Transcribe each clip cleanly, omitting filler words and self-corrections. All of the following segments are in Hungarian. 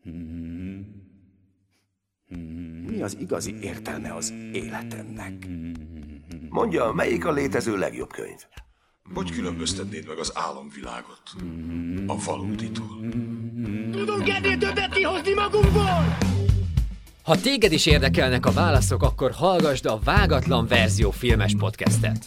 Mi az igazi értelme az életemnek? Mondja, melyik a létező legjobb könyv? Hogy különböztetnéd meg az álomvilágot a valóditól? Tudunk ennél többet kihozni magunkból! Ha téged is érdekelnek a válaszok, akkor hallgasd a Vágatlan Verzió filmes podcastet.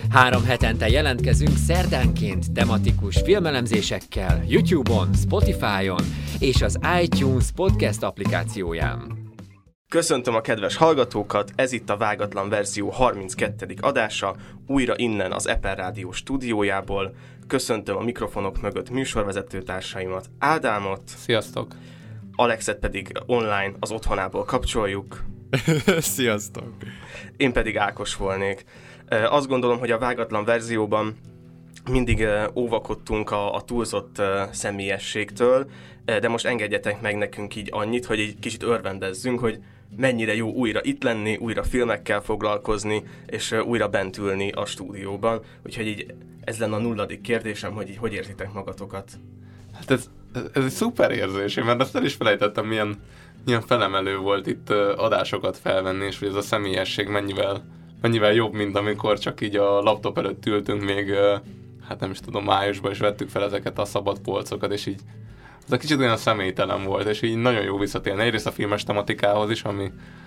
3 hetente jelentkezünk szerdánként tematikus filmelemzésekkel YouTube-on, Spotify-on és az iTunes podcast applikációján. Köszöntöm a kedves hallgatókat, ez itt a Vágatlan Verzió 32. adása, újra innen az Eper Rádió stúdiójából. Köszöntöm a mikrofonok mögött műsorvezető társaimat, Ádámot. Sziasztok! Alexet pedig online az otthonából kapcsoljuk. Sziasztok! Én pedig Ákos volnék. Azt gondolom, hogy a Vágatlan Verzióban mindig óvakodtunk a túlzott személyességtől, de most engedjetek meg nekünk így annyit, hogy egy kicsit örvendezzünk, hogy mennyire jó újra itt lenni, újra filmekkel foglalkozni, és újra bent ülni a stúdióban. Úgyhogy így ez lenne a 0. kérdésem, hogy így hogy érzitek magatokat? Hát ez egy szuper érzés, mert azt el is felejtettem, milyen felemelő volt itt adásokat felvenni, és hogy ez a személyesség mennyivel jobb, mint amikor csak így a laptop előtt ültünk még, hát nem is tudom, májusban, és vettük fel ezeket a szabad polcokat, és így ez a kicsit olyan személytelen volt, és így nagyon jó visszatérni. Egyrészt a filmes tematikához is, ami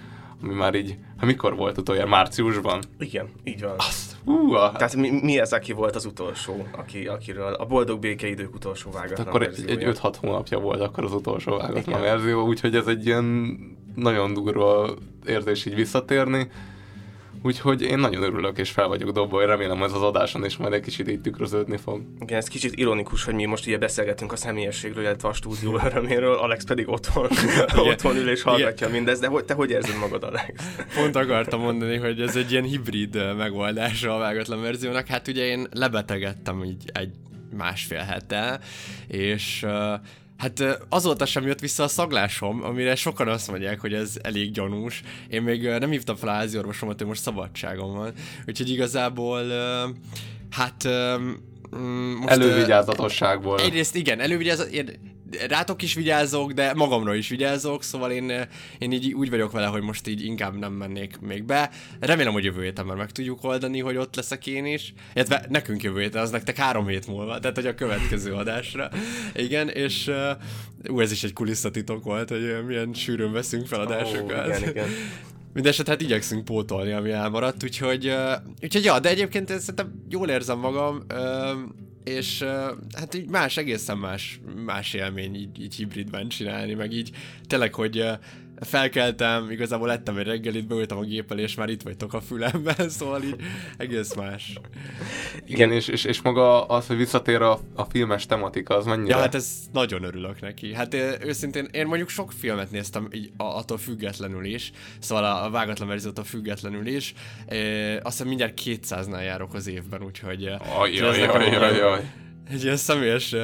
már így, mikor volt utoljára? Márciusban? Igen, így van. Tehát mi ez, aki volt az utolsó, akiről a boldog békeidők utolsó vágatlan akkor verziója? Egy 5-6 hónapja volt akkor az utolsó vágatlan verzió, úgyhogy ez egy ilyen nagyon durva érzés így visszatérni. Úgyhogy én nagyon örülök és fel vagyok dobva, hogy remélem ez az adáson is majd egy kicsit így tükröződni fog. Igen, ez kicsit ironikus, hogy mi most ugye beszélgetünk a személyességről, illetve a stúdió öröméről, Alex pedig otthon ül és hallgatja mindezt, de te hogy érzed magad, Alex? Pont akartam mondani, hogy ez egy ilyen hibrid megoldása a Vágatlan Verziónak. Hát ugye én lebetegedtem így egy 1,5 hete, és hát azóta sem jött vissza a szaglásom, amire sokan azt mondják, hogy ez elég gyanús. Én még nem hívtam fel a háziorvosomat, hogy most szabadságom van. Úgyhogy igazából, most... Elővigyázatosságból. Egyrészt igen, rátok is vigyázok, de magamra is vigyázok, szóval én így úgy vagyok vele, hogy most így inkább nem mennék még be. Remélem, hogy jövő héten már meg tudjuk oldani, hogy ott leszek én is. Illetve nekünk jövő héten, az nektek 3 hét múlva, tehát hogy a következő adásra. Igen, és ez is egy kulisszatitok volt, hogy milyen sűrűn veszünk fel adásokat. Igen. Mindenesetre hát igyekszünk pótolni, ami elmaradt, úgyhogy ja, de egyébként szerintem jól érzem magam, és hát így egészen más élmény így hibridben csinálni, meg így tényleg, hogy felkeltem, igazából ettem egy reggelit, beültem a gép elé, és már itt vagytok a fülemben, szóval így egész más. Igen, és maga az, hogy visszatér a filmes tematika, az mennyire? Ja, hát ez nagyon örülök neki. Hát őszintén, én mondjuk sok filmet néztem így attól függetlenül is, szóval a Vágatlan Verziótól függetlenül is. Azt hiszem mindjárt 200-nál járok az évben, úgyhogy... Ajaj. Egy ilyen személyes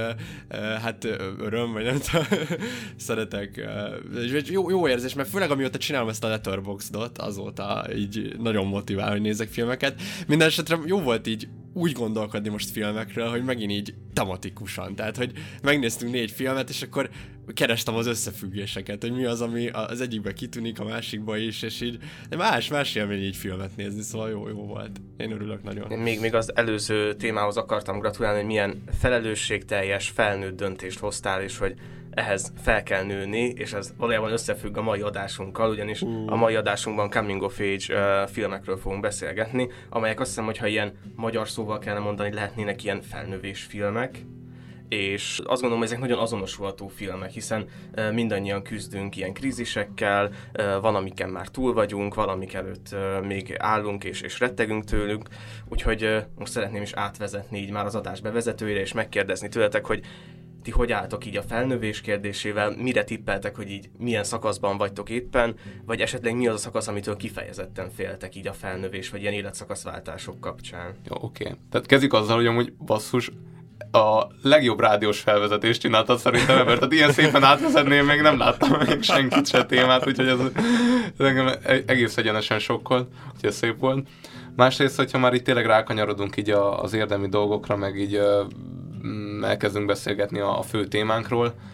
öröm, vagy nem tudom, szeretek. Jó érzés, mert főleg amióta csinálom ezt a Letterboxdot, azóta így nagyon motivál, hogy nézek filmeket. Mindenesetre jó volt így úgy gondolkodni most filmekről, hogy megint így tematikusan. Tehát, hogy megnéztünk 4 filmet, és akkor kerestem az összefüggéseket, hogy mi az, ami az egyikbe kitűnik, a másikba is, és így más élmény így filmet nézni, szóval jó volt. Én örülök nagyon. Még az előző témához akartam gratulálni, hogy milyen felelősségteljes, felnőtt döntést hoztál, és hogy ehhez fel kell nőni, és ez valójában összefügg a mai adásunkkal, ugyanis a mai adásunkban coming of age filmekről fogunk beszélgetni, amelyek azt hiszem, hogyha ilyen magyar szóval kellene mondani, lehetnének ilyen felnövés filmek, és azt gondolom, hogy ezek nagyon azonosulható filmek, hiszen mindannyian küzdünk ilyen krízisekkel, van, amiken már túl vagyunk, valamik előtt még állunk és rettegünk tőlük, úgyhogy most szeretném is átvezetni így már az adás bevezetőjére, és megkérdezni tőletek, hogy ti hogy álltok így a felnövés kérdésével, mire tippeltek, hogy így milyen szakaszban vagytok éppen, vagy esetleg mi az a szakasz, amitől kifejezetten féltek így a felnövés, vagy ilyen életszakaszváltások kapcsán? Jó, oké. Tehát kezdjük azzal, hogy amúgy basszus, a legjobb rádiós felvezetést csináltad szerintem, mert tehát ilyen szépen átvezetném, még nem láttam még senkit se témát, úgyhogy ez engem egész egyenesen sokkolt, úgyhogy ez szép volt. Másrészt, hogyha már itt tényleg rákanyarodunk így az érdemi dolgokra, meg így elkezdünk beszélgetni a fő témánkról,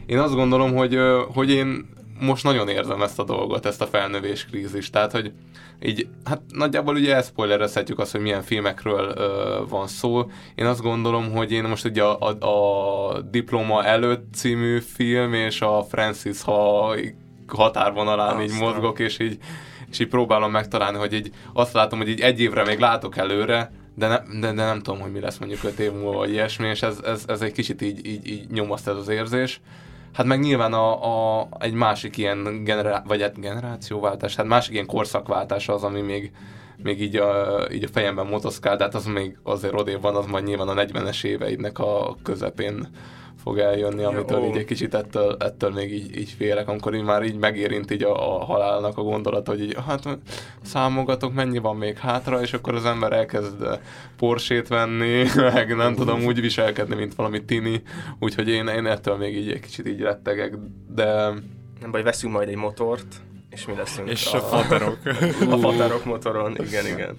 én azt gondolom, hogy én most nagyon érzem ezt a dolgot, ezt a felnövés krízist, tehát, hogy így, hát nagyjából ugye elszpoilerezhetjük azt, hogy milyen filmekről van szó. Én azt gondolom, hogy én most ugye a Diploma előtt című film, és a Francis Ha határvonalán így mozgok, és így próbálom megtalálni, hogy így azt látom, hogy így egy évre még látok előre, de nem tudom, hogy mi lesz mondjuk 5 év múlva, vagy ilyesmi, és ez egy kicsit így nyomaszt ez az érzés. Hát meg nyilván egy másik ilyen generációváltás, hát másik ilyen korszakváltás az, ami még így a fejemben motoszkál, de hát az még azért odébb van, az majd nyilván a 40-es éveidnek a közepén fog eljönni, amitől így egy kicsit ettől még így félek, amikor már így megérint így a halálnak a gondolat, hogy így, hát számogatok, mennyi van még hátra, és akkor az ember elkezd Porsét venni, meg nem tudom úgy viselkedni, mint valami tini, úgyhogy én ettől még így egy kicsit így rettegek, de... Nem baj, veszünk majd egy motort, és mi leszünk és a faterok. A faterok motoron, igen.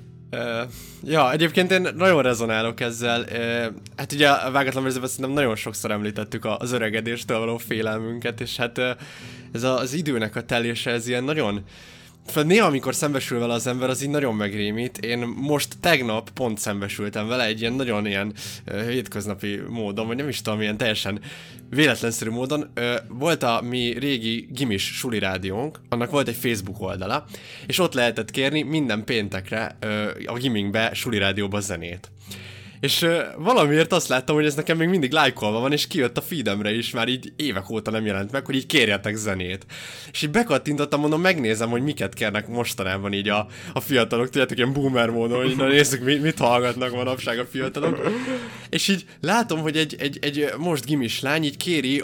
Ja, egyébként én nagyon rezonálok ezzel. Hát ugye a Vágatlan Verzióban szerintem nagyon sokszor említettük az öregedéstől való félelmünket, és hát ez az időnek a telése, ez ilyen nagyon... Néha, amikor szembesül vele az ember, az így nagyon megrémít. Én most tegnap pont szembesültem vele egy ilyen nagyon ilyen hétköznapi módon, vagy nem is tudom, ilyen teljesen véletlenszerű módon. Volt a mi régi gimis suli rádiónk, annak volt egy Facebook oldala, és ott lehetett kérni minden péntekre a giminkbe suli rádióba zenét. És valamiért azt láttam, hogy ez nekem még mindig lájkolva van, és kijött a feedemre is, már így évek óta nem jelent meg, hogy így kérjetek zenét. És így bekattintottam, mondom, megnézem, hogy miket kérnek mostanában így a fiatalok, tudjátok, ilyen boomer módon, hogy na nézzük, mit hallgatnak manapság a fiatalok. És így látom, hogy egy most gimis lány így kéri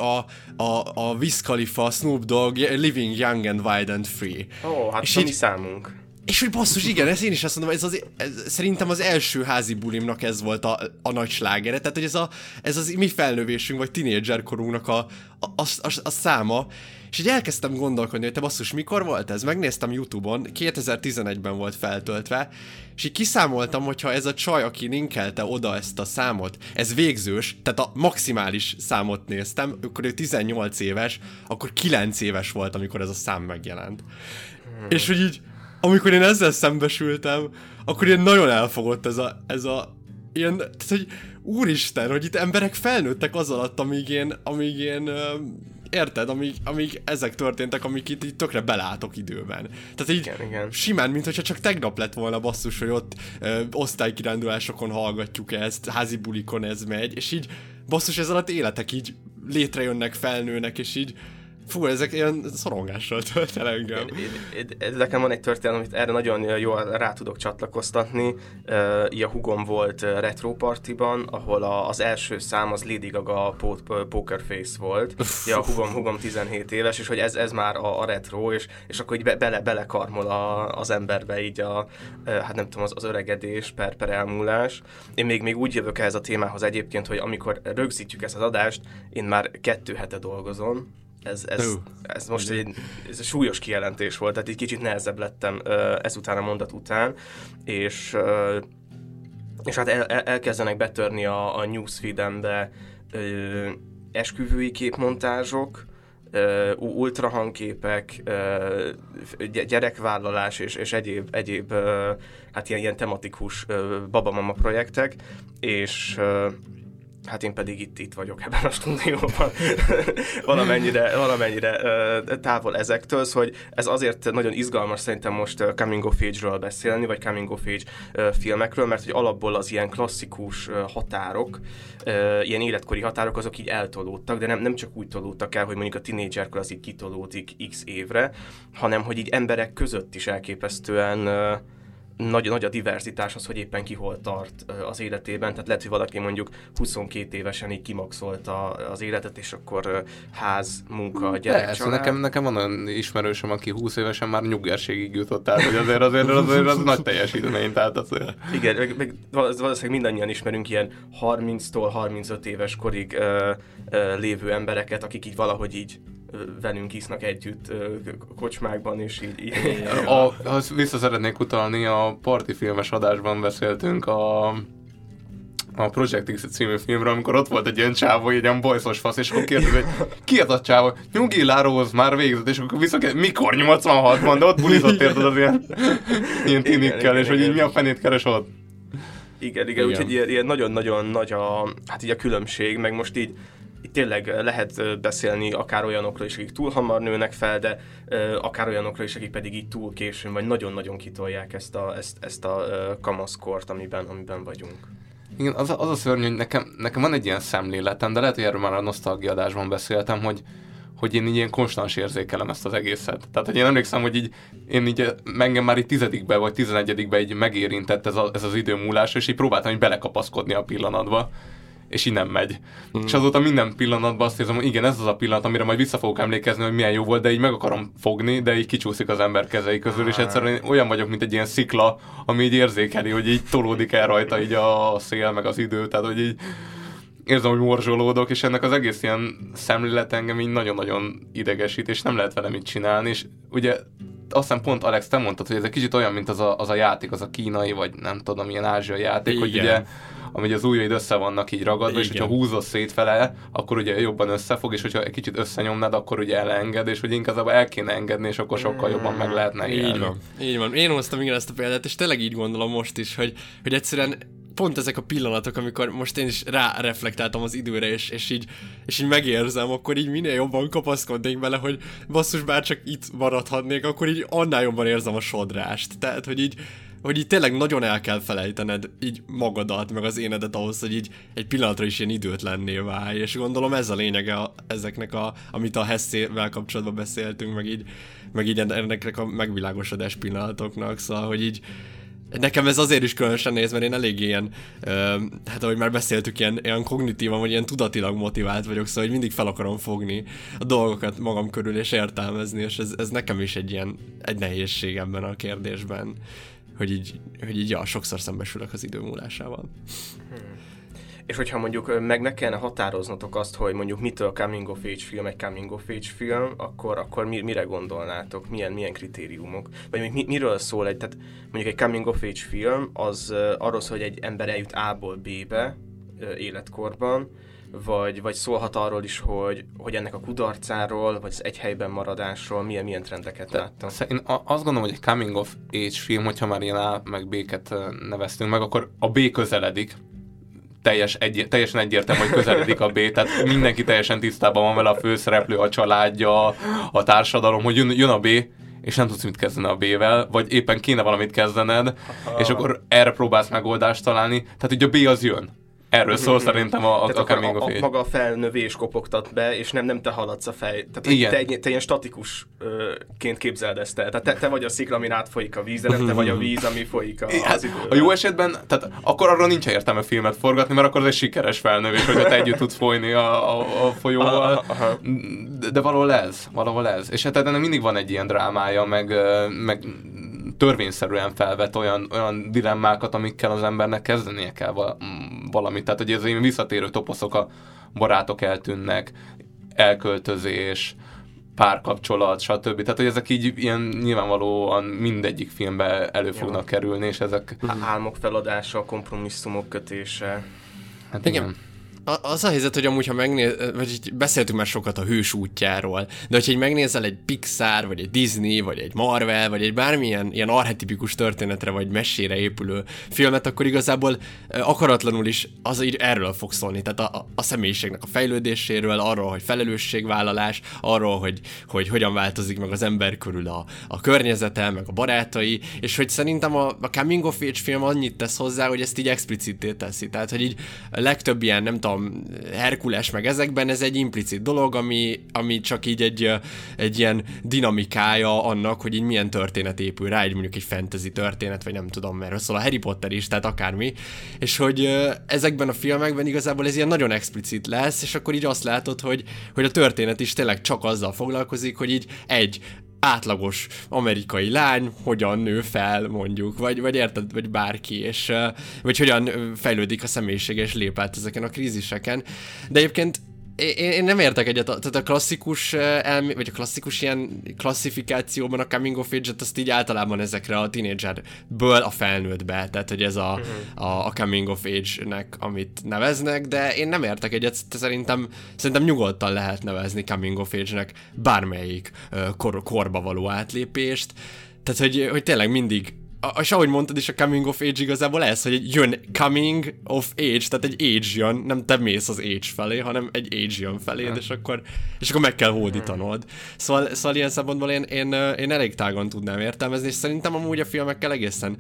a Wiz Khalifa, Snoop Dogg, Living Young and Wild and Free. Hát és mi számunk. És hogy basszus, igen, ezt én is azt mondom, szerintem az első házi bulimnak ez volt a nagy slágere, tehát hogy ez az mi felnövésünk, vagy tinédzserkorunknak a száma, és így elkezdtem gondolkodni, hogy te basszus, mikor volt ez? Megnéztem YouTube-on, 2011-ben volt feltöltve, és így kiszámoltam, hogyha ez a csaj, aki linkelte oda ezt a számot, ez végzős, tehát a maximális számot néztem, akkor ő 18 éves, akkor 9 éves volt, amikor ez a szám megjelent. És hogy így amikor én ezzel szembesültem, akkor ilyen nagyon elfogott ez a ilyen, tehát hogy úristen, hogy itt emberek felnőttek az alatt, amíg én érted, amíg ezek történtek, amik itt így tökre belátok időben. Tehát így igen. Simán, mintha csak tegnap lett volna basszus, hogy ott osztálykirándulásokon hallgatjuk ezt, házi bulikon ez megy, és így basszus, ez alatt életek így létrejönnek, felnőnek, és így fú, ezek ilyen szorongással tölt el engem. Nekem van egy történet, amit erre nagyon jól rá tudok csatlakoztatni. A hugom volt retro partiban, ahol az első szám az Lady Gaga Poker Face volt. A hugom 17 éves, és hogy ez már a retro, és akkor így belekarmol az emberbe így hát nem tudom, az öregedés per elmúlás. Én még úgy jövök ehhez a témához egyébként, hogy amikor rögzítjük ezt az adást, én már 2 hete dolgozom. Ez most egy súlyos kijelentés volt, tehát egy kicsit nehezebb lettem ezután a mondat után, és hát elkezdenek betörni a newsfeedembe esküvői képmontázsok, ultrahangképek, gyerekvállalás és egyéb hát ilyen tematikus babamama projektek, és hát én pedig itt vagyok ebben a stúdióban valamennyire távol ezektől, hogy ez azért nagyon izgalmas szerintem most coming of age-ről beszélni, vagy coming of age filmekről, mert hogy alapból az ilyen klasszikus határok, ilyen életkori határok, azok így eltolódtak, de nem csak úgy tolódtak el, hogy mondjuk a tínédzserkor az így kitolódik x évre, hanem hogy így emberek között is elképesztően nagy a diverzitás az, hogy éppen ki hol tart az életében, tehát lehet, hogy valaki mondjuk 22 évesen így kimaxolta az életet, és akkor ház, munka, gyerek, család. Nekem van olyan ismerősöm, aki 20 évesen már nyuggerségig jutott, tehát hogy azért az nagy teljesítmény, tehát azért. Igen, meg valószínűleg mindannyian ismerünk ilyen 30-tól 35 éves korig lévő embereket, akik így valahogy így velünk isznak együtt kocsmákban, és így. Azt vissza szeretnék utalni, a partifilmes adásban beszéltünk a a Project X című filmről, amikor ott volt egy ilyen csávó, egy ilyen bajszos fasz, és akkor kérdez, hogy ki az a csávó? Nyugi, Láróhoz már végzett, és akkor mikor 86-ban, de ott bulizott érted az ilyen tinikkel, és hogy így mi a fenét keres ott. Igen. Úgyhogy ilyen nagyon-nagyon nagy hát így a különbség, meg most így tényleg lehet beszélni akár olyanokról is, akik túl hamar nőnek fel, de akár olyanokról is, akik pedig így túl későn, vagy nagyon-nagyon kitolják ezt a kamaszkort, amiben vagyunk. Igen, az a szörnyű, hogy nekem van egy ilyen szemléletem, de lehet, hogy erről már a nosztalgiadásban beszéltem, hogy én így ilyen konstans érzékelem ezt az egészet. Tehát, hogy én emlékszem, hogy így engem már így 10-be vagy 11-be így megérintett ez az időmúlás, és így próbáltam így belekapaszkodni a pillanatba, és így nem megy. És azóta minden pillanatban azt érzem, hogy igen, ez az a pillanat, amire majd vissza fogok emlékezni, hogy milyen jó volt, de így meg akarom fogni, de így kicsúszik az ember kezei közül, és egyszerűen olyan vagyok, mint egy ilyen szikla, ami így érzékeli, hogy így tolódik el rajta így a szél, meg az idő, tehát hogy így érzem, hogy morzsolódok, és ennek az egész ilyen szemlélet engem így nagyon-nagyon idegesít, és nem lehet vele mit csinálni, és ugye azt hiszem pont Alex, te mondtad, hogy ez egy kicsit olyan, mint az a játék, az a kínai, vagy nem tudom, milyen ázsiai játék, igen. Hogy ugye amíg az ujjaid össze vannak így ragadva, igen. És hogyha húzod szétfele, akkor ugye jobban összefog, és hogyha egy kicsit összenyomnád, akkor ugye elenged, és hogy inkább el kéne engedni, és akkor sokkal jobban meg lehetne élni. Így van. Én hoztam igen ezt a példát, és tényleg így gondolom most is, hogy egyszerűen pont ezek a pillanatok, amikor most én is ráreflektáltam az időre, és így megérzem, akkor így minél jobban kapaszkodnék bele, hogy basszus, bár csak itt maradhatnék, akkor így annál jobban érzem a sodrást. Tehát, hogy így tényleg nagyon el kell felejtened így magadat, meg az énedet ahhoz, hogy így egy pillanatra is ilyen időtlenné válj, és gondolom ez a lényege ezeknek, amit a Hessével kapcsolatban beszéltünk, meg így ennek a megvilágosodás pillanatoknak, szóval, hogy így nekem ez azért is különösen néz, mert én elég ilyen, hát ahogy már beszéltük, ilyen kognitívan, vagy ilyen tudatilag motivált vagyok, szóval hogy mindig fel akarom fogni a dolgokat magam körül és értelmezni, és ez nekem is egy nehézség ebben a kérdésben, hogy így sokszor szembesülök az idő múlásával. És hogyha mondjuk meg kellene határoznotok azt, hogy mondjuk mitől coming of age film egy coming of age film, akkor mire gondolnátok? Milyen kritériumok? Vagy miről szól tehát mondjuk egy coming of age film, az arról szól, hogy egy ember eljut A-ból B-be életkorban, vagy szólhat arról is, hogy ennek a kudarcáról, vagy az egy helyben maradásról milyen trendeket láttam. Én azt gondolom, hogy egy coming of age film, hogyha már ilyen A meg B-ket neveztünk meg, akkor a B közeledik. Teljesen egyértelmű, hogy közeledik a B, tehát mindenki teljesen tisztában van vele, a főszereplő, a családja, a társadalom, hogy jön a B, és nem tudsz mit kezdeni a B-vel, vagy éppen kéne valamit kezdened, és akkor erre próbálsz megoldást találni, tehát ugye a B az jön. Erről szól szerintem a coming of age. Maga a felnövés kopogtat be, és nem te haladsz a fej. Tehát te ilyen statikusként képzeld ezt el. Tehát te vagy a szikla, amin átfolyik a víz, de nem te vagy a víz, ami folyik az időben. A jó esetben, tehát akkor arra nincs értelme filmet forgatni, mert akkor az egy sikeres felnövés, hogy te együtt tudsz folyni a folyóval. De valahol ez. És hát ennek mindig van egy ilyen drámája, meg törvényszerűen felvet olyan dilemmákat, amikkel az embernek kezdenie kell valamit. Tehát, hogy ez ilyen visszatérő toposzok, a barátok eltűnnek, elköltözés, párkapcsolat, stb. Tehát, hogy ezek így ilyen nyilvánvalóan mindegyik filmben elő fognak kerülni, és ezek... Álmok feladása, kompromisszumok kötése. Hát igen. Az a helyzet, hogy amúgy, ha vagy beszéltünk már sokat a hős útjáról, de hogyha így megnézel egy Pixar, vagy egy Disney, vagy egy Marvel, vagy egy bármilyen ilyen archetipikus történetre, vagy mesére épülő filmet, akkor igazából akaratlanul is az így erről fog szólni. Tehát a személyiségnek a fejlődéséről, arról, hogy felelősségvállalás, arról, hogy hogyan változik meg az ember körül a környezete, meg a barátai, és hogy szerintem a coming of age film annyit tesz hozzá, hogy ezt így explicitté teszi. Tehát, hogy így a legtöbb ilyen, nem tudom, Herkules meg ezekben ez egy implicit dolog, ami csak így egy ilyen dinamikája annak, hogy így milyen történet épül rá, egy mondjuk egy fantasy történet, vagy nem tudom, mert szól a Harry Potter is, tehát akármi, és hogy ezekben a filmekben igazából ez ilyen nagyon explicit lesz, és akkor így azt látod, hogy a történet is tényleg csak azzal foglalkozik, hogy így egy átlagos amerikai lány hogyan nő fel, mondjuk, vagy érted, vagy bárki, és vagy hogyan fejlődik a személyiség, és lép át ezeken a kríziseken. De egyébként én nem értek egyet, tehát a klasszikus vagy a klasszikus ilyen klasszifikációban a coming of age-et azt így általában ezekre a teenagerből a felnőttbe, tehát hogy ez a coming of age-nek, amit neveznek, de én nem értek egyet, szerintem nyugodtan lehet nevezni coming of age-nek bármelyik korba való átlépést, tehát hogy tényleg mindig és ahogy mondtad is, a coming of age igazából ez, hogy jön coming of age, tehát egy age jön, nem te mész az age felé, hanem egy age jön feléd, és akkor meg kell hódítanod. Szóval ilyen szempontból én elég tágon tudnám értelmezni, és szerintem amúgy a filmekkel egészen,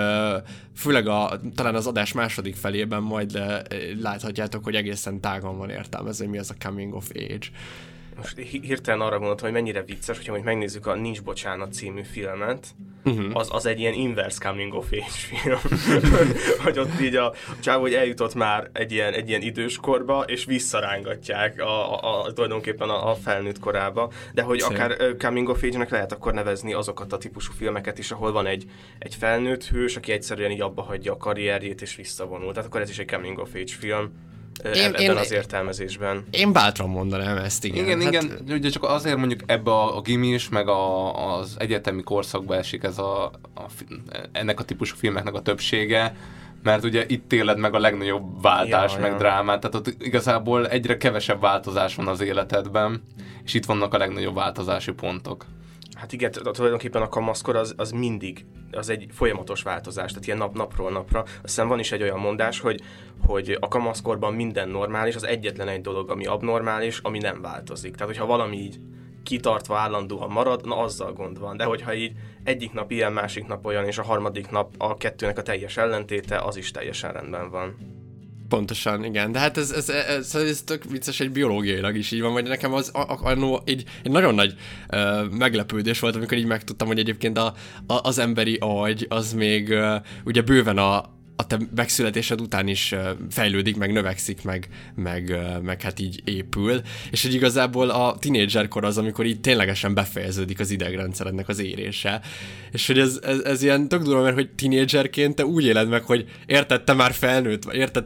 főleg talán az adás második felében majd láthatjátok, hogy egészen tágon van értelmezve, hogy mi az a coming of age. Most hirtelen arra gondoltam, hogy mennyire vicces, hogyha majd megnézzük a Nincs Bocsánat című filmet, az egy ilyen inverse coming of age film. Hogy ott így a csávó, hogy eljutott már egy ilyen időskorba, és visszarángatják tulajdonképpen a felnőtt korába. De hogy akár coming of age-nek lehet akkor nevezni azokat a típusú filmeket is, ahol van egy felnőtt hős, aki egyszerűen így abba hagyja a karrierjét, és visszavonul. Tehát akkor ez is egy coming of age film. Ebben az értelmezésben. Én bátran mondanám ezt, igen. Igen, ugye csak azért mondjuk ebbe a gimis, meg az egyetemi korszakba esik ez ennek a típusú filmeknek a többsége, mert ugye itt éled meg a legnagyobb váltás, meg drámát, tehát ott igazából egyre kevesebb változás van az életedben, és itt vannak a legnagyobb változási pontok. Hát igen, tulajdonképpen a kamaszkor az mindig, az egy folyamatos változás, tehát ilyen napról napra. Aztán van is egy olyan mondás, hogy a kamaszkorban minden normális, az egyetlen egy dolog, ami abnormális, ami nem változik. Tehát, hogyha valami így kitartva állandóan marad, na azzal gond van. De hogyha így egyik nap ilyen, másik nap olyan, és a harmadik nap a kettőnek a teljes ellentéte, az is teljesen rendben van. Pontosan, igen, de hát ez tök vicces, egy biológiailag is így van, vagy nekem egy nagyon nagy meglepődés volt, amikor így megtudtam, hogy egyébként az emberi agy az még ugye bőven a te megszületésed után is fejlődik, meg növekszik, meg hát így épül, és hogy igazából a tínédzserkor az, amikor így ténylegesen befejeződik az idegrendszerednek az érése. És hogy ez ilyen tök durva, mert hogy tínédzserként te úgy éled meg, hogy érted, te már felnőtt vagy, érted,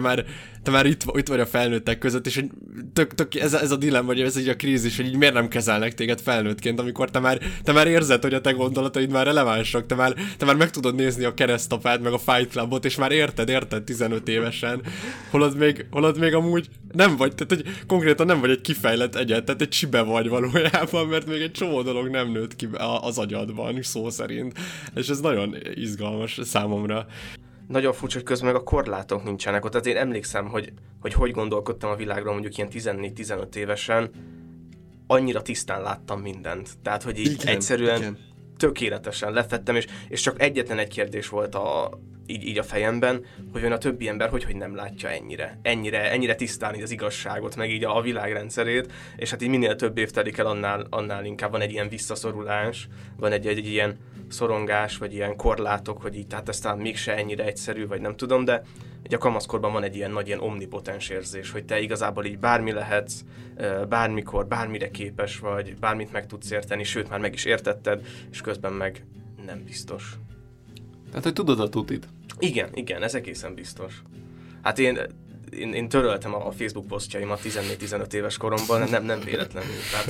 te már itt vagy a felnőttek között, és hogy tök ez a dilemma, vagy ez így a krízis, hogy így miért nem kezelnek téged felnőttként, amikor te már érzed, hogy a te gondolataid már relevánsak, te már meg tudod nézni a Keresztapát, meg a Fight Clubot, és már érted 15 évesen, holott még amúgy nem vagy, tehát hogy konkrétan nem vagy egy kifejlett egyet, tehát egy csibe vagy valójában, mert még egy csomó dolog nem nőtt ki az agyadban, szó szerint, és ez nagyon izgalmas számomra. Nagyon furcsa, hogy közben meg a korlátok nincsenek ott. Tehát én emlékszem, hogy gondolkodtam a világról mondjuk ilyen 14-15 évesen, annyira tisztán láttam mindent. Tehát, hogy így egyszerűen tökéletesen lefettem, és csak egyetlen egy kérdés volt így a fejemben, hogy a többi ember hogy nem látja ennyire tisztán így az igazságot, meg így a világrendszerét, és hát így minél több év telik el, annál inkább van egy ilyen visszaszorulás, van egy ilyen szorongás, vagy ilyen korlátok, hogy így tehát aztán mégse ennyire egyszerű, vagy nem tudom, de ugye a kamaszkorban van egy ilyen nagy, ilyen omnipotens érzés, hogy te igazából így bármi lehetsz, bármikor, bármire képes vagy, bármit meg tudsz érteni, sőt már meg is értetted, és közben meg nem biztos. Tehát, hogy tudod a tutit. Igen, ez egészen biztos. Hát én töröltem a Facebook posztjaimat 14-15 éves koromban, nem véletlenül. Tehát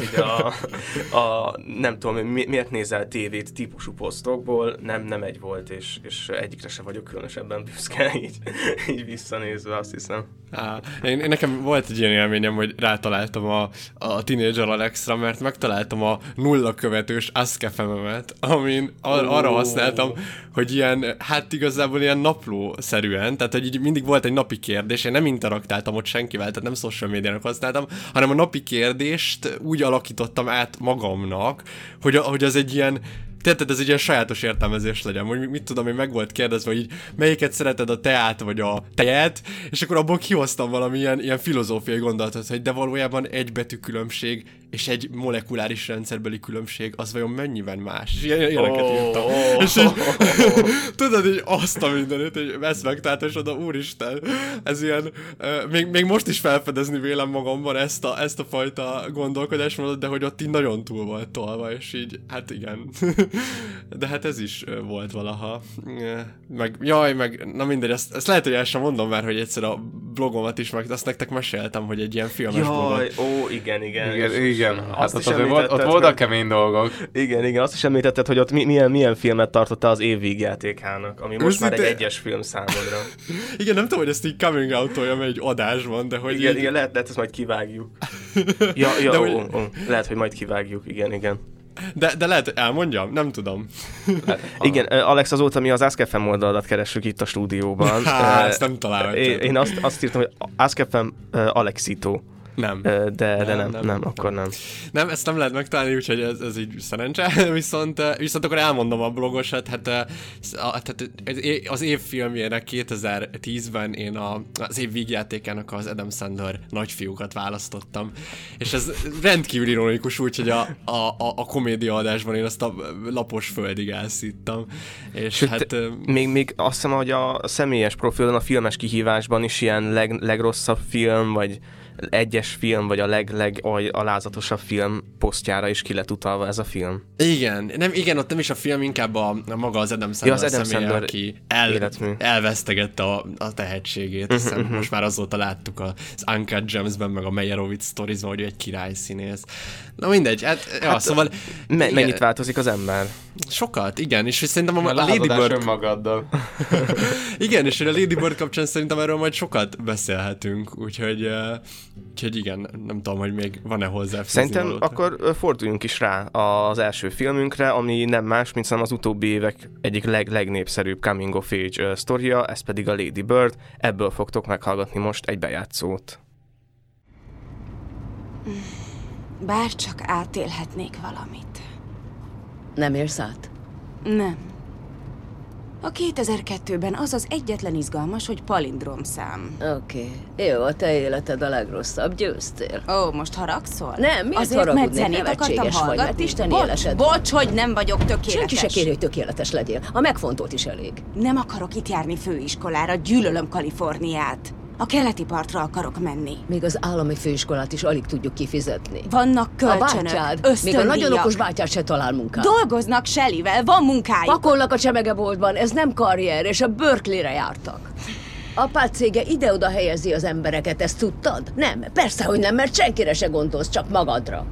így nem tudom, miért nézel tévét típusú posztokból, nem egy volt, és egyikre se vagyok különösebben büszke, így visszanézve, azt hiszem. Nekem volt egy ilyen élményem, hogy rátaláltam a Teenager Alexra, mert megtaláltam a 0 követős Askefememet, amin arra használtam, hogy ilyen, hát igazából ilyen naplószerűen, tehát hogy így mindig volt egy napi kérdés, én nem interaktáltam ott senkivel, tehát nem social médiának használtam, hanem a napi kérdést úgy alakítottam át magamnak, hogy az egy ilyen, tehát ez egy ilyen sajátos értelmezés legyen, hogy mit tudom, én meg volt kérdezve, hogy így, melyiket szereted, a teát vagy a tejet, és akkor abból kihoztam valami ilyen filozófiai gondolatot, hogy de valójában egy betű különbség és egy molekuláris rendszerbeli különbség, az vajon mennyiben más? És ilyeneket írtam. És így, tudod, így azt a mindenit, hogy ezt megtalált, és oda, úristen, ez ilyen, még most is felfedezni vélem magamban ezt a fajta gondolkodásmódot, de hogy ott így nagyon túl volt tolva, és így, hát igen. De hát ez is volt valaha. Meg, na mindegy, ezt lehet, hogy el sem mondom már, hogy egyszer a blogomat is, meg azt nektek meséltem, hogy egy ilyen filmes blogon. Igen. Hát ott voltak kemény dolgok. Igen, azt is említetted, hogy ott milyen filmet tartotta az év vígjátékának, ami most már egy egyes film számodra. Igen, nem tudom, hogy ezt így coming out-oljam egy adásban, de hogy... Igen, lehet, ezt majd kivágjuk. Lehet, hogy majd kivágjuk, igen. De lehet, elmondjam? Nem tudom. Igen, Alex, azóta mi az Ask.fm oldalat keressük itt a stúdióban. Ezt nem találom. Én azt írtam, hogy Ask.fm Alexito. Nem. De nem, akkor nem. Nem, ezt nem lehet megtalálni, úgyhogy ez így szerencse. Viszont akkor elmondom a blogosat. Hát az év filmjének 2010-ben én az év vígjátékának az Adam Sandler nagyfiúkat választottam. És ez rendkívül ironikus, úgyhogy a komédia adásban én azt a lapos földig elszittam. És sőt, hát... Még azt hiszem, hogy a személyes profilon, a filmes kihívásban is ilyen legrosszabb film, vagy egyes film, vagy a alázatosabb film posztjára is ki lett utalva ez a film. Igen, ott nem is a film, inkább maga az Adam Sandler személye, aki elvesztegette a tehetségét. Hiszen most már azóta láttuk az Uncut Gems-ben, meg a Meyerowitz Stories-ban, hogy ő egy királyszínész. Na mindegy, szóval... Mennyit változik az ember? Sokat, igen, és szerintem a Lady Bird önmagaddal. Igen, és a Lady Bird kapcsán szerintem erről majd sokat beszélhetünk, úgyhogy igen, nem tudom, hogy még van-e hozzá. Szerintem akkor forduljunk is rá az első filmünkre, ami nem más, mint az utóbbi évek egyik legnépszerűbb coming of age sztoria, ez pedig a Lady Bird. Ebből fogtok meghallgatni most egy bejátszót. Bár csak átélhetnék valamit. Nem érsz át? Nem. A 2002-ben az az egyetlen izgalmas, hogy palindromszám. Oké. Jó, a te életed a legrosszabb, győztél. Ó, most haragszol? Nem, miért azért, mert haragudnék, zenét akartam hallgatni? mert isteni életed. Bocs, hogy nem vagyok tökéletes. Senki se kéri, hogy tökéletes legyél. A megfontolt is elég. Nem akarok itt járni főiskolára, gyűlölöm Kaliforniát. A keleti partra akarok menni. Még az állami főiskolát is alig tudjuk kifizetni. Vannak kölcsönök, ösztöndíjak. Még a nagyon okos bátyád se talál munkát. Dolgoznak Shellyvel, van munkájuk. Pakolnak a csemegeboltban, ez nem karrier, és a Berkeley-re jártak. Apád cége ide-oda helyezi az embereket, ezt tudtad? Nem, persze, hogy nem, mert senkire se gondolsz, csak magadra.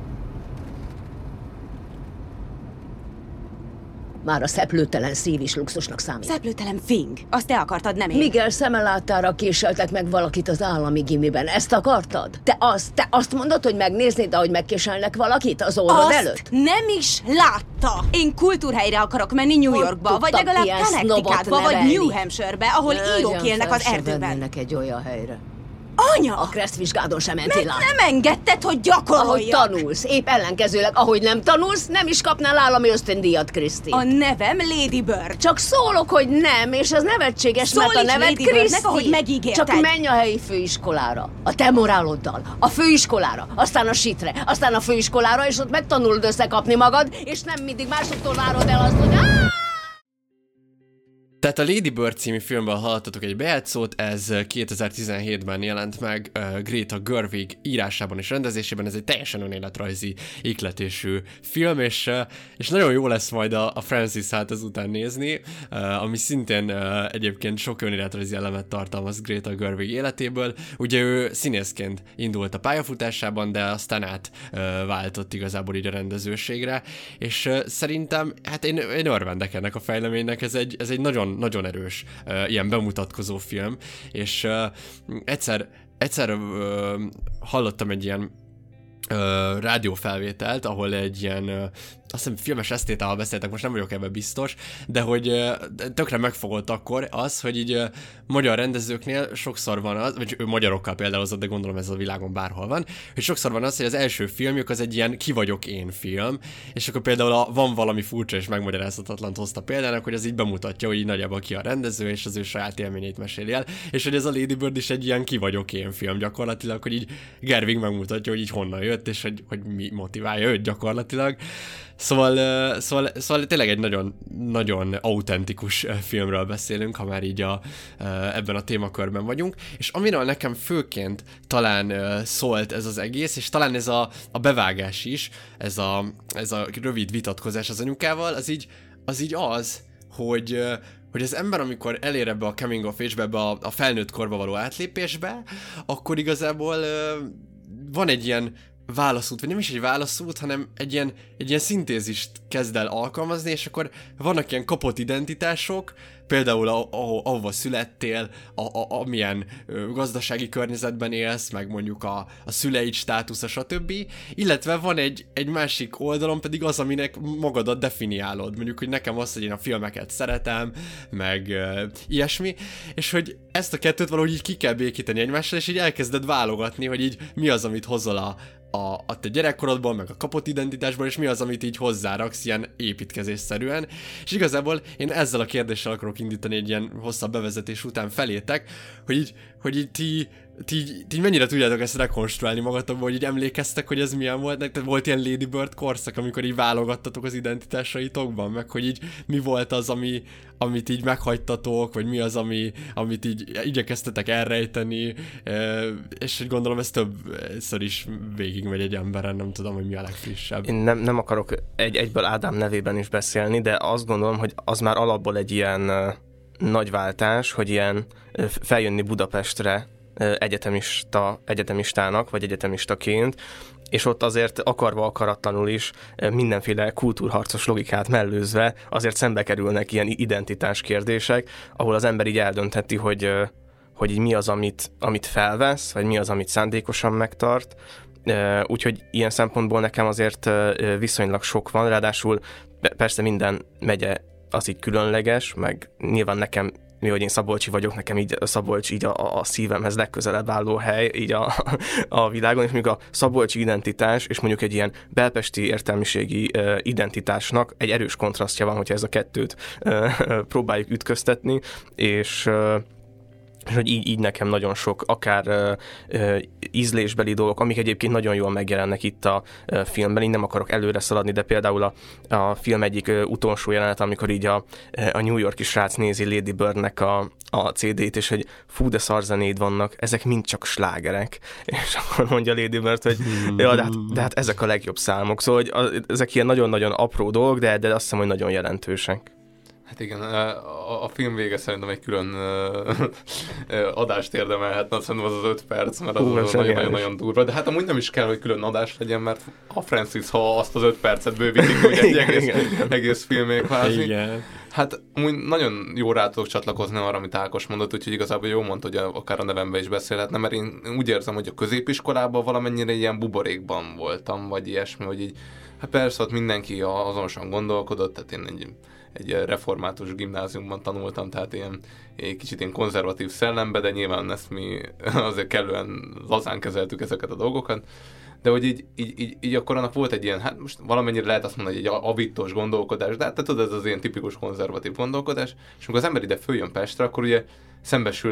Már a szeplőtelen szív is luxusnak számít. Szeplőtelen fing. Azt te akartad, nem én. Miguel szeme láttára késeltek meg valakit az állami gimiben. Ezt akartad? Te azt mondod, hogy megnéznéd, ahogy megkéselnek valakit az orrod előtt? Nem is látta. Én kultúrhelyre akarok menni New Yorkba, vagy legalább Connecticutba, vagy New Hampshire-be, ahol írók élnek az erdőben. Egy olyan helyre. Anya! A Kressz-vizsgádon sem mentél át. Nem engedted, hogy gyakoroljak. Ahogy tanulsz, épp ellenkezőleg, ahogy nem tanulsz, nem is kapnál állami ösztöndíjat, Kriszti. A nevem Lady Bird. Csak szólok, hogy nem, és ez nevetséges, mert a neved Kriszti. Ahogy megígérted. Csak menj a helyi főiskolára, a te moráloddal, a főiskolára, aztán a sitre, aztán a főiskolára, és ott megtanulod összekapni magad, és nem mindig másoktól várod el azt, hogy Tehát a Lady Bird című filmből hallottatok egy bejátszót, ez 2017-ben jelent meg Greta Gerwig írásában és rendezésében, ez egy teljesen önéletrajzi ihletésű film, és nagyon jó lesz majd a Francis hát ezután nézni, ami szintén egyébként sok önéletrajzi elemet tartalmaz Greta Gerwig életéből. Ugye ő színészként indult a pályafutásában, de aztán átváltott igazából így a rendezőségre, és szerintem, hát én örvendek ennek a fejleménynek, ez egy nagyon erős ilyen bemutatkozó film, és egyszer hallottam egy ilyen rádiófelvételt, ahol egy ilyen azt hiszem filmes esztétával beszéltek, most nem vagyok ebben biztos, de hogy tökre megfogott akkor az, hogy így magyar rendezőknél sokszor van az, vagy magyarokkal például, de gondolom ez a világon bárhol van, hogy sokszor van az, hogy az első filmjük az egy ilyen ki vagyok én film, és akkor például van valami furcsa és megmagyarázhatatlant hozta példának, hogy az így bemutatja, hogy így nagyjából ki a rendező, és az ő saját élményét meséli el, és hogy ez a Lady Bird is egy ilyen ki vagyok én film gyakorlatilag, hogy így Gerwig megmutatja, hogy így honnan jött, és hogy mi motiválja őt gyakorlatilag. Szóval tényleg egy nagyon, nagyon autentikus filmről beszélünk, ha már így ebben a témakörben vagyunk, és amiről nekem főként talán szólt ez az egész, és talán ez a bevágás is, ez a rövid vitatkozás az anyukával, az így hogy az ember, amikor elér ebbe a coming of age-be, ebbe a felnőtt korba való átlépésbe, akkor igazából van egy ilyen válaszút, vagy nem is egy válaszút, hanem egy ilyen szintézist kezd el alkalmazni, és akkor vannak ilyen kapott identitások, például ahova születtél, amilyen gazdasági környezetben élsz, meg mondjuk a szüleid státusza, stb. Illetve van egy másik oldalon pedig az, aminek magadat definiálod. Mondjuk, hogy nekem az, hogy én a filmeket szeretem, meg ilyesmi, és hogy ezt a kettőt valahogy így ki kell békíteni egymással, és így elkezded válogatni, hogy így mi az, amit hozol a te gyerekkorodban, meg a kapott identitásból, és mi az, amit így hozzáraksz ilyen építkezésszerűen. És igazából én ezzel a kérdéssel akarok indítani egy ilyen hosszabb bevezetés után felétek, hogy így ti mennyire tudjátok ezt rekonstruálni magatokból, hogy így emlékeztek, hogy ez milyen volt? Nektek volt ilyen Lady Bird korszak, amikor így válogattatok az identitásaitokban, meg hogy így mi volt az, amit így meghagytatok, vagy mi az, amit így igyekeztetek elrejteni, és hogy gondolom ez többször is végigmegy egy emberen, nem tudom, hogy mi a legfrissebb. Én nem akarok egyből Ádám nevében is beszélni, de azt gondolom, hogy az már alapból egy ilyen nagy váltás, hogy ilyen feljönni Budapestre egyetemistának, vagy egyetemistaként, és ott azért akarva akaratlanul is mindenféle kultúrharcos logikát mellőzve azért szembe kerülnek ilyen identitás kérdések, ahol az ember így eldöntheti, hogy így mi az, amit felvesz, vagy mi az, amit szándékosan megtart. Úgyhogy ilyen szempontból nekem azért viszonylag sok van, ráadásul persze minden megye az így különleges, meg nyilván nekem, mihogy én szabolcsi vagyok, nekem így Szabolcs így a szívemhez legközelebb álló hely így a világon, és mondjuk a szabolcsi identitás, és mondjuk egy ilyen belpesti értelmiségi identitásnak egy erős kontrasztja van, hogyha ez a kettőt próbáljuk ütköztetni, és hogy így nekem nagyon sok, akár ízlésbeli dolgok, amik egyébként nagyon jól megjelennek itt a filmben, én nem akarok előre szaladni, de például a film egyik utolsó jelenet, amikor így a New York-i srác nézi Lady Birdnek a CD-t, és hogy fú, de szarzenéd vannak, ezek mind csak slágerek. És akkor mondja Lady Bird, hogy ja, de hát ezek a legjobb számok. Szóval hogy ezek ilyen nagyon-nagyon apró dolgok, de azt hiszem, hogy nagyon jelentősek. Hát igen, a film vége szerintem egy külön adást érdemelhetne, szerintem az 5 perc, mert az nagyon-nagyon durva. De hát amúgy nem is kell, hogy külön adás legyen, mert a Francis, ha azt az 5 percet bővítik, ugye egy egész filmé kvázi. Igen. Hát amúgy nagyon jó rá tudok csatlakozni arra, amit Ákos mondott, úgyhogy igazából jó mondta, hogy akár a nevemben is beszélhetne, mert én úgy érzem, hogy a középiskolában valamennyire ilyen buborékban voltam, vagy ilyesmi, hogy így, hát persze ott mindenki azonosan gondolkodott, tehát én egy református gimnáziumban tanultam, tehát egy kicsit ilyen konzervatív szellembe, de nyilván ezt mi azért kellően lazán kezeltük ezeket a dolgokat, de hogy így akkor annak volt egy ilyen, hát most valamennyire lehet azt mondani, hogy egy avittos gondolkodás, de hát te tudod, ez az ilyen tipikus konzervatív gondolkodás, és amikor az ember ide följön Pestre, akkor ugye szembesül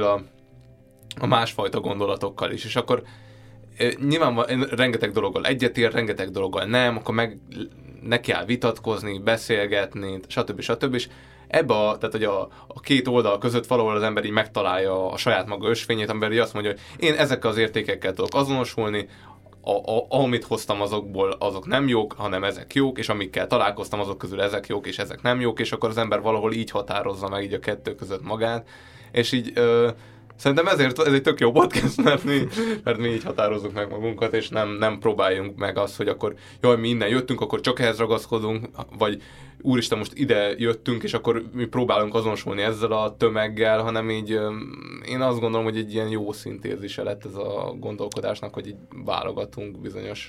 a másfajta gondolatokkal is, és akkor nyilván rengeteg dologgal egyetér, rengeteg dologgal nem, akkor neki kell vitatkozni, beszélgetni, stb. És tehát hogy a két oldal között valahol az ember így megtalálja a saját maga ösvényét, amiben így azt mondja, hogy én ezekkel az értékekkel tudok azonosulni, amit hoztam azok nem jók, hanem ezek jók, és amikkel találkoztam azok közül ezek jók, és ezek nem jók, és akkor az ember valahol így határozza meg így a kettő között magát, és így szerintem ezért ez egy tök jó podcast, mert mi így határozzuk meg magunkat, és nem próbáljunk meg azt, hogy akkor jaj, mi innen jöttünk, akkor csak ehhez ragaszkodunk, vagy úristen, most ide jöttünk, és akkor mi próbálunk azonosulni ezzel a tömeggel, hanem így én azt gondolom, hogy egy ilyen jó szintézise lett ez a gondolkodásnak, hogy így válogatunk bizonyos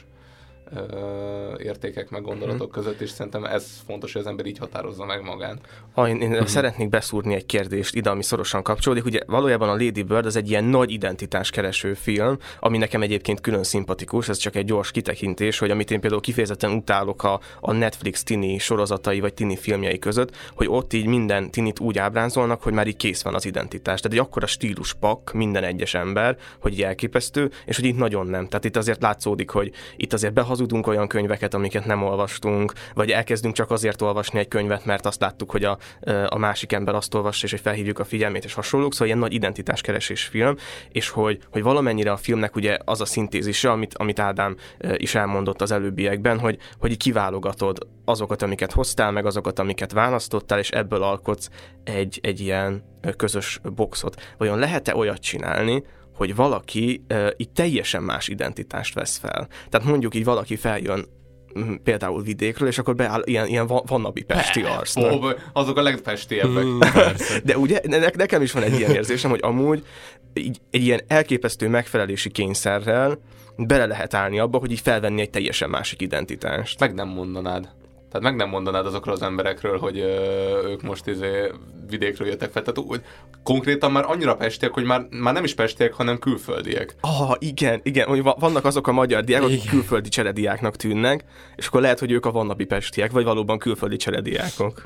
értékek meg gondolatok között, és szerintem ez fontos, hogy az ember így határozza meg magán. Én szeretnék beszúrni egy kérdést ide, ami szorosan kapcsolódik. Ugye valójában a Lady Bird az egy ilyen nagy identitáskereső film, ami nekem egyébként külön szimpatikus, ez csak egy gyors kitekintés, hogy amit én például kifejezetten utálok a Netflix tini sorozatai vagy tini filmjei között, hogy ott így minden tinit úgy ábrázolnak, hogy már így kész van az identitás. Tehát egy akkora stíluspak minden egyes ember, hogy így elképesztő, és hogy itt nagyon nem. Tehát itt azért látszódik, hogy itt azért hazudunk olyan könyveket, amiket nem olvastunk, vagy elkezdünk csak azért olvasni egy könyvet, mert azt láttuk, hogy a másik ember azt olvassa, és hogy felhívjuk a figyelmét, és hasonlók, szóval ilyen nagy identitáskeresés film, és hogy valamennyire a filmnek ugye az a szintézise, amit Ádám is elmondott az előbbiekben, hogy így kiválogatod azokat, amiket hoztál, meg azokat, amiket választottál, és ebből alkotsz egy ilyen közös boxot. Vajon lehet-e olyat csinálni, hogy valaki így teljesen más identitást vesz fel? Tehát mondjuk így valaki feljön például vidékről, és akkor beáll ilyen vannabi pesti arcnak. Azok a legpestiebbek. De ugye nekem is van egy ilyen érzésem, hogy amúgy egy ilyen elképesztő megfelelési kényszerrel bele lehet állni abba, hogy így felvenni egy teljesen másik identitást. Meg nem mondanád. Tehát meg nem mondanád azokról az emberekről, hogy ők most vidékről jöttek fel. Tehát konkrétan már annyira pestiek, hogy már nem is pestiek, hanem külföldiek. Igen, hogy vannak azok a magyar diák, akik külföldi cserediáknak tűnnek, és akkor lehet, hogy ők a vannabi pestiek, vagy valóban külföldi cserediákok.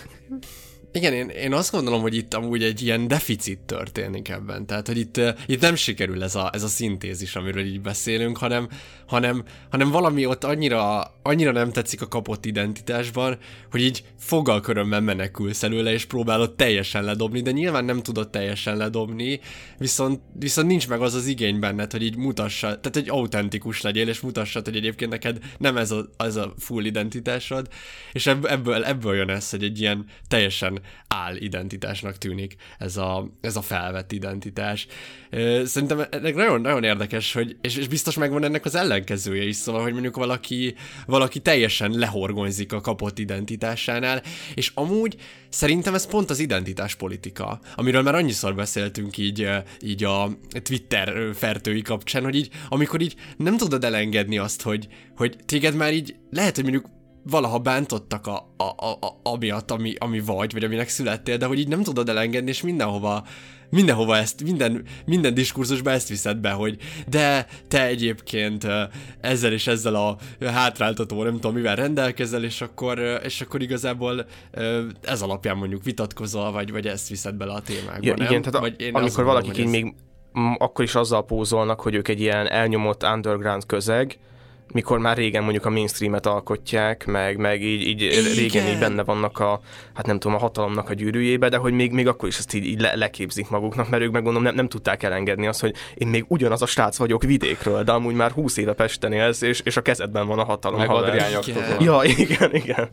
Igen, én azt gondolom, hogy itt amúgy egy ilyen deficit történik ebben. Tehát, hogy itt nem sikerül ez a szintézis, amiről így beszélünk, hanem valami ott annyira nem tetszik a kapott identitásban, hogy így foggalkörömmel menekülsz előle, és próbálod teljesen ledobni, de nyilván nem tudod teljesen ledobni, viszont nincs meg az igény benned, hogy így mutassad, tehát hogy autentikus legyél, és mutassad, hogy egyébként neked nem ez a full identitásod, és ebből jön ez, hogy egy ilyen teljesen identitásnak tűnik ez a felvett identitás. Szerintem ennek nagyon, nagyon érdekes, hogy, és biztos megvan ennek az ellenkezője is, szóval, hogy mondjuk valaki teljesen lehorgonyzik a kapott identitásánál, és amúgy szerintem ez pont az identitáspolitika, amiről már annyiszor beszéltünk így a Twitter fertői kapcsán, hogy így, amikor így nem tudod elengedni azt, hogy téged már így lehet, hogy mondjuk valaha bántottak amiatt, ami vagy aminek születtél, de hogy így nem tudod elengedni, és mindenhova ezt, minden diskurzusban ezt viszed be, hogy de te egyébként ezzel és ezzel a hátráltató, nem tudom mivel rendelkezel, és akkor igazából ez alapján mondjuk vitatkozol, vagy ezt viszed bele a témákba, ja, nem? Igen, tehát amikor valakik így még akkor is azzal pózolnak, hogy ők egy ilyen elnyomott underground közeg, mikor már régen mondjuk a mainstreamet alkotják, meg így régen így benne vannak a hatalomnak a gyűrűjébe, de hogy még akkor is ezt így leképzik maguknak, mert ők meg gondolom nem tudták elengedni azt, hogy én még ugyanaz a srác vagyok vidékről, de amúgy már 20 éve Pesten élsz, és a kezedben van a hatalom. Meg Adrián Jaktóban. Ja, igen.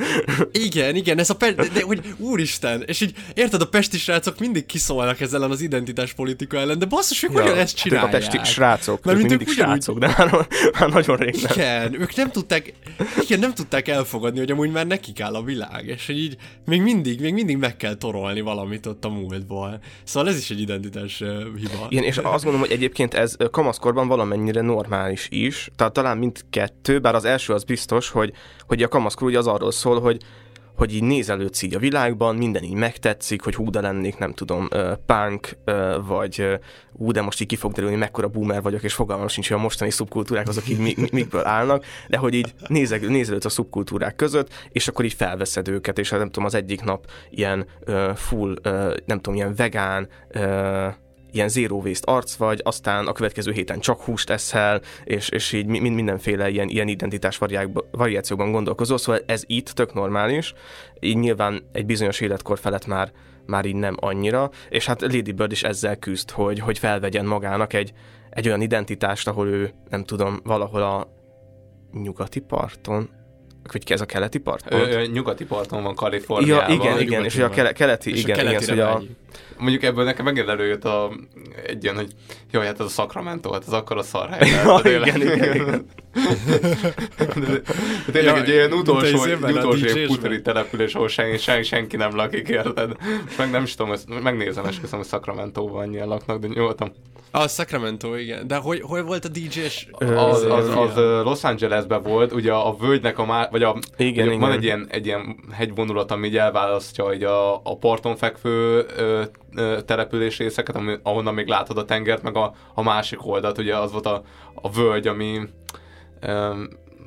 Igen, ez de hogy úristen, és így érted, a pesti srácok mindig kiszólnak ezzel az identitáspolitika ellen, de basszus, ők hogyan ezt csinálják? A pesti srácok, ők mindig srácok, de már nagyon rég nem. Igen, ők nem tudták elfogadni, hogy amúgy már nekik áll a világ, és hogy így még mindig meg kell torolni valamit ott a múltból. Szóval ez is egy identitás hiba. Igen, és azt gondolom, hogy egyébként ez kamaszkorban valamennyire normális is, tehát talán mindkettő, bár az első az biztos, hogy a kamaszkor ugye az arról szól, hogy így nézelődsz így a világban, minden így megtetszik, hogy hú, de lennék, nem tudom, punk, vagy de most így ki fog derülni, mekkora boomer vagyok, és fogalmam sincs, hogy a mostani szubkultúrák azok így mikből állnak, de hogy így nézelődsz a szubkultúrák között, és akkor így felveszed őket, és nem tudom, az egyik nap ilyen full, nem tudom, ilyen vegán, ilyen zero waste arc vagy, aztán a következő héten csak húst eszel, és így mindenféle ilyen identitás variációban gondolkozol, szóval ez itt tök normális, így nyilván egy bizonyos életkor felett már így nem annyira, és hát Lady Bird is ezzel küzd, hogy felvegyen magának egy olyan identitást, ahol ő, nem tudom, valahol a nyugati parton, vagy ez a keleti part? Nyugati parton van, Kaliforniában. Ja, igen, és a keleti, igen, hogy mondjuk ebből nekem megint előjött egy ilyen, hogy jaj, hát ez a Sacramento, hát ez akkor a szarhely. Igen. Tényleg egy ilyen utolsó puteri település, ahol senki nem lakik, érted? Meg nem is tudom, megnézem, esküszöm, hogy Sacramento-ban annyian laknak, de nyugodtan. Sacramento, igen. De hol volt a DJ-s? Az Los Angelesben volt, ugye a völgynek igen. Van egy ilyen hegyvonulat, ami így elválasztja így a parton fekvő település részeket, ahonnan még látod a tengert, meg a másik oldalt, ugye az volt a völgy, ami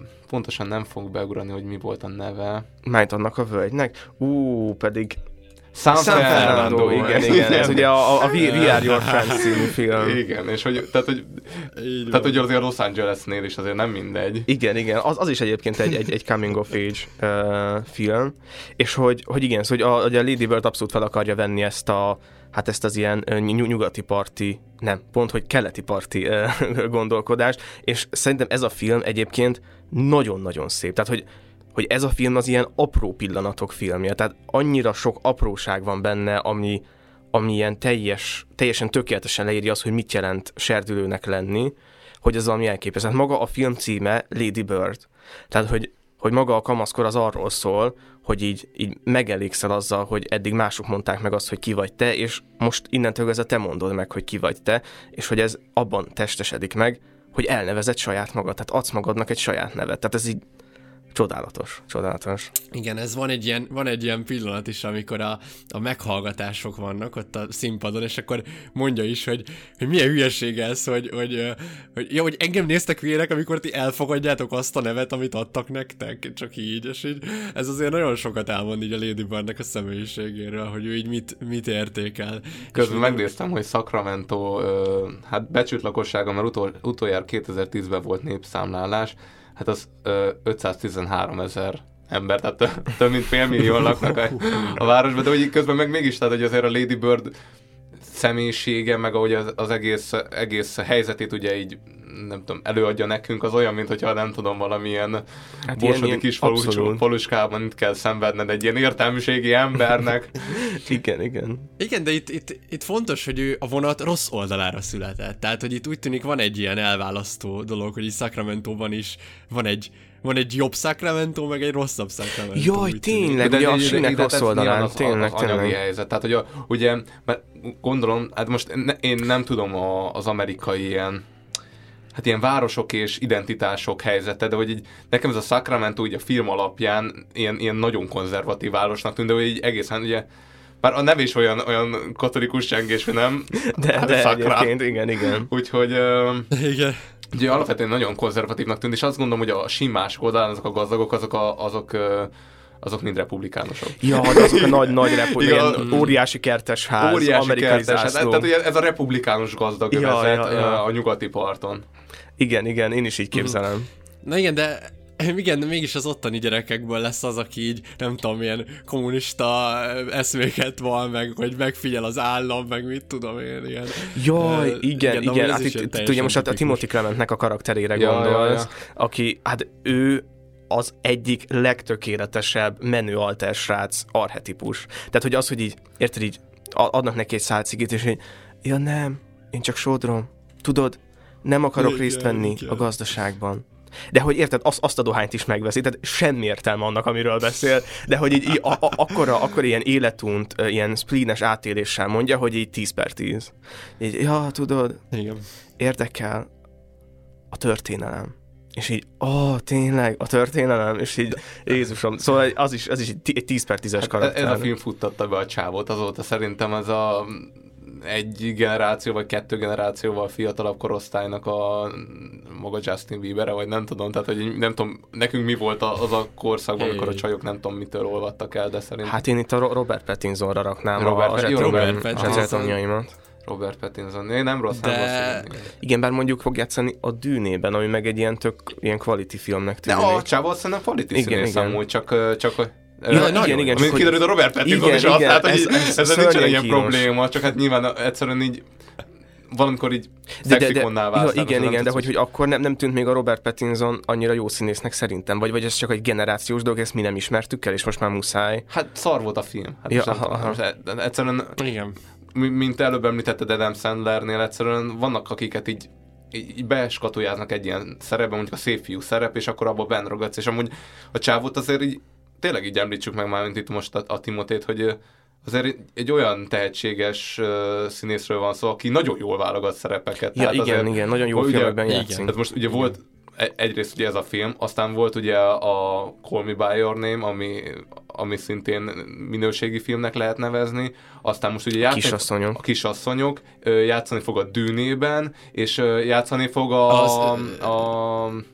pontosan nem fog beugrani, hogy mi volt a neve. Májt annak a völgynek? Pedig San Fernando, igen. Ez ugye a We Are Your Friends című film. Igen, és tehát, hogy azért Los Angelesnél is azért nem mindegy. Igen. Az is egyébként egy coming of age film, és hogy igen, szóval, hogy a Lady Bird abszolút fel akarja venni ezt az ilyen nyugati parti, nem, pont, hogy keleti parti gondolkodást, és szerintem ez a film egyébként nagyon-nagyon szép. Tehát, hogy ez a film az ilyen apró pillanatok filmje, tehát annyira sok apróság van benne, ami ilyen teljesen tökéletesen leírja azt, hogy mit jelent serdülőnek lenni, hogy ez valami elképesztő. Hát maga a film címe Lady Bird. Tehát, hogy maga a kamaszkor az arról szól, hogy így megelégszel azzal, hogy eddig mások mondták meg azt, hogy ki vagy te, és most innentől kezdve te mondod meg, hogy ki vagy te, és hogy ez abban testesedik meg, hogy elnevezed saját magad, tehát adsz magadnak egy saját nevet. Tehát ez így csodálatos. Igen, ez van egy ilyen pillanat is, amikor a meghallgatások vannak ott a színpadon, és akkor mondja is, hogy milyen hülyeség ez, hogy engem néztek hülyének, amikor ti elfogadjátok azt a nevet, amit adtak nektek, csak így, és így ez azért nagyon sokat elmond így a Lady Birdnek a személyiségéről, hogy ő így mit értékel. Közben megnéztem, hogy Sacramento hát becsült lakossága, mert utoljára 2010-ben volt népszámlálás, hát az 513 000 ember, tehát több mint fél millió laknak a városban, de hogy közben meg mégis, tehát hogy azért a Lady Bird személyisége, meg ahogy az egész helyzetét ugye így, nem tudom, előadja nekünk, az olyan, mint hogyha nem tudom, valamilyen borsodi kis faluskában itt kell szenvedned egy ilyen értelmiségi embernek. Igen. Igen, de itt fontos, hogy ő a vonat rossz oldalára született. Tehát, hogy itt úgy tűnik van egy ilyen elválasztó dolog, hogy itt Sacramentóban is van egy jobb Sacramento, meg egy rosszabb Sacramento. Jaj, tényleg, ugye a sínek rossz oldalán, tényleg. Anyagi helyzet. Tehát, hogy ugye, mert gondolom, hát most én nem tudom az amerikai ilyen városok és identitások helyzete, de hogy így, nekem ez a Sacramento így a film alapján ilyen nagyon konzervatív városnak tűnt, de hogy így egészen ugye, bár a nev is olyan katolikus csengésű, nem? De egyébként, igen. Úgyhogy igen. Ugye alapvetően nagyon konzervatívnak tűnt, és azt gondolom, hogy a simás oldalán azok a gazdagok, azok mind republikánusok. Ja, de azok a nagy republikánusok, óriási kertes ház, amerikai zászló. Tehát ugye ez a republikánus gazdag övezet a nyugati parton. Igen, én is így képzelem. Na igen, de mégis az ottani gyerekekből lesz az, aki így, nem tudom, ilyen kommunista eszméket van, meg hogy megfigyel az állam, meg mit tudom én, ilyen. Jaj, igen. Hát itt ugye most a Timothy Clementnek a karakterére gondolsz, aki, hát ő az egyik legtökéletesebb menő alter srác archetípus. Tehát, hogy az, hogy így, érted, így adnak neki egy szál cigit, és így, ja nem, én csak sodrom, tudod, nem akarok részt venni a gazdaságban. De hogy érted, azt a dohányt is megveszi, tehát semmi értelme annak, amiről beszél, de hogy így akkor ilyen életunt, ilyen spleenes átéléssel mondja, hogy így 10/10. Így, ja, tudod, igen. Érdekel a történelem. És így, tényleg, a történelem, és így, Jézusom, szóval az is egy 10/10-es karakter. Ez a film futtatta be a csávót, azóta szerintem ez egy generáció, vagy 2 generációval fiatalabb korosztálynak a maga Justin Bieber, vagy nem tudom, tehát hogy nem tudom, nekünk mi volt az a korszakban, amikor a csajok nem tudom mitől olvadtak el, de szerintem... Hát én itt a Robert Pattinsonra raknám a zsetonjaimat. Robert Pattinson. Nem rossz. Igen, bár mondjuk fog játszani a Dűnében, ami meg egy ilyen tök ilyen quality filmnek tűnik. De a csávó szerintem quality színész amúgy, csak igen. Csak kiderült a Robert Pattinson is azt, tehát, hogy ez nincsen ilyen probléma, csak hát nyilván egyszerűen így valamikor így szexikonná válsz. Igen, de hogy akkor nem tűnt még a Robert Pattinson annyira jó színésznek szerintem, vagy ez csak egy generációs dolog, ezt mi nem ismertük el, és most már muszáj. Hát szar volt a film. Egyszerűen, igen. Mint előbb említetted Adam Sandlernél, egyszerűen vannak, akiket így beskatujáznak egy ilyen szerepben, mondjuk a szép fiú szerep, és akkor abba benrogatsz, és amúgy a csávót azért így tényleg így említsük meg már, mint itt most a Timotét, hogy azért egy olyan tehetséges színészről van szó, aki nagyon jól válogat szerepeket. Ja, igen, nagyon jó filmekben játszik. Tehát most ugye volt egyrészt ugye ez a film, aztán volt ugye a Call Me By Your Name, ami szintén minőségi filmnek lehet nevezni, aztán most ugye a Kisasszonyok, játszani fog a Dűnében, és játszani fog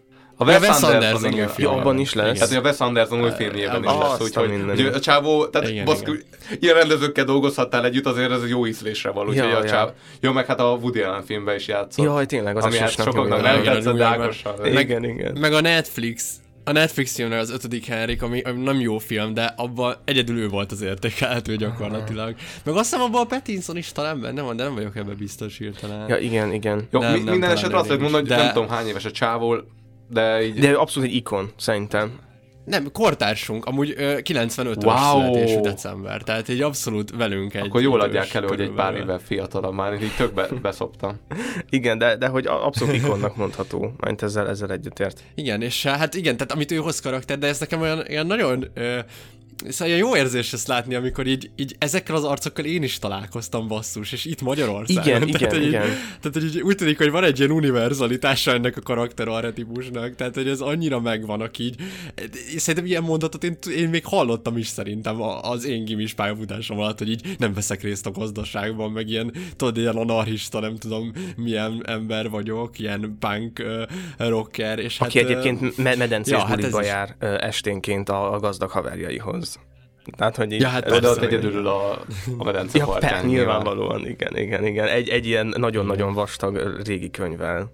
A Wes Anderson új film. Abban is lesz. Tehát, hogy a Wes Anderson új filmjében is lesz, úgyhogy a csávó, tehát baszki, ilyen rendezőkkel dolgozhattál együtt, azért ez jó ízlésre való, úgyhogy a csávó. Jó, meg hát a Woody Allen filmben is játszott. Jaj, tényleg, az ami hát sokaknak nem tetszett, de Ákossal. Igen. Meg a Netflix filmnek az 5. Henrik, ami nem jó film, de abban egyedül ő volt az értékelhető gyakorlatilag. Meg azt hiszem abban a Pattinson is talán benne van, de nem vagyok ebben biztos hirtelen. Ja, igen. Jó, minden esetre azt lehet mondani, hogy nem tudom hány éves a csávó, de így... De abszolút egy ikon, szerintem. Nem, kortársunk, amúgy 95-ös születésű december, tehát így abszolút velünk egy... Akkor jól adják elő, hogy egy pár évvel fiatalabb már, így tök beszoptam. Igen, de hogy abszolút ikonnak mondható, mint ezzel együttért. Igen, és hát igen, tehát amit ő hoz karakter, de ez nekem olyan nagyon... Szóval ilyen jó érzés ezt látni, amikor így ezekkel az arcokkal én is találkoztam, basszus, és itt Magyarországon. Igen. Tehát hogy így úgy tűnik, hogy van egy ilyen univerzalitása ennek a karakter arhetipusnak, tehát hogy ez annyira megvan, aki így... Szerintem ilyen mondatot én még hallottam is szerintem az én gimis pályafutásom alatt, hogy így nem veszek részt a gazdaságban, meg ilyen, tudod, ilyen anarchista, nem tudom milyen ember vagyok, ilyen punk rocker, és aki hát... egyébként medencés bulikba jár esténként a gazdag haverjaihoz. Tehát, hogy ja, hát oda egyedül a medence partján. Nyilvánvalóan, igen. Egy ilyen nagyon-nagyon vastag régi könyvvel.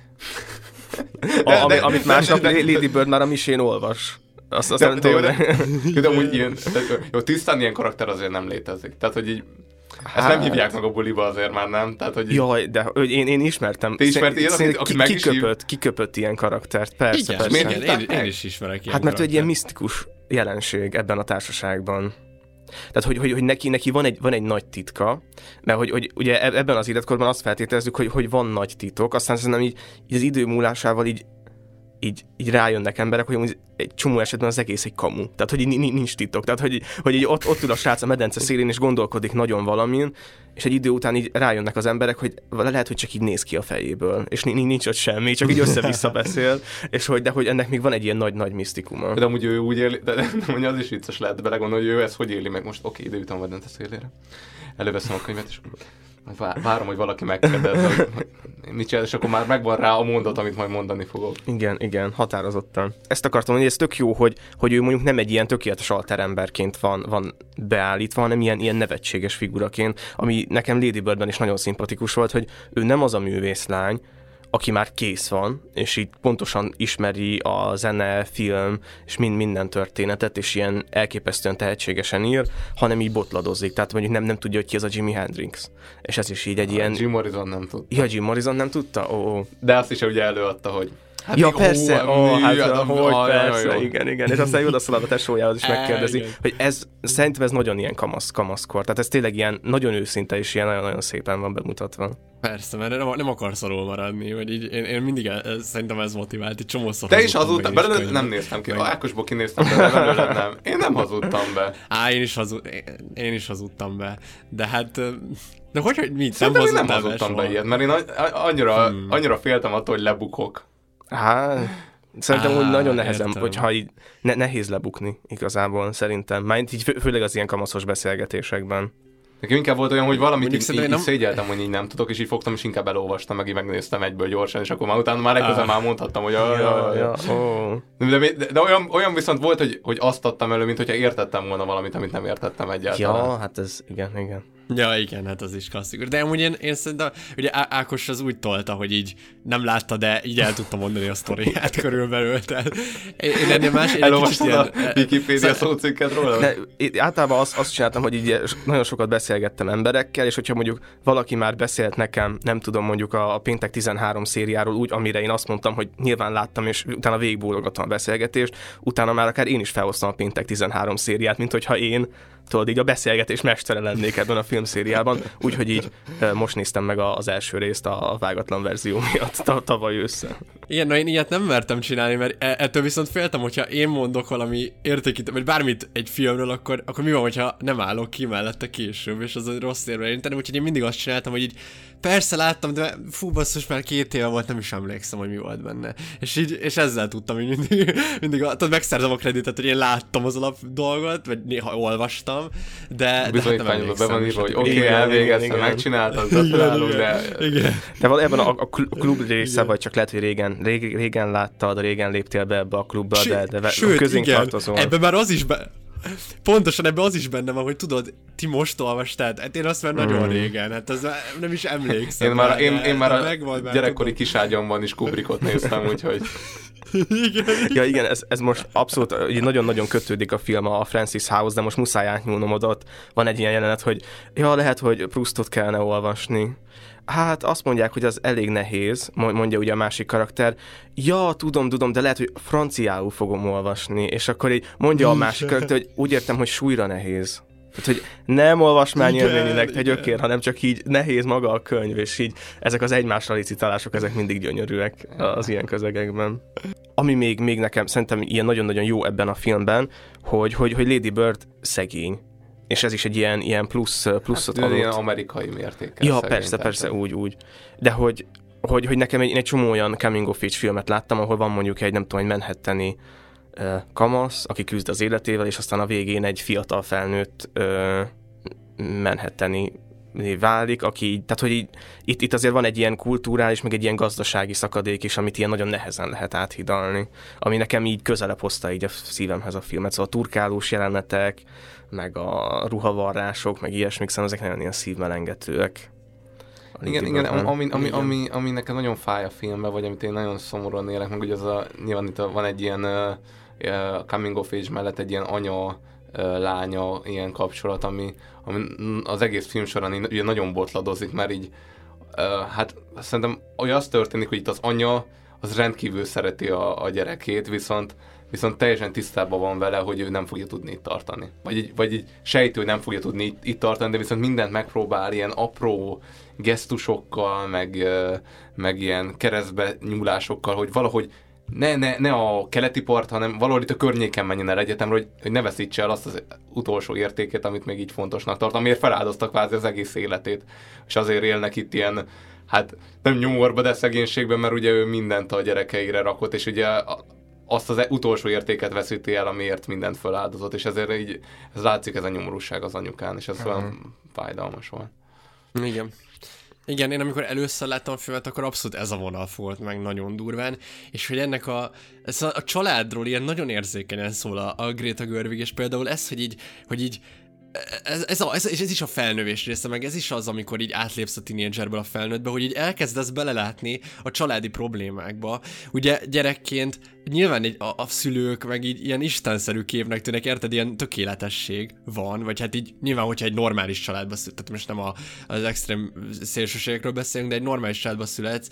Amit másnap Lady Bird már a misén olvas. Azt nem tudom. De amúgy ilyen, jó, tisztán ilyen karakter azért nem létezik. Tehát, hogy így ezt nem hívják meg a buliba azért már, nem? Tehát, hogy jaj, de én ismertem. Te ismertél ilyen, aki kiköpött ilyen karaktert, persze. Igen, én is ismerek ilyen hát mert egy ilyen misztikus jelenség ebben a társaságban. Tehát, hogy neki van egy nagy titka, mert hogy ugye ebben az életkorban azt feltételezzük, hogy van nagy titok, aztán szerintem így az idő múlásával így rájönnek emberek, hogy egy csomó esetben az egész egy kamu. Tehát, hogy nincs titok. Tehát, hogy így ott ül a srác a medence szélén, és gondolkodik nagyon valamin, és egy idő után így rájönnek az emberek, hogy lehet, hogy csak így néz ki a fejéből, és nincs ott semmi, csak így össze-vissza beszél, de hogy ennek még van egy ilyen nagy misztikuma. De amúgy ő úgy éli, de az is vicces lehet belegondolni, hogy ő ezt hogy éli meg most, ide jutom a medence szélére. Előveszem a könyvet, és várom, hogy valaki megkérdez, hogy mit csinál, és akkor már megvan rá a mondat, amit majd mondani fogok. Igen, határozottan. Ezt akartam mondani, hogy ez tök jó, hogy ő mondjuk nem egy ilyen tökéletes alteremberként van beállítva, hanem ilyen nevetséges figuraként, ami nekem Lady Birdben is nagyon szimpatikus volt, hogy ő nem az a művészlány, aki már kész van, és így pontosan ismeri a zene, film, és minden történetet, és ilyen elképesztően tehetségesen ír, hanem így botladozik. Tehát mondjuk nem tudja, hogy ki az a Jimi Hendrix. És ez is így egy ilyen... Jim Morrison nem tudta. Ja, Jim Morrison nem tudta? De azt is ugye előadta, hogy... Hát ja, persze, persze, igen. És aztán odaszalad a tesójához is megkérdezi, hogy szerintem ez nagyon ilyen kamaszkor. Tehát ez tényleg ilyen nagyon őszinte, és ilyen nagyon-nagyon szépen van bemutatva. Persze, mert nem akarsz alól maradni, vagy így én mindig szerintem ez motivált, így csomószor. Te is hazudtál, belőle nem néztem ki. Ákosból kinéztem belőle, nem. Én nem hazudtam be. Én is hazudtam be. De hát... De hogy mit? Szerintem én nem hazudtam be ilyet, mert én annyira féltem attól, hogy lebukok. Szerintem úgy nagyon nehezen, hogyha így nehéz lebukni igazából, szerintem. Már így főleg az ilyen kamaszos beszélgetésekben. Nekem inkább volt olyan, hogy valamit így szégyeltem, hogy így nem tudok, és így fogtam, és inkább elolvastam, meg így megnéztem egyből gyorsan, és akkor már utána már legközelebb már mondhattam, hogy de olyan viszont volt, hogy azt adtam elő, mint hogyha értettem volna valamit, amit nem értettem egyáltalán. Ja, hát ez igen. Ja, igen, hát az is klasszikus. De amúgy én szerintem, ugye Ákos az úgy tolta, hogy így nem látta, de így el tudta mondani a sztoriát körülbelül. Én ennél más... Elolvastad a Wikipédia szócikket róla? De általában azt csináltam, hogy így nagyon sokat beszélgettem emberekkel, és hogyha mondjuk valaki már beszélt nekem, nem tudom, mondjuk a Péntek 13 szériáról úgy, amire én azt mondtam, hogy nyilván láttam, és utána végigbólogattam a beszélgetést, utána már akár én is felhoztam a Péntek 13 szériát, mint hogyha én tudod, így a beszélgetés mestere lennék ebben a filmszériában, úgyhogy így most néztem meg az első részt a vágatlan verzió miatt tavaly ősszel. Igen, én ilyet nem mertem csinálni, mert ettől viszont féltem, hogyha én mondok valami értékítő, vagy bármit egy filmről, akkor mi van, hogyha nem állok ki mellette később, és az egy rossz érve érinteni, úgyhogy én mindig azt csináltam, hogy így persze láttam, de fú, basszus, már 2 éve volt, nem is emlékszem, hogy mi volt benne. És ezzel tudtam, hogy mindig tudod, megszerzem a kreditet, hogy én láttam az alap dolgot, vagy néha olvastam, láttam, de bizonyítványodban be van írva, hogy oké, elvégeztem, megcsináltam, gratulálunk, de... De ebben a klub része, vagy csak lehet, hogy régen láttad, régen léptél be ebbe a klubba, de sőt, közénk tartozol. Ebben már az is pontosan ebben az is benne van, hogy tudod, ti most olvastad, hát én azt már nagyon régen, hát az nem is emlékszem. Én már a gyerekkori kiságyamban is Kubrickot néztem, úgyhogy... Igen, ez most abszolút nagyon-nagyon kötődik a film a Francis House, de most muszáj átnyúlnom oda. Van egy ilyen jelenet, hogy lehet, hogy Proustot kellene olvasni. Hát azt mondják, hogy az elég nehéz, mondja ugye a másik karakter. Ja, tudom, de lehet, hogy franciául fogom olvasni, és akkor így mondja a másik karakter, hogy úgy értem, hogy súlyra nehéz. Tehát, hogy nem olvasmányélményileg te gyökér, hanem csak így nehéz maga a könyv, és így ezek az egymásra licitálások, ezek mindig gyönyörűek az ilyen közegekben. Ami még nekem szerintem ilyen nagyon-nagyon jó ebben a filmben, hogy Lady Bird szegény. És ez is egy ilyen pluszot adott. Ilyen amerikai mértékkel. Ja, persze, úgy. De hogy nekem egy csomó olyan coming of age filmet láttam, ahol van mondjuk egy, nem tudom, egy manhattani kamasz, aki küzd az életével, és aztán a végén egy fiatal felnőtt manhattani válik, tehát hogy itt azért van egy ilyen kulturális, meg egy ilyen gazdasági szakadék is, amit ilyen nagyon nehezen lehet áthidalni, ami nekem így közelebb hozta így a szívemhez a filmet. Szóval a turkálós jelenetek, meg a ruhavarrások, meg ilyesmik, szóval ezek nagyon ilyen szívmelengetőek. Igen, ami nekem nagyon fáj a filmben, vagy amit én nagyon szomorúan élek, meg ugye nyilván itt van egy ilyen coming of age mellett egy ilyen anya-lánya ilyen kapcsolat, ami az egész film során ugye nagyon botladozik, mert így hát szerintem olyan az történik, hogy itt az anya az rendkívül szereti a gyerekét, viszont teljesen tisztában van vele, hogy ő nem fogja tudni itt tartani. Vagy így sejtő, hogy nem fogja tudni itt tartani, de viszont mindent megpróbál ilyen apró gesztusokkal, meg ilyen keresztbe nyúlásokkal, hogy valahogy ne a keleti part, hanem valahogy itt a környéken menjen el egyetemre, hogy ne veszítse el azt az utolsó értékét, amit még így fontosnak tart, amiért feláldoztak kvázi az egész életét. És azért élnek itt ilyen, hát nem nyomorba, de szegénységben, mert ugye ő mindent a gyerekeire rakott, és ugye azt az utolsó értéket veszíti el, amiért mindent feláldozott, és ezért így ez látszik, ez a nyomorúság az anyukán, és ez olyan fájdalmas volt. Igen, én amikor először láttam a filmet, akkor abszolút ez a vonal fogott meg nagyon durván, és hogy ennek a családról ilyen nagyon érzékenyen szól a Greta Gerwig, és például ez, hogy így ez is a felnövés része, meg ez is az, amikor így átlépsz a tínédzserből a felnőttbe, hogy így elkezdesz belelátni a családi problémákba. Ugye gyerekként nyilván a szülők meg így ilyen istenszerű képnek tűnnek, érted, ilyen tökéletesség van, vagy hát így nyilván, hogyha egy normális családba születsz, tehát most nem az extrém szélsőségekről beszélünk, de egy normális családba születsz,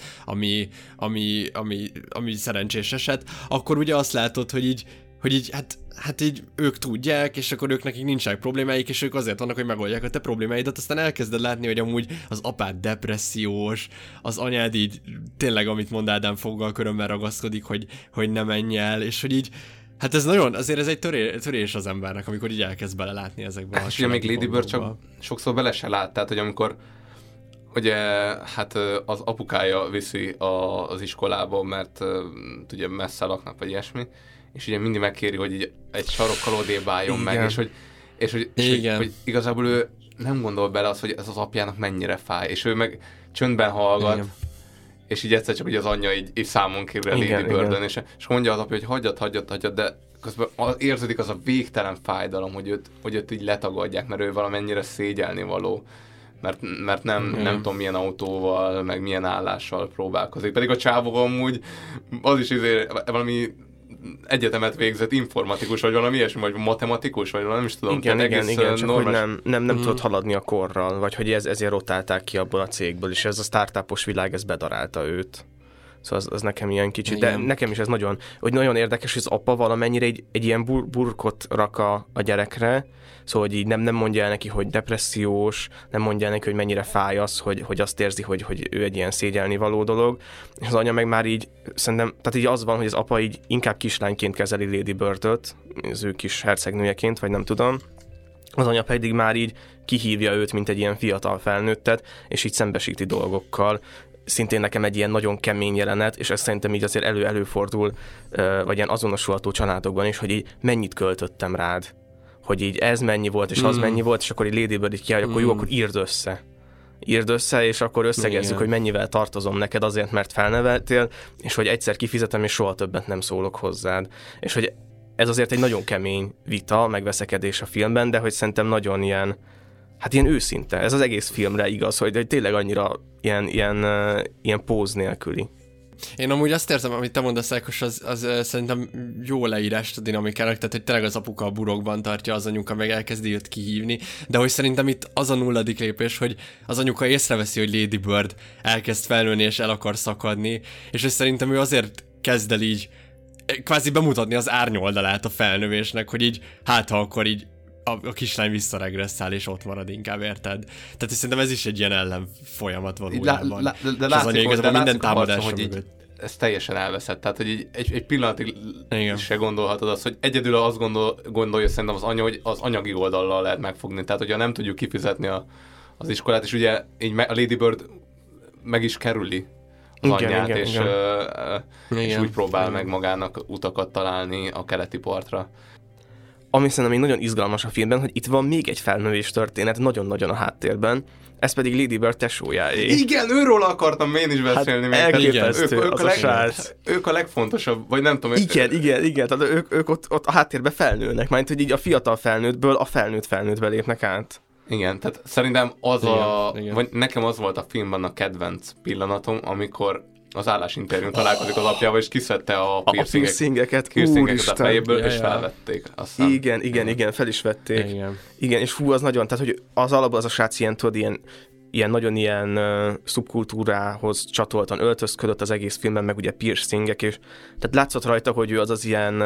ami szerencsés eset, akkor ugye azt látod, hogy így hát így ők tudják, és akkor ők nekik nincsenek problémáik, és ők azért vannak, hogy megoldják a te problémáidat, aztán elkezded látni, hogy amúgy az apád depressziós, az anyád így tényleg, amit mond Ádám, foggal körömmel ragaszkodik, hogy ne menj el, és hogy így, hát ez nagyon, azért ez egy törés az embernek, amikor így elkezd belelátni ezekbe a és ugye még Lady Bird csak sokszor bele se lát, tehát hogy amikor ugye hát az apukája viszi az iskolába, mert ugye messze laknak, vagy ilyesmi, és ugye mindig megkéri, hogy így egy sarokkal odébb álljon meg, és hogy igazából ő nem gondol bele azt, hogy ez az apjának mennyire fáj, és ő meg csöndben hallgat, igen. És így egyszer csak ugye az anyja így számon kérül a Lady Birdön, és mondja az apja, hogy hagyjad, de közben érződik az a végtelen fájdalom, hogy őt így letagadják, mert ő valamennyire szégyelni való, mert nem tudom milyen autóval, meg milyen állással próbálkozik. Pedig a csávó amúgy az is valami egyetemet végzett informatikus, vagy valami ilyesmi, vagy matematikus, vagy valami, nem is tudom. Igen, csak hogy nem tudott haladni a korral, vagy hogy ezért rotálták ki abból a cégből, és ez a startupos világ, ez bedarálta őt. Szóval az nekem ilyen kicsit, de nekem is ez nagyon érdekes, hogy az apa valamennyire egy ilyen burkot rak a gyerekre, szóval hogy így nem mondja el neki, hogy depressziós, nem mondja el neki, hogy mennyire fáj az, hogy azt érzi, hogy ő egy ilyen szégyelni való dolog, és az anya meg már így, szerintem, tehát így az van, hogy az apa így inkább kislányként kezeli Lady Birdöt, az ő kis hercegnőjeként, vagy nem tudom, az anya pedig már így kihívja őt, mint egy ilyen fiatal felnőttet, és így szembesíti dolgokkal. Szintén nekem egy ilyen nagyon kemény jelenet, és ez szerintem így azért előfordul, vagy ilyen azonosulható családokban is, hogy így mennyit költöttem rád, hogy így ez mennyi volt, és az mennyi volt, és akkor így Lady Bird így ki, hogy akkor jó, akkor írd össze, és akkor összegezzük, hogy mennyivel tartozom neked azért, mert felneveltél, és hogy egyszer kifizetem, és soha többet nem szólok hozzád. És hogy ez azért egy nagyon kemény vita, megveszekedés a filmben, de hogy szerintem nagyon ilyen őszinte. Ez az egész filmre igaz, hogy tényleg annyira ilyen póz nélküli. Én amúgy azt érzem, amit te mondasz, Ákos, az szerintem jó leírást a dinamikának, tehát hogy tényleg az apuka a burokban tartja, az anyuka meg elkezdi őt kihívni, de hogy szerintem itt az a 0. lépés, hogy az anyuka észreveszi, hogy Lady Bird elkezd felnőni és el akar szakadni, és hogy szerintem ő azért kezd el így kvázi bemutatni az árnyoldalát a felnövésnek, hogy így, hát ha akkor így a kislány visszaregresszál, és ott marad inkább, érted? Tehát szerintem ez is egy ilyen ellen folyamat valójában. De látszik, minden támadás, hogy így ez teljesen elveszett. Tehát, hogy így egy pillanatig se gondolhatod azt, hogy egyedül azt gondolja szerintem az anya, hogy az anyagi oldallal lehet megfogni. Tehát, hogyha nem tudjuk kifizetni az iskolát, és ugye így a Lady Bird meg is kerüli az anyját, és úgy próbál meg magának utakat találni a keleti partra. Ami szerintem nagyon izgalmas a filmben, hogy itt van még egy felnövés történet nagyon-nagyon a háttérben, ez pedig Lady Bird tesójáé. Igen, őről akartam én is beszélni. Hát elképesztő, ők a legfontosabb, vagy nem tudom. Igen, tehát ők ott a háttérben felnőnek, mert hogy így a fiatal felnőttből a felnőttbe lépnek át. Igen, tehát szerintem vagy nekem az volt a filmben a kedvenc pillanatom, amikor az állásinterjún találkozik az apjával, és kiszedte a piercingeket a fejéből, és felvették. Aztán. Igen, fel is vették. Igen, és az nagyon, tehát hogy az alapban az a srác ilyen nagyon ilyen szubkultúrához csatoltan öltözködött az egész filmben, meg ugye piercingek, és tehát látszott rajta, hogy ő az ilyen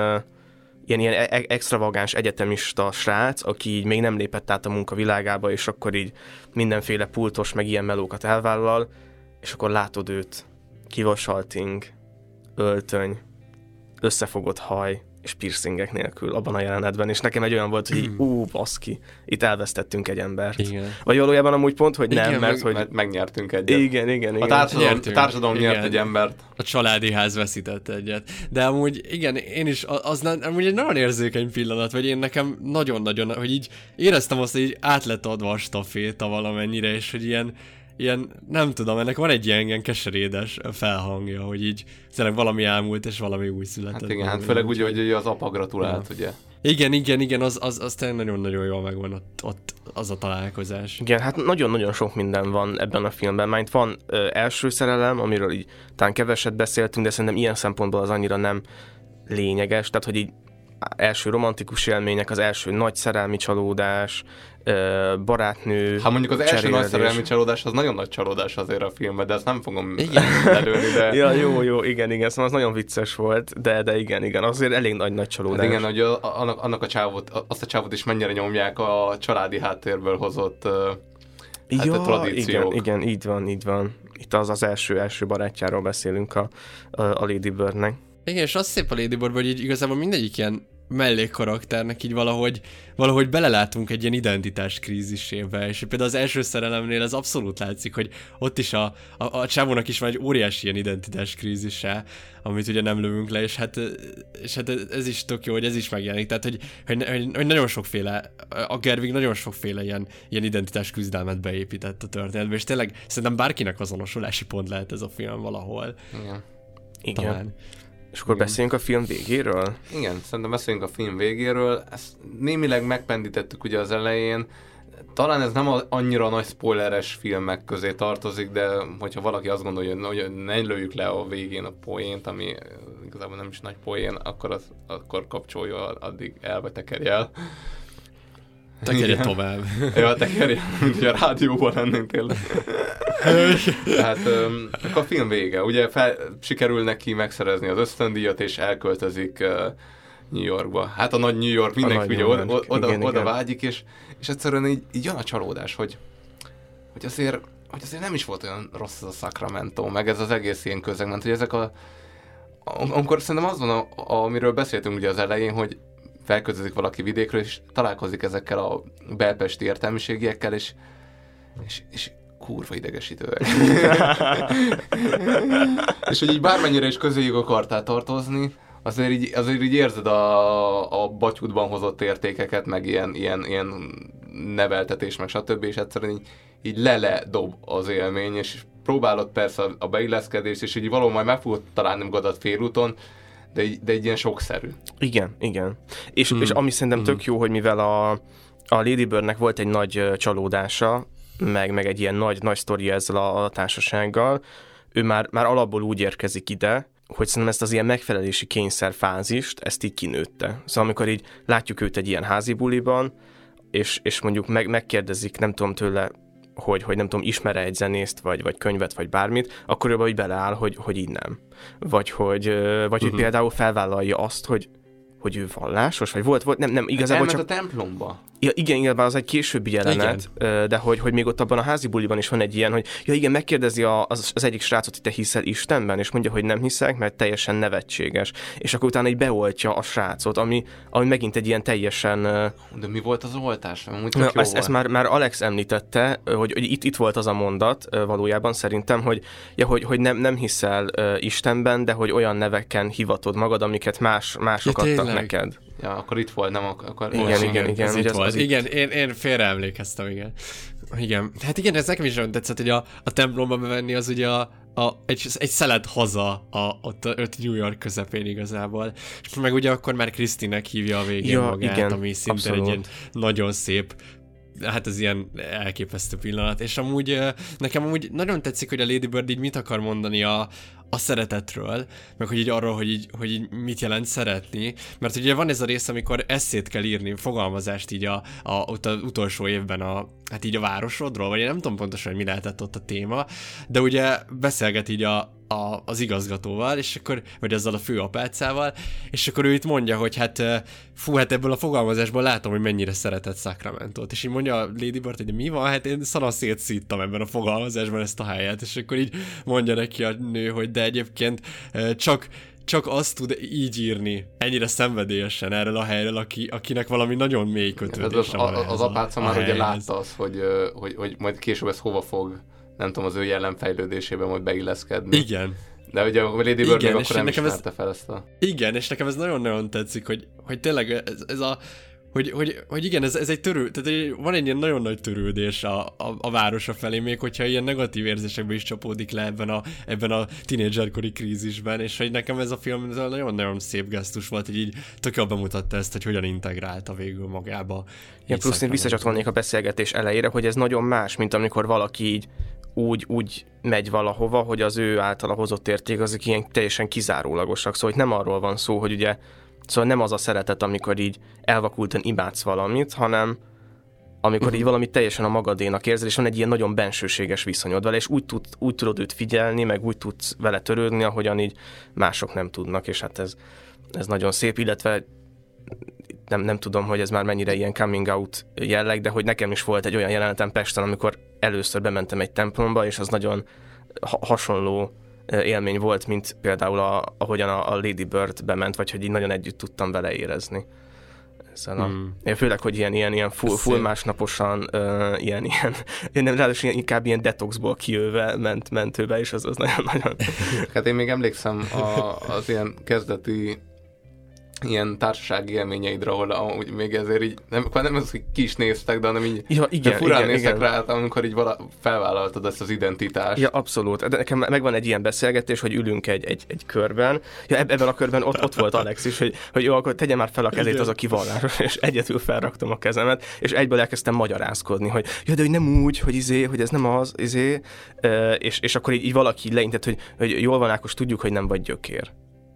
extravagáns egyetemista srác, aki így még nem lépett át a munkavilágába, és akkor így mindenféle pultos, meg ilyen melókat elvállal, és akkor látod őt. Kivasalting, öltöny, összefogott haj és piercingek nélkül abban a jelenetben, és nekem egy olyan volt, hogy baszki, itt elvesztettünk egy embert. Igen. Vagy valójában amúgy pont, hogy nem, mert megnyertünk egyet. Igen. A társadalom nyert egy embert. A családi ház veszített egyet. De amúgy, igen, én is, amúgy egy nagyon érzékeny pillanat, vagy én nekem nagyon-nagyon, hogy így éreztem azt, hogy így át lett adva a staféta valamennyire, és hogy ilyen, nem tudom, ennek van egy ilyen keserédes felhangja, hogy így szerintem valami elmúlt, és valami új született. Hát igen, főleg úgy, hogy az apa gratulált, ugye? Igen, az tényleg nagyon-nagyon jól megvan ott az a találkozás. Igen, hát nagyon-nagyon sok minden van ebben a filmben, mert van első szerelem, amiről így talán keveset beszéltünk, de szerintem ilyen szempontból az annyira nem lényeges, tehát hogy így első romantikus élmények, az első nagy szerelmi csalódás, barátnő. Hát mondjuk az első nagy szerelmi csalódás az nagyon nagy csalódás azért a filmben, de ezt nem fogom lelőni, de... Ja, jó, igen, szóval az nagyon vicces volt, de igen, azért elég nagy csalódás. Hát igen, hogy annak azt a csávot is mennyire nyomják a családi háttérből hozott tradíciók. Igen, így van. Itt az első barátjáról beszélünk a Lady Birdnek. Igen, és az szép a Lady Bird, hogy így igazából mindegyik ilyen mellékkarakternek így valahogy belelátunk egy ilyen identitás krízisébe, és például az első szerelemnél ez abszolút látszik, hogy ott is a csávónak is van egy óriási ilyen identitás krízise, amit ugye nem lövünk le, és hát ez is tök jó, hogy ez is megjelenik, tehát hogy nagyon sokféle, a Gerwig nagyon sokféle ilyen identitás küzdelmet beépített a történetbe, és tényleg szerintem bárkinek azonosulási pont lehet ez a film valahol. Igen. Talán. És akkor beszéljünk a film végéről? Igen, szerintem beszéljünk a film végéről. Ezt némileg megpendítettük ugye az elején. Talán ez nem annyira nagy spoileres filmek közé tartozik, de hogyha valaki azt gondolja, hogy ne lőjük le a végén a poént, ami igazából nem is nagy poén, akkor kapcsolja, addig tekerj el. Tekerje tovább. Ja, tekerje, mint hogy a rádióban lennénk tényleg. Tehát a film vége. Ugye sikerül neki megszerezni az ösztöndíjat, és elköltözik New Yorkba. Hát a nagy New York, mindenki ugye oda vágyik, és egyszerűen így jön a csalódás, hogy azért nem is volt olyan rossz ez a Sacramento, meg ez az egész ilyen közegment, hogy ezek amikor szerintem az van, amiről beszéltünk ugye az elején, hogy felköltözik valaki vidékről, és találkozik ezekkel a belpesti értelmiségiekkel, és kurva idegesítőek. És hogy így bármennyire is közéjük akartál tartozni, azért így érzed a batyudban hozott értékeket, meg ilyen neveltetés, meg stb. És egyszerűen így le-le-dob az élmény, és próbálod persze a beilleszkedést, és így valahol majd meg fogod találni magadat félúton, de egy ilyen sokszerű. Igen. És ami szerintem tök jó, hogy mivel a Lady Birdnek volt egy nagy csalódása, meg egy ilyen nagy sztori ezzel a társasággal, ő már alapból úgy érkezik ide, hogy szerintem ezt az ilyen megfelelési kényszerfázist, ezt így kinőtte. Szóval amikor így látjuk őt egy ilyen házi buliban, és mondjuk megkérdezik, nem tudom tőle, hogy nem tudom, ismer-e egy zenészt, vagy könyvet, vagy bármit, akkor ő így beleáll, hogy így nem. Vagy hogy például felvállalja azt, hogy ő vallásos, vagy volt nem igazából elment csak... a templomba. Ja, igen, az egy későbbi jelenet, de hogy még ott abban a házi buliban is van egy ilyen, hogy ja igen, megkérdezi az egyik srácot, hogy te hiszel Istenben, és mondja, hogy nem hiszek, mert teljesen nevetséges. És akkor utána így beoltja a srácot, ami megint egy ilyen teljesen... De mi volt az oltás? Ezt már Alex említette, hogy itt volt az a mondat valójában szerintem, hogy nem hiszel Istenben, de hogy olyan neveken hivatod magad, amiket mások adtak neked. Ja, akkor itt volt, nem akkor... Igen. Igen, én félreemlékeztem, igen. Igen, hát igen, ez nekem is nagyon tetszett, hogy a templomba bevenni az ugye egy szelet haza ott New York közepén igazából. És meg ugye akkor már Krisztinek hívja a végén magát, igen, ami szintén egy ilyen nagyon szép, hát ez ilyen elképesztő pillanat. És amúgy nekem amúgy nagyon tetszik, hogy a Lady Bird így mit akar mondani a szeretetről, meg hogy így arról, hogy így mit jelent szeretni, mert ugye van ez a rész, amikor esszét kell írni, fogalmazást így ott az utolsó évben hát így a városodról, vagy én nem tudom pontosan, hogy mi lehetett ott a téma, de ugye beszélget így az igazgatóval, és akkor, vagy azzal a főapácával, és akkor ő itt mondja, hogy hát ebből a fogalmazásból látom, hogy mennyire szeretett Sacramento-t, és így mondja a Lady Bird, hogy mi van, hát én szana szétszíttam ebben a fogalmazásban ezt a helyet, és akkor így mondja neki a nő, hogy de egyébként csak azt tud így írni, ennyire szenvedélyesen erről a helyről, akinek valami nagyon mély kötődése van. Az apáca már ugye látta azt, hogy majd később ez hova fog, nem tudom, az ő jellemfejlődésében majd beilleszkedni. Igen. De ugye a Lady Bird még akkor nem ismerte fel ezt a... Igen, és nekem ez nagyon-nagyon tetszik, hogy tényleg ez a... Hogy igen, ez egy tehát van egy ilyen nagyon nagy törődés a városa felé, még hogyha ilyen negatív érzésekbe is csapódik le ebben a tínédzserkori krízisben, és hogy nekem ez a film nagyon-nagyon szép gesztus volt, hogy így tök jól bemutatta ezt, hogy hogyan integrálta végül magába. Ja, plusz én visszacsatolnék a beszélgetés elejére, hogy ez nagyon más, mint amikor valaki így úgy megy valahova, hogy az ő általa hozott érték azok ilyen teljesen kizárólagosak, szóval nem arról van szó, hogy ugye szóval nem az a szeretet, amikor így elvakultan imádsz valamit, hanem amikor így valamit teljesen a magadénak érzel, és van egy ilyen nagyon bensőséges viszonyod vele, és úgy tudod őt figyelni, meg úgy tudsz vele törődni, ahogyan így mások nem tudnak, és hát ez nagyon szép, illetve nem tudom, hogy ez már mennyire ilyen coming out jelleg, de hogy nekem is volt egy olyan jelenetem Pesten, amikor először bementem egy templomba, és az nagyon hasonló élmény volt, mint például ahogyan a Lady Bird bement, vagy hogy így nagyon együtt tudtam vele érezni. Főleg, hogy ilyen full másnaposan, ráadásul inkább ilyen detoxból kijöve ment ő be, és az nagyon-nagyon... Hát én még emlékszem az ilyen kezdeti ilyen társasági élményeidre, ahol úgy még ezért így, nem az, hogy ki is néztek, de hanem így igen, furán néztek rá, amikor így felvállaltad ezt az identitást. Ja, abszolút. De nekem megvan egy ilyen beszélgetés, hogy ülünk egy körben. Ja, ebben a körben ott volt Alex is, hogy jó, akkor tegye már fel a kezét az, aki vallásos, és egyetül felraktam a kezemet, és egyből elkezdtem magyarázkodni, hogy ja, de hogy nem úgy, hogy ez nem az, és akkor így valaki leintett, hogy jól van, Ákos, tudjuk, hogy nem vagy gyökér.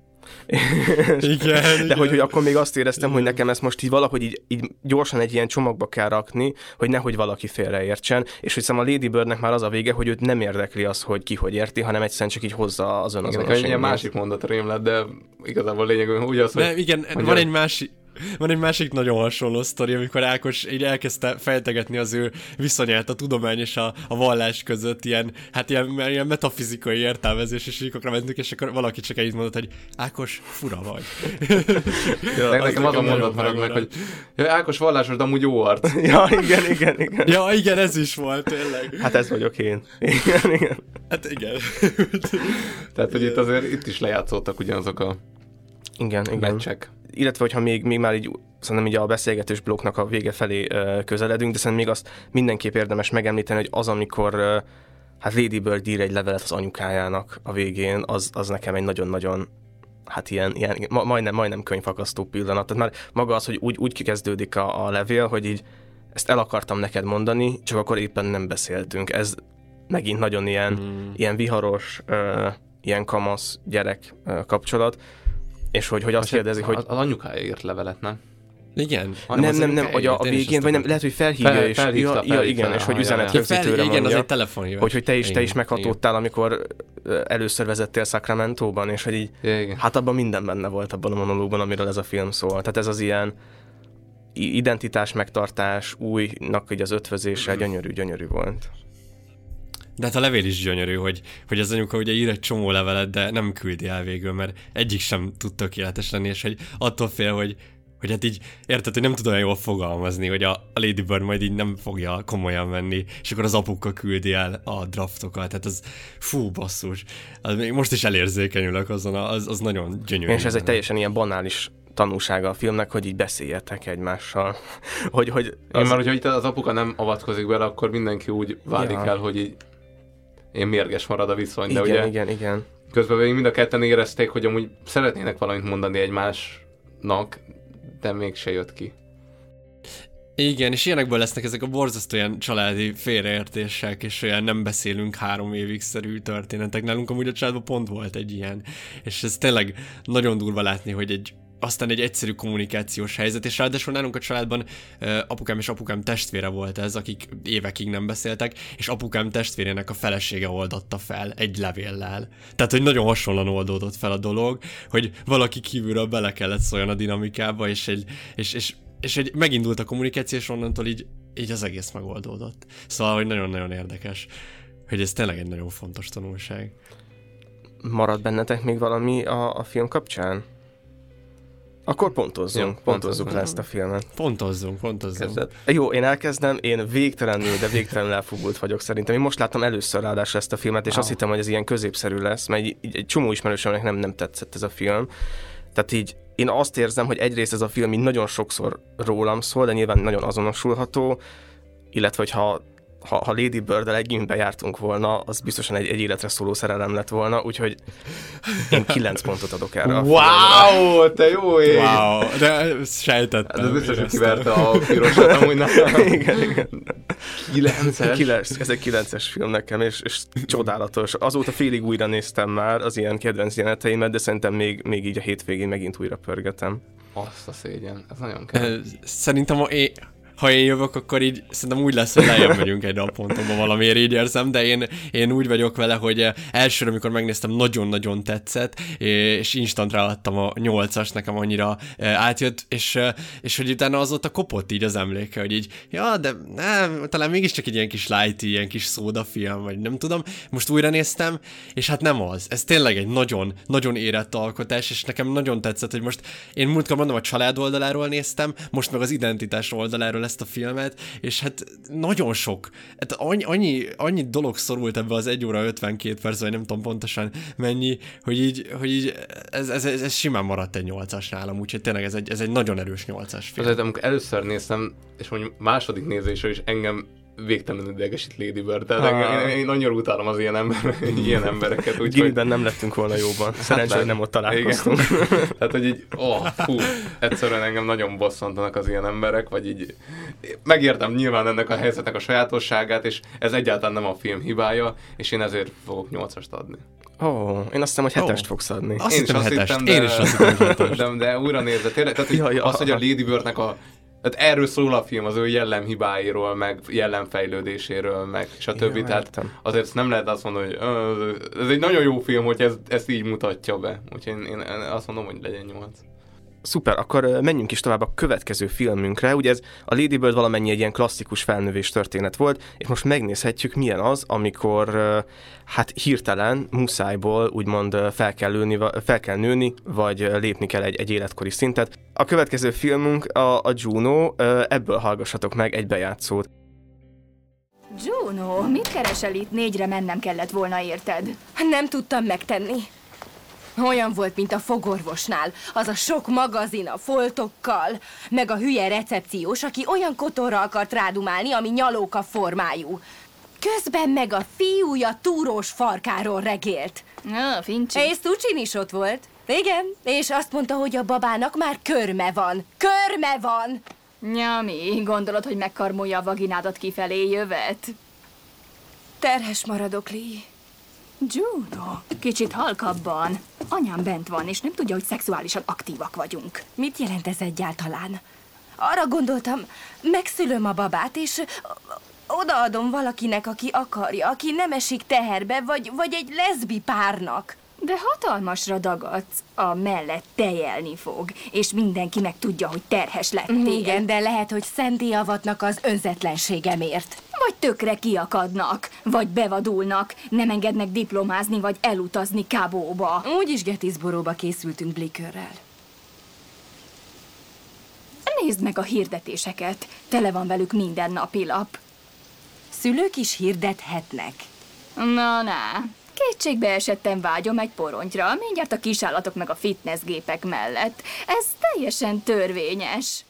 Igen, de hogy akkor még azt éreztem, hogy nekem ezt most így valahogy így gyorsan egy ilyen csomagba kell rakni, hogy nehogy valaki félreértsen, és hogy szerintem a Lady Birdnek már az a vége, hogy őt nem érdekli az, hogy ki hogy érti, hanem egyszerűen csak így hozza az önazonosságot. Igen, másik mondat rém lett, de igazából lényegében úgy az, hogy... Igen, van egy másik nagyon hasonló sztori, amikor Ákos így elkezdte fejtegetni az ő viszonyát a tudomány és a vallás között, ilyen metafizikai értelmezés, és így mentünk, és akkor valaki csak így mondott, hogy Ákos, fura vagy. Nekem az a mondat maradt meg, hogy Ákos vallásos, de amúgy jó arc. Ja, igen. Ja, igen, ez is volt, tényleg. Hát ez vagyok én. Igen. Hát igen. Tehát, hogy itt azért itt is lejátszottak ugyanazok a Igen. meccsek. Illetve, hogyha még már így szerintem így a beszélgetős blokknak a vége felé közeledünk, de szerintem még azt mindenképp érdemes megemlíteni, hogy az, amikor hát Lady Bird ír egy levelet az anyukájának a végén, az nekem egy nagyon-nagyon hát ilyen majdnem könyvfakasztó pillanat. Tehát már maga az, hogy úgy kezdődik a levél, hogy így ezt el akartam neked mondani, csak akkor éppen nem beszéltünk. Ez megint nagyon ilyen viharos, ilyen kamasz gyerek kapcsolat, és hogy azt kérdezik, hogy... Az anyukája írt levelet, nem? Igen. Nem, hogy a végén, vagy nem, lehet, hogy felhívja, és igen, és hogy üzenetrögzítőre mondja, igen, az egy telefonhívás. Hogy te is meghatódtál, amikor először vezettél Sacramento-ban, és hogy így, hát abban minden benne volt abban a monológban, amiről ez a film szól. Tehát ez az ilyen identitás megtartás, újnak így az ötvözése gyönyörű volt. De hát a levél is gyönyörű, hogy az anyuka ugye ír egy csomó levelet, de nem küldi el végül, mert egyik sem tud tökéletes lenni, és hogy attól fél, hogy hát így érted, hogy nem tud olyan jól fogalmazni, hogy a Lady Bird majd így nem fogja komolyan venni, és akkor az apuka küldi el a draftokat, tehát az basszus. Az még most is elérzékenyülök azon, az nagyon gyönyörű. És ez egy teljesen ilyen banális tanulsága a filmnek, hogy így beszéljetek egymással. Mert hogyha itt az apuka nem avatkozik bele, akkor mindenki úgy válik el, hogy így én mérges marad a viszony. Igen, de ugye igen. Közben még mind a ketten érezték, hogy amúgy szeretnének valamit mondani egymásnak, de mégse jött ki. Igen, és ilyenekből lesznek ezek a borzasztó ilyen családi félreértések, és olyan nem beszélünk 3 évig-szerű történetek. Nálunk amúgy a családban pont volt egy ilyen, és ez tényleg nagyon durva látni, hogy aztán egy egyszerű kommunikációs helyzet, és ráadásul nálunk a családban apukám és apukám testvére volt ez, akik évekig nem beszéltek, és apukám testvérének a felesége oldatta fel egy levéllel. Tehát, hogy nagyon hasonlóan oldódott fel a dolog, hogy valaki kívülről bele kellett szóljon a dinamikába, és megindult a kommunikáció, és onnantól így az egész megoldódott. Szóval, hogy nagyon-nagyon érdekes, hogy ez tényleg egy nagyon fontos tanulság. Marad bennetek még valami a film kapcsán? Akkor pontozzuk le ezt a filmet. Pontozzunk. Jó, én elkezdem, én végtelenül elfogult vagyok szerintem. Én most láttam először ráadásul ezt a filmet, és azt hittem, hogy ez ilyen középszerű lesz, mert egy csomó ismerősömnek nem tetszett ez a film. Tehát így én azt érzem, hogy egyrészt ez a film így nagyon sokszor rólam szól, de nyilván nagyon azonosulható, illetve hogyha Lady Bird-del egy gimbe jártunk volna, az biztosan egy életre szóló szerelem lett volna, úgyhogy én 9 pontot adok erre a filmre. Wow, te jó ég! Wow, de sejtettem. Ez biztos, hogy kiverte a pirosat, amúgy nem. Igen. 9-es? Ez egy 9-es film nekem, és csodálatos. Azóta félig újra néztem már az ilyen kedvenc jeleneteimet, de szerintem még így a hétvégén megint újra pörgetem. Azt a szégyen, ez nagyon kell. Szerintem ha én jövök, akkor így szerintem úgy lesz, hogy lejjebb megyünk egy dalpontomba, valamiért így érzem, de én úgy vagyok vele, hogy elsőre, amikor megnéztem, nagyon-nagyon tetszett, és instant ráadtam a 8-as, nekem annyira átjött, és hogy utána azóta kopott így az emléke, hogy így, ja, de nem, talán mégiscsak egy ilyen kis lighty, ilyen kis szódafilm, vagy nem tudom, most újra néztem, és hát nem az. Ez tényleg egy nagyon, nagyon érett alkotás, és nekem nagyon tetszett, hogy most én múltkor mondom, a család oldaláról néztem, most meg az identitás oldaláról ezt a filmet, és hát nagyon sok, hát annyi dolog szorult ebbe az 1 óra 52 perc, vagy nem tudom pontosan mennyi, hogy így ez simán maradt egy 8-as nálam, úgyhogy tényleg ez egy nagyon erős 8-as film. Azért, amikor először néztem, és mondjuk második nézésre is engem végtelenül idegesít Lady Bird, tehát én annyira utálom az ilyen embereket. Gimiben nem lettünk volna jóban. Szerencsé, hogy nem ott találkoztunk. Tehát, hogy így, egyszerűen engem nagyon bosszantanak az ilyen emberek, vagy így megértem nyilván ennek a helyzetnek a sajátosságát, és ez egyáltalán nem a film hibája, és én ezért fogok 8-ast adni. Én azt hiszem, hogy 7-est fogsz adni. Én is azt hittem, de újra nézve, tényleg, tehát az, hogy a Lady Birdnek tehát erről szól a film, az ő jellemhibáiról, meg jellemfejlődéséről, meg és a többi. Tehát azért nem lehet azt mondani, hogy ez egy nagyon jó film, hogy ezt így mutatja be. Úgyhogy én azt mondom, hogy legyen 8. Szuper, akkor menjünk is tovább a következő filmünkre. Ugye ez a Lady Bird valamennyi egy ilyen klasszikus felnövés történet volt, és most megnézhetjük, milyen az, amikor hát hirtelen muszájból úgymond fel kell nőni, vagy lépni kell egy életkori szintet. A következő filmünk a Juno, ebből hallgassatok meg egy bejátszót. Juno, mit keresel itt? 4-re mennem kellett volna, érted? Nem tudtam megtenni. Olyan volt, mint a fogorvosnál. Az a sok magazin a foltokkal, meg a hülye recepciós, aki olyan kotorra akart rádumálni, ami nyalóka formájú. Közben meg a fiúja túrós farkáról regélt. Fincsi. És Tucsin is ott volt. Igen, és azt mondta, hogy a babának már körme van. Körme van! Nyami, gondolod, hogy megkarmolja a vaginádat kifelé jövet? Terhes maradok, Lee. Juno, kicsit halkabban. Anyám bent van, és nem tudja, hogy szexuálisan aktívak vagyunk. Mit jelent ez egyáltalán? Arra gondoltam, megszülöm a babát, és odaadom valakinek, aki akarja, aki nem esik teherbe, vagy egy leszbi párnak. De hatalmasra dagadsz, a mellett tejelni fog, és mindenki meg tudja, hogy terhes lettél. Igen, de lehet, hogy szenté avatnak az önzetlenségemért. Vagy tökre kiakadnak, vagy bevadulnak, nem engednek diplomázni, vagy elutazni Cabóba. Úgyis Gettysburgba készültünk Blickerrel. Nézd meg a hirdetéseket, tele van velük minden napilap. Szülők is hirdethetnek. Na. Kétségbe esettem vágyom egy porontyra, mindjárt a kisállatok meg a fitnessgépek mellett. Ez teljesen törvényes.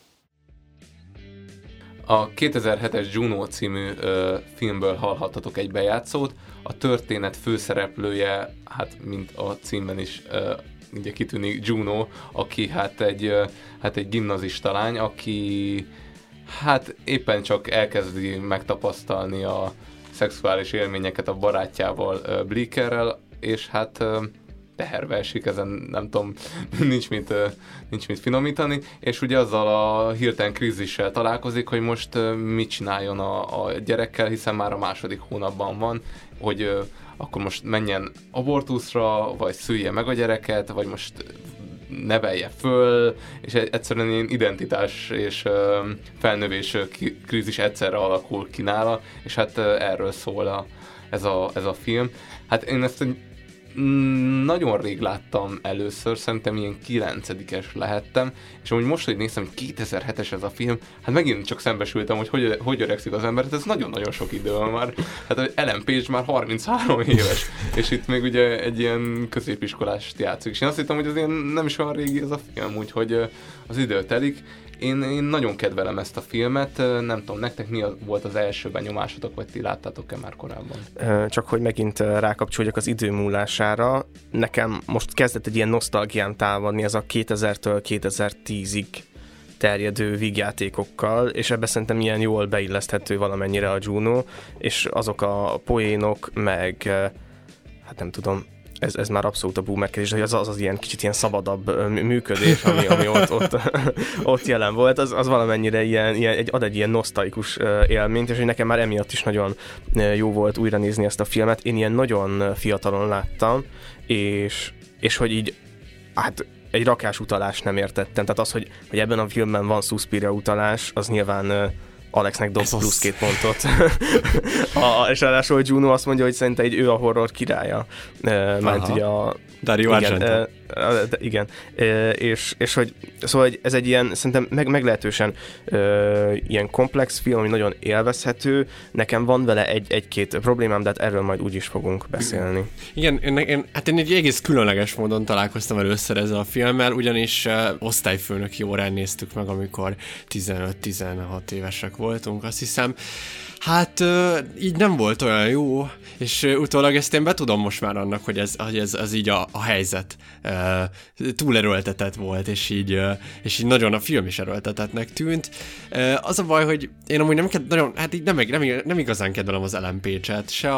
A 2007-es Juno című filmből hallhattatok egy bejátszót. A történet főszereplője, hát mint a címben is ugye kitűnik, Juno, aki hát egy gimnazista lány, aki hát éppen csak elkezdi megtapasztalni a szexuális élményeket a barátjával, Blickerrel, és hát teherbe esik, ezen nem tudom, nincs mit finomítani, és ugye azzal a hirtelen krízissel találkozik, hogy most mit csináljon a gyerekkel, hiszen már a második hónapban van, hogy akkor most menjen abortuszra, vagy szülje meg a gyereket, vagy most nevelje föl, és egyszerűen ilyen identitás és felnövés krízis egyszerre alakul ki nála, és hát erről szól ez a film. Hát én ezt nagyon rég láttam először, szerintem ilyen 9-es lehettem, és amúgy most, hogy néztem, hogy 2007-es ez a film, hát megint csak szembesültem, hogy öregszik az ember, hát ez nagyon-nagyon sok idő van már. Hát Ellen Page már 33 éves, és itt még ugye egy ilyen középiskolást játszik, és én azt hittem, hogy az ilyen nem is olyan régi ez a film, úgyhogy az idő telik. Én nagyon kedvelem ezt a filmet, nem tudom, nektek mi volt az első benyomásotok, vagy ti láttátok-e már korábban? Csak hogy megint rákapcsoljak az idő múlására, nekem most kezdett egy ilyen nosztalgiám támadni, ez a 2000-től 2010-ig terjedő vígjátékokkal, és ebbe szerintem ilyen jól beilleszthető valamennyire a Juno, és azok a poénok, meg hát nem tudom, ez már abszolút a boomerkedés, hogy az ilyen kicsit ilyen szabadabb működés, ami ott jelen volt, az valamennyire ad egy ilyen nosztalikus élményt, és hogy nekem már emiatt is nagyon jó volt újra nézni ezt a filmet. Én ilyen nagyon fiatalon láttam, és hogy így, hát egy rakás utalást nem értettem. Tehát az, hogy ebben a filmben van Suspiria utalás, az nyilván Alexnek dob plusz 2 pontot. És ráadásul, hogy Juno azt mondja, hogy szerintem ő a horror királya. Mert ugye a... Dario Argento. Igen. És hogy, szóval ez egy ilyen, szerintem meglehetősen ilyen komplex film, ami nagyon élvezhető. Nekem van vele egy-két problémám, de hát erről majd úgy is fogunk beszélni. Igen, én egy egész különleges módon találkoztam először ezzel a filmmel, ugyanis osztályfőnöki órán néztük meg, amikor 15-16 évesek voltunk, azt hiszem. Hát így nem volt olyan jó, és utólag ezt én betudom most már annak, hogy ez így a helyzet túl erőltetett volt, és így nagyon a film is erőltetettnek tűnt. Az a baj, hogy én amúgy nem igazán kedvelem az Ellen Page-et, se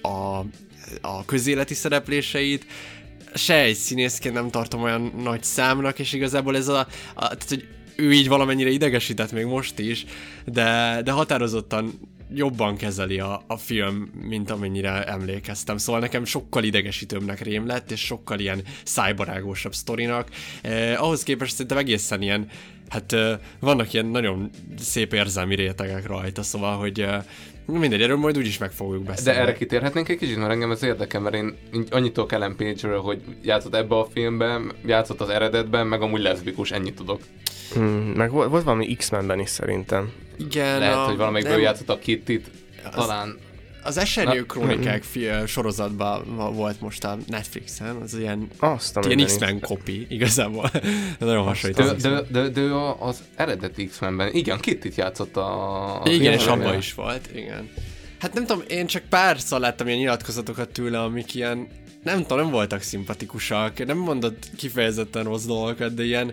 a közéleti szerepléseit, se egy színészként nem tartom olyan nagy számnak, és igazából ez tehát, hogy ő így valamennyire idegesített még most is, de határozottan jobban kezeli a film, mint amennyire emlékeztem. Szóval nekem sokkal idegesítőbbnek rém lett, és sokkal ilyen szájbarágosabb sztorinak. Ahhoz képest szerintem egészen ilyen, hát vannak ilyen nagyon szép érzelmi rétegek rajta, szóval, hogy mindegy, erről majd úgyis meg fogjuk beszélni. De erre kitérhetnénk egy kicsit, mert engem ez érdekel, mert én annyit tudok Ellen Page-ről, hogy játszott ebbe a filmben, játszott az eredetben, meg amúgy leszbikus, ennyit tudok. Meg volt valami X-Menben is szerintem. Igen. Lehet, hogy valamelyikből játszott a Kittit, talán. az Esernyő Krónikák sorozatban volt most a Netflixen, az ilyen X-Men copy, igazából. Nagyon hasonlít. De az eredeti X-Menben, igen, Kittit játszott a igen, és abban is volt, igen. Hát nem tudom, én csak párszor láttam ilyen nyilatkozatokat tőle, amik ilyen, nem tudom, nem voltak szimpatikusak, nem mondott kifejezetten rossz dolgokat, de ilyen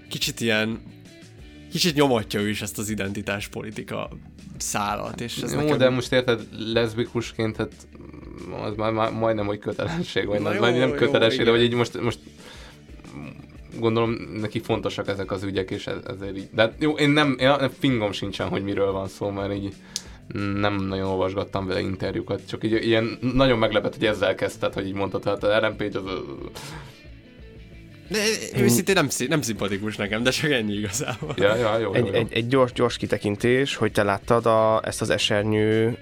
kicsit nyomatja ő is ezt az identitáspolitika szálat. És ez nekem... de most érted, leszbikusként, hát az már majdnem, hogy kötelesség, vagy nem kötelesség, de hogy így most gondolom neki fontosak ezek az ügyek, és ezért így. De jó, én fingom sincsen, hogy miről van szó, mert így nem nagyon olvasgattam vele interjúkat, csak így ilyen nagyon meglepett, hogy ezzel kezdted, hogy így mondtad, hát a Ellen Page az... De őszintén nem szimpatikus nekem, de csak ennyi igazából. Ja, jó. Egy gyors kitekintés, hogy te láttad ezt az Esernyő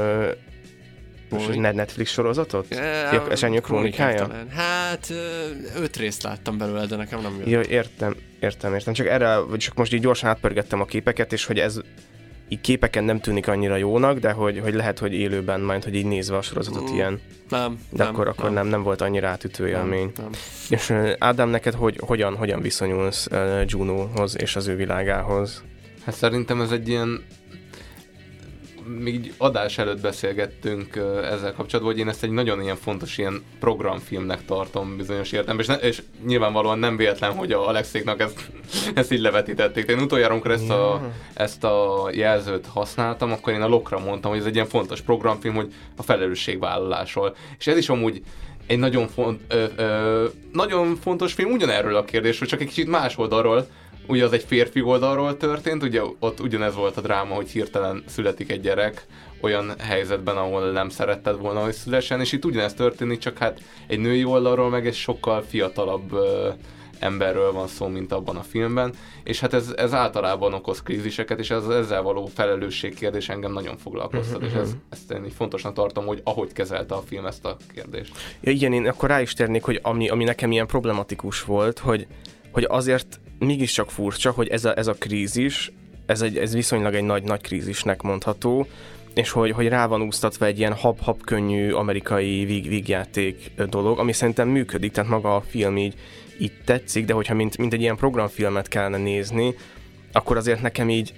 Netflix sorozatot? Esernyő Krónikája? Hát 5 részt láttam belőle, de nekem nem jött. Ja, értem. Csak most így gyorsan átpörgettem a képeket, és hogy ez így képeken nem tűnik annyira jónak, de hogy lehet, hogy élőben majd, hogy így nézve a sorozatot ilyen. Akkor nem volt annyira átütő élmény. Nem. És Ádám, neked hogyan viszonyulsz Junohoz és az ő világához? Hát szerintem ez egy ilyen... Még adás előtt beszélgettünk ezzel kapcsolatban, hogy én ezt egy nagyon ilyen fontos ilyen programfilmnek tartom bizonyos értelemben, és nyilvánvalóan nem véletlen, hogy a Alexéknak ezt így levetítették. Én utoljára, amikor ezt a jelzőt használtam, akkor én a Lokra mondtam, hogy ez egy ilyen fontos programfilm, hogy a felelősségvállalásról. És ez is amúgy egy nagyon fontos film ugyanerről a kérdésről, csak egy kicsit más oldalról. Ugye az egy férfi oldalról történt, ugye ott ugyanez volt a dráma, hogy hirtelen születik egy gyerek olyan helyzetben, ahol nem szeretted volna, hogy szülessen, és itt ugyanez történik, csak hát egy női oldalról meg egy sokkal fiatalabb emberről van szó, mint abban a filmben, és hát ez általában okoz kríziseket, és ezzel való felelősségkérdés engem nagyon foglalkoztat, és ezt én így fontosnak tartom, hogy ahogy kezelte a film ezt a kérdést. Ja, igen, én akkor rá is térnék, hogy ami nekem ilyen problematikus volt, hogy azért mégiscsak furcsa, hogy ez a krízis, ez viszonylag egy nagy krízisnek mondható, és hogy rá van úsztatva egy ilyen hab könnyű amerikai vígjáték dolog, ami szerintem működik, tehát maga a film így tetszik, de hogyha mint egy ilyen programfilmet kellene nézni, akkor azért nekem így,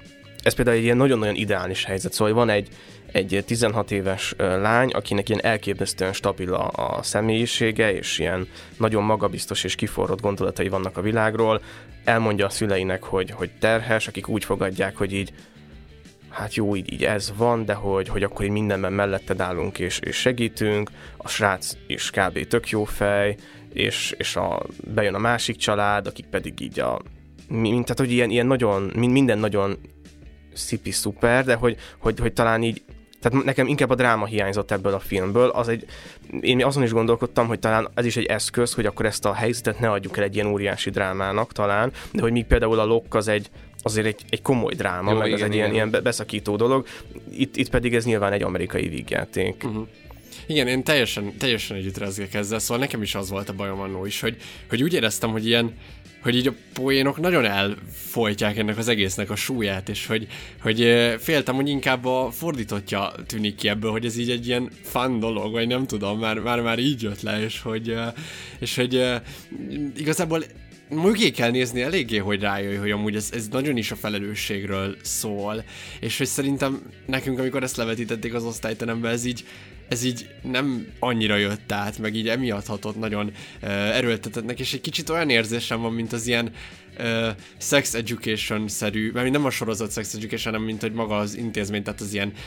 ez például egy ilyen nagyon-nagyon ideális helyzet, szóval van egy 16 éves lány, akinek ilyen elképesztően stabil a személyisége, és ilyen nagyon magabiztos és kiforrott gondolatai vannak a világról, elmondja a szüleinek, hogy terhes, akik úgy fogadják, hogy így, hát jó, így ez van, de hogy akkor így mindenben melletted állunk és segítünk, a srác is kb. Tök jó fej, és bejön a másik család, akik pedig így tehát hogy ilyen nagyon, minden nagyon szipi szuper, de hogy talán így, tehát nekem inkább a dráma hiányzott ebből a filmből, én azon is gondolkodtam, hogy talán ez is egy eszköz, hogy akkor ezt a helyzetet ne adjuk el egy ilyen óriási drámának talán, de hogy míg például a Locke az azért egy komoly dráma, jó, meg igen, az egy ilyen beszakító dolog, itt pedig ez nyilván egy amerikai vígjáték. Uh-huh. Igen, én teljesen együtt rezgek ezzel, szóval nekem is az volt a bajom annó is, hogy úgy éreztem, hogy így a poénok nagyon elfolytják ennek az egésznek a súlyát, és hogy féltem, hogy inkább a fordítottja tűnik ki ebből, hogy ez így egy ilyen fun dolog, vagy nem tudom, már így jött le, és hogy igazából mögé kell nézni eléggé, hogy rájöjj, hogy amúgy ez nagyon is a felelősségről szól, és hogy szerintem nekünk, amikor ezt levetítették az osztályterembe, ez így nem annyira jött át, meg így emiatt hatott nagyon erőltetetnek, és egy kicsit olyan érzésem van, mint az ilyen sex education-szerű, mert nem a sorozat sex education, hanem mint hogy maga az intézmény, tehát az ilyen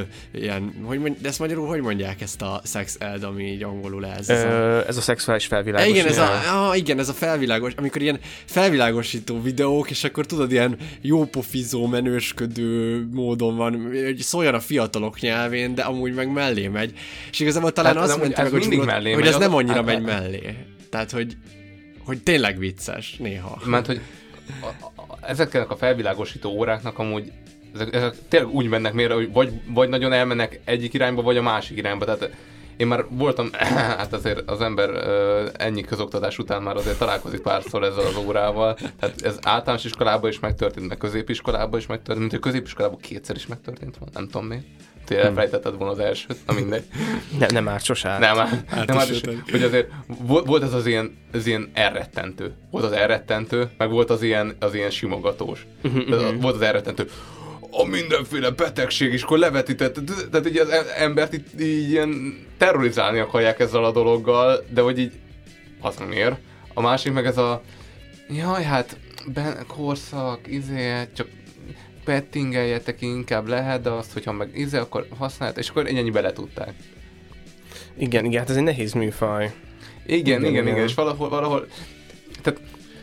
de ezt magyarul hogy mondják, ezt a sex ed, ami így angolul ez a szexuális felvilágosító. Igen, ez a felvilágos, amikor ilyen felvilágosító videók, és akkor tudod, ilyen jópofizó, menősködő módon van, hogy szóljon a fiatalok nyelvén, de amúgy meg mellé megy. És igazából talán azt mondta meg, hogy ez nem annyira megy mellé. Tehát, hogy tényleg vicces néha. Mert hogy ezeknek a felvilágosító óráknak amúgy ezek tényleg úgy mennek mélyre, hogy vagy nagyon elmennek egyik irányba, vagy a másik irányba. Tehát én már voltam, hát azért az ember ennyi közoktatás után már azért találkozik párszor ezzel az órával. Tehát ez általános iskolában is megtörtént, meg középiskolában is megtörtént, mint hogy középiskolában 2-szer is megtörtént volna, nem tudom miért. Te elfelejtetted volna az elsőt, na mindegy. Nem ártsos át. Nem ártsos, hogy azért volt ez az ilyen elrettentő. Volt az elrettentő, meg volt az ilyen simogatós. Volt az elrettentő. A mindenféle betegség is, akkor levetített, tehát így az embert így ilyen terrorizálni akarják ezzel a dologgal, de hogy így, az miért? A másik meg ez a, jaj, hát korszak, csak pettingeljetek inkább lehet, de azt, hogyha meg akkor használják, és akkor ennyi bele tudták. Igen, hát ez egy nehéz műfaj. Igen, és valahol, tehát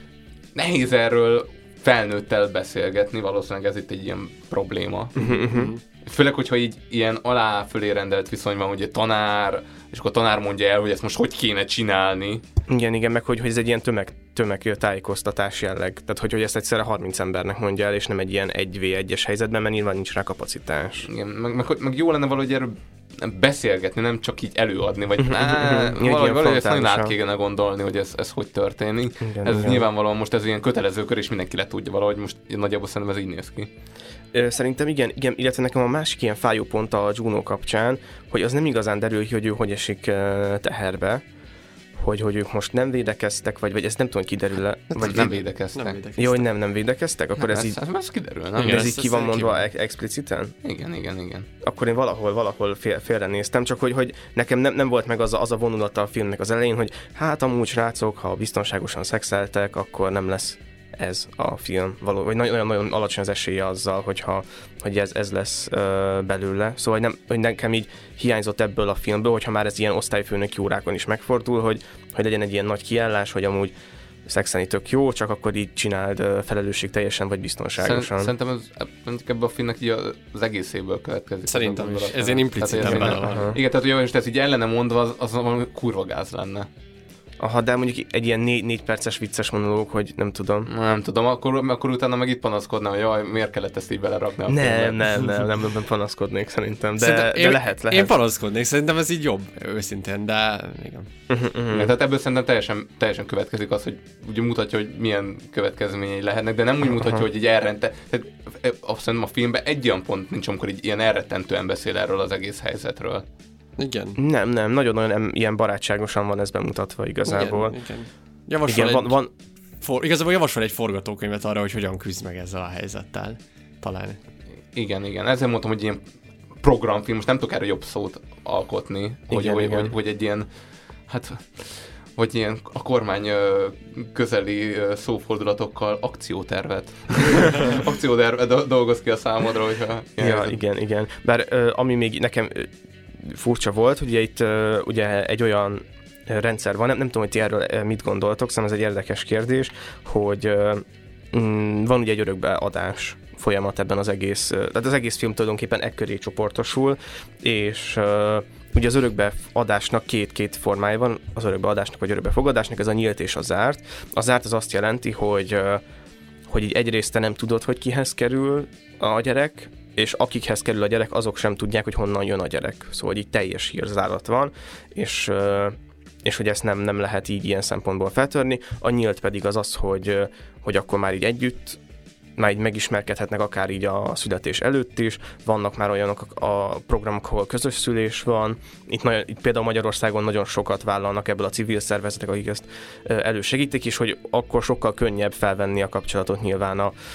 nehéz erről felnőttel beszélgetni, valószínűleg ez itt egy ilyen probléma. Főleg, hogyha így ilyen alá-fölé rendelt viszony van, hogy egy tanár, és akkor a tanár mondja el, hogy ezt most hogy kéne csinálni. Igen, meg hogy ez egy ilyen tömegtájékoztatás jelleg. Tehát, hogy ezt egyszerre 30 embernek mondja el, és nem egy ilyen 1v1-es helyzetben, mert nyilván nincs rá kapacitás. Igen, meg jó lenne valahogy erről beszélgetni, nem csak így előadni, vagy valahogy ezt nagyon át kéne gondolni, hogy ez hogy történik. Igen. Nyilvánvalóan most ez ilyen kötelező kör, és mindenki le tudja valahogy, most nagyjából szerintem ez így néz ki. Szerintem igen, illetve nekem a másik ilyen fájó pont a Juno kapcsán, hogy az nem igazán derül ki, hogy ő hogy esik teherbe, hogy ők most nem védekeztek, vagy ez nem tudom, kiderül-e. Vagy nem védekeztek. Jó, hogy nem védekeztek? Akkor ez így... Ez kiderül, nem? Ez így ki van mondva expliciten? Igen. Akkor én valahol félrenéztem, csak hogy nekem nem volt meg az a vonulata a filmnek az elején, hogy hát amúgy srácok, ha biztonságosan szexeltek, akkor nem lesz ez a film. Vagy nagyon alacsony az esélye azzal, hogy ez lesz belőle. Szóval hogy nekem így hiányzott ebből a filmből, hogyha már ez ilyen osztályfőnöki órákon is megfordul, hogy legyen egy ilyen nagy kiállás, hogy amúgy szexelni tök jó, csak akkor így csináld felelősségteljesen vagy biztonságosan. Szerintem ebből a filmnek így az egészéből következik. Szerintem is. Ez én impliciten benne van. Igen, tehát hogy ez így ellene mondva, az valami kurva gáz lenne. Aha, de mondjuk egy ilyen 4 perces vicces monológ, hogy nem tudom. Nem tudom, akkor utána meg itt panaszkodnám, hogy jaj, miért kellett ezt így belerakni a nem panaszkodnék szerintem, de lehet. Én panaszkodnék, szerintem ez így jobb, őszintén, de igen. Tehát ebből szerintem teljesen következik az, hogy ugye mutatja, hogy milyen következményei lehetnek, de nem úgy mutatja, hogy így elrente. Tehát szerintem a filmben egy olyan pont nincs, amikor így ilyen elrettentően beszél erről az egész helyzetről. Igen. Nem, nagyon ilyen barátságosan van ez bemutatva igazából. Igen. Igazából javasol egy forgatókönyvet arra, hogy hogyan küzd meg ezzel a helyzettel. Talán. Igen. Ezért mondtam, hogy ilyen programfilm, most nem tudok erre jobb szót alkotni, hogy egy ilyen, hát, hogy ilyen a kormány közeli szófordulatokkal akciótervet dolgoz ki a számodra, hogyha... Igen. Bár ami még nekem furcsa volt, hogy itt ugye egy olyan rendszer van, nem tudom, hogy ti erről mit gondoltok, szóval ez egy érdekes kérdés, hogy van ugye egy örökbeadás folyamat ebben az egész, tehát az egész film tulajdonképpen ekköré csoportosul, és ugye az örökbeadásnak két formája van, az örökbeadásnak vagy örökbefogadásnak, ez a nyílt és a zárt. A zárt az azt jelenti, hogy így egyrészt te nem tudod, hogy kihez kerül a gyerek, és akikhez kerül a gyerek, azok sem tudják, hogy honnan jön a gyerek. Szóval így teljes hírzárat van, és hogy ezt nem lehet így ilyen szempontból feltörni. A nyílt pedig az, hogy akkor már így együtt, már így megismerkedhetnek akár így a születés előtt is, vannak már olyanok a programok, ahol közös szülés van, itt például Magyarországon nagyon sokat vállalnak ebből a civil szervezetek, akik ezt elősegítik, és hogy akkor sokkal könnyebb felvenni a kapcsolatot nyilván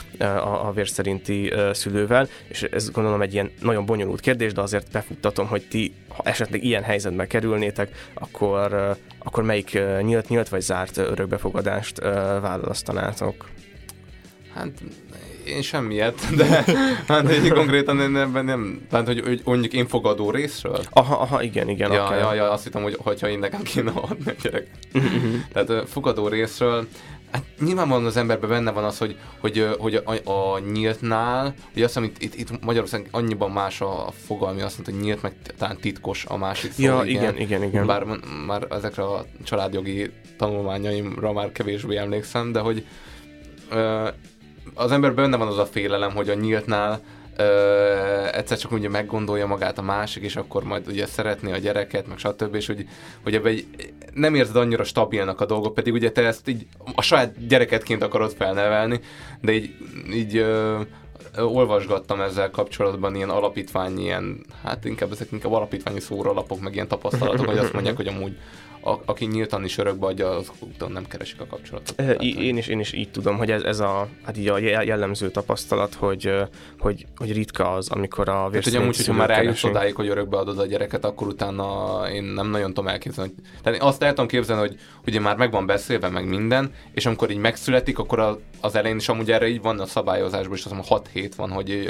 a vérszerinti szülővel, és ez gondolom egy ilyen nagyon bonyolult kérdés, de azért befuttatom, hogy ti, ha esetleg ilyen helyzetbe kerülnétek, akkor melyik nyílt vagy zárt örökbefogadást választanátok? Hát én semmiet, de hát egy konkrétan ebben nem, tehát hogy mondjuk én fogadó részről. Aha, igen. Ja, azt hittem, hogyha én nekem kéne adni a gyerek. Tehát fogadó részről, hát nyilvánvalóan az emberben benne van az, hogy a nyíltnál, ugye azt hiszem itt Magyarországon annyiban más a fogalmi, azt mondta, hogy nyílt, meg talán titkos a másik szó. Ja, igen. Bár már ezekre a családjogi tanulmányaimra már kevésbé emlékszem, de hogy az emberben benne van az a félelem, hogy a nyíltnál egyszer csak ugye meggondolja magát a másik, és akkor majd ugye szeretné a gyereket, meg stb. És hogy ebben nem érzed annyira stabilnak a dolgok, pedig ugye te ezt így a saját gyerekedként akarod felnevelni, de így olvasgattam ezzel kapcsolatban ilyen alapítványi, hát ezek inkább alapítványi szórólapok, meg ilyen tapasztalatok, hogy azt mondják, hogy amúgy aki nyíltan is örökbe adja, az nem keresik a kapcsolatot. Én is így tudom, hogy ez a jellemző tapasztalat, hogy ritka az, amikor a vérszerinti szülők amúgy, hogyha már eljutsz odáig, hogy örökbe adod a gyereket, akkor utána én nem nagyon tudom elképzelni. Tehát azt el tudom képzelni, hogy ugye már meg van beszélve, meg minden, és amikor így megszületik, akkor az elején is amúgy erre így van a szabályozásban, és azt mondom, 6 hét van, hogy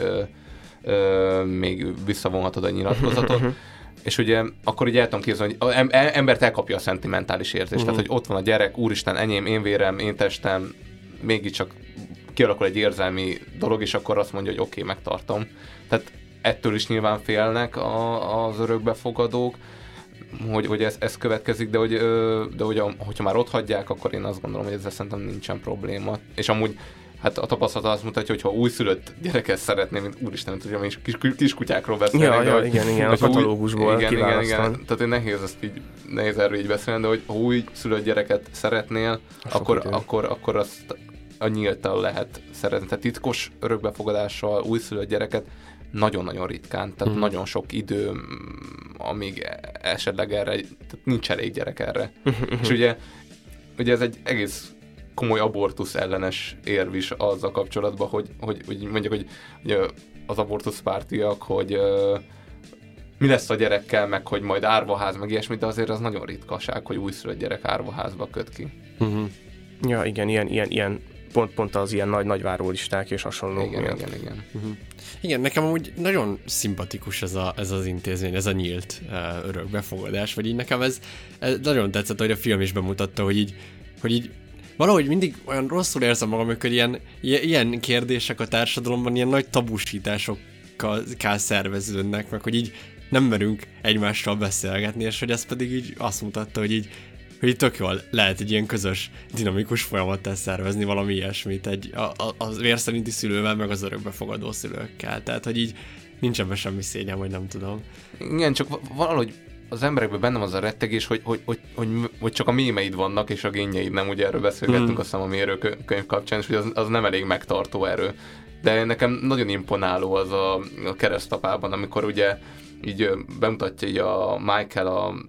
még visszavonhatod a nyilatkozatot. És ugye akkor így el tudom képzelni, hogy embert elkapja a szentimentális érzés. Tehát, hogy ott van a gyerek, úristen, enyém, én vérem, én testem, mégiscsak kialakul egy érzelmi dolog, és akkor azt mondja, hogy oké, megtartom. Tehát ettől is nyilván félnek az örökbefogadók, hogy ez következik, de hogyha már ott hagyják, akkor én azt gondolom, hogy ezzel szerintem nincsen probléma. És amúgy hát a tapasztalat azt mutatja, hogy ha újszülött gyereket szeretném, mint úristen, nem tudom, és kiskutyákról beszélni. Igen, a katalógusból kiválasztom. Tehát nehéz erről így beszélni, de hogy ha újszülött gyereket szeretnél, akkor azt a nyíltan lehet szeretni. Tehát titkos örökbefogadással újszülött gyereket nagyon-nagyon ritkán, tehát nagyon sok idő, amíg esetleg erre, tehát nincs elég gyerek erre. És ugye ez egy egész komoly abortusz ellenes érv is azzal kapcsolatban, hogy mondjuk, hogy az abortuszpártiak, hogy mi lesz a gyerekkel, meg hogy majd árvaház, meg ilyesmi, de azért az nagyon ritkaság, hogy újszülött gyerek árvaházba köt ki. Ja, igen, ilyen pont az ilyen nagy várólisták és hasonló. Igen. Igen, nekem amúgy nagyon szimpatikus ez az intézmény, ez a nyílt örökbefogadás, vagy így nekem ez nagyon tetszett, hogy a film is bemutatta, hogy így valahogy mindig olyan rosszul érzem magam, amikor ilyen kérdések a társadalomban ilyen nagy tabusításokkal szerveződnek, meg hogy így nem merünk egymással beszélgetni, és hogy ez pedig így azt mutatta, hogy így tök jól lehet egy ilyen közös, dinamikus folyamattal szervezni valami ilyesmit a vérszerinti szülővel, meg az örökbefogadó szülőkkel. Tehát, hogy így nincs ebben semmi szégyen, vagy nem tudom. Igen, csak valahogy az emberekben benne van az a rettegés, hogy csak a mémeid vannak, és a génjeid nem, ugye erről beszélgettünk, azt hiszem a mérőkönyv kapcsán, és hogy az nem elég megtartó erő. De nekem nagyon imponáló az a Keresztapában, amikor ugye így bemutatja így a Michael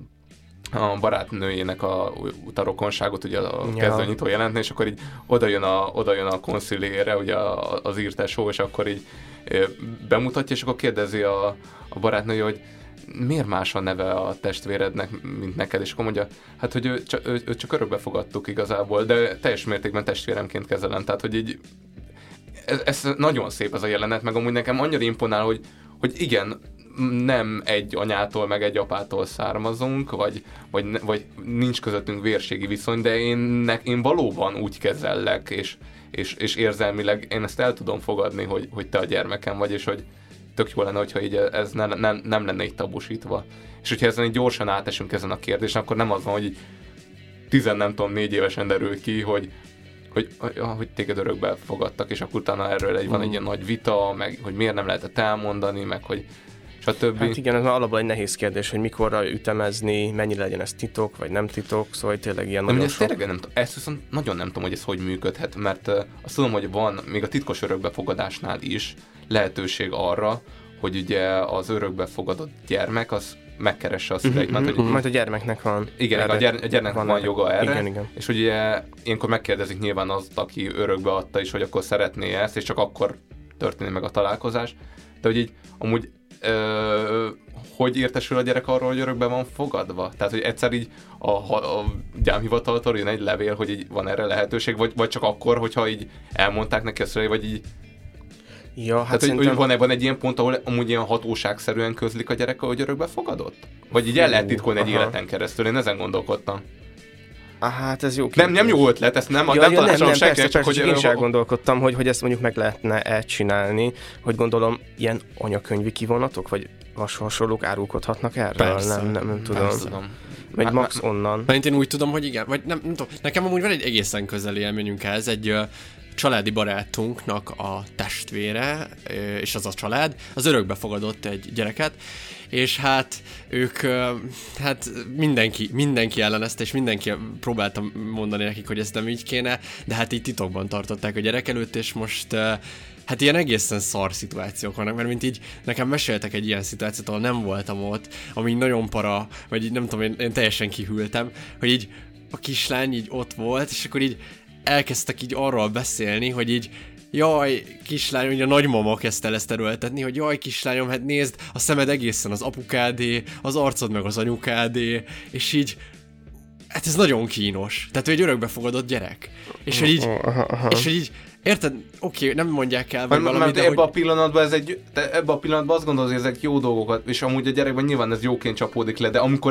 a barátnőjének a rokonságot, ugye a kezdőnyitó jelentni, és akkor így oda jön a konszilére, ugye az írtesó, és akkor így bemutatja, és akkor kérdezi a barátnője, hogy miért más a neve a testvérednek, mint neked, és akkor mondja, hát, hogy őt csak örökbe fogadtuk igazából, de teljes mértékben testvéremként kezelem, tehát, hogy így ez nagyon szép ez a jelenet, meg amúgy nekem annyira imponál, hogy igen, nem egy anyától, meg egy apától származunk, vagy nincs közöttünk vérségi viszony, de én valóban úgy kezellek, és érzelmileg én ezt el tudom fogadni, hogy te a gyermekem vagy, és hogy tök jó lenne, hogyha így ez nem lenne így tabusítva. És hogyha ezen így gyorsan átesünk ezen a kérdésen, akkor nem az van, hogy így 4 évesen derül ki, hogy téged örökbe fogadtak, és akkor utána erről van egy ilyen nagy vita, meg hogy miért nem lehetett elmondani, meg hogy stb. Hát igen, ez már alapból egy nehéz kérdés, hogy mikorra ütemezni, mennyi legyen ez titok, vagy nem titok, szóval tényleg ilyen nagyon sok. Tényleg nem tudom, ezt viszont nagyon nem tudom, hogy ez hogy működhet, mert azt tudom, hogy van még a titkos örökbefogadásnál is lehetőség arra, hogy ugye az örökbefogadott gyermek az megkeresse a szüleit. Majd a gyermeknek van. Igen, a gyermeknek van joga erre. Igen. És ugye ilyenkor megkérdezik nyilván azt, aki örökbe adta is, hogy akkor szeretné ezt, és csak akkor történik meg a találkozás. De hogy így amúgy hogy értesül a gyerek arról, hogy örökbe van fogadva? Tehát, hogy egyszer így a gyámhivataltól jön egy levél, hogy így van erre lehetőség, vagy csak akkor, hogyha így elmondták neki ezt, vagy így. Ja, hát tehát, szerintem... hogy van egy ilyen pont, ahol amúgy ilyen hatóságszerűen közlik a gyerek, hogy örökbe fogadott? Vagy így el lehet titkolni egy életen keresztül? Én ezen gondolkodtam. Hát ez jó. Nem jó ötlet, ezt nem tanácsolom senkinek, csak hogy... Én is elgondolkodtam, hogy ezt mondjuk meg lehetne elcsinálni, hogy gondolom ilyen anyakönyvi kivonatok, vagy hasonlók árulkodhatnak erről? Persze. Nem tudom. Vagy max onnan. Mert én úgy tudom, hogy igen, vagy nem tudom. Nekem amúgy van egy egészen közeli élményünk ehhez, családi barátunknak a testvére, és az a család, az örökbe fogadott egy gyereket, és hát ők, hát mindenki ellenezte, és mindenki próbáltam mondani nekik, hogy ez nem így kéne, de hát így titokban tartották a gyerek előtt, és most hát ilyen egészen szar szituációk vannak, mert mint így nekem meséltek egy ilyen szituációt, ahol nem voltam ott, ami így nagyon para, vagy így nem tudom, én teljesen kihűltem, hogy így a kislány így ott volt, és akkor így elkezdtek így arról beszélni, hogy így jaj, kislányom, ugye a nagymama kezdte el ezt erőltetni, hogy jaj, kislányom, hát nézd, a szemed egészen az apukádé, az arcod meg az anyukádé, és így, hát ez nagyon kínos. Tehát, hogy egy örökbefogadott gyerek. És hogy így, érted? Oké, nem mondják el, vagy valami, de ebben a pillanatban ebben a pillanatban azt gondolod, hogy ezek jó dolgokat, és amúgy a gyerekben nyilván ez jóként csapódik le, de amikor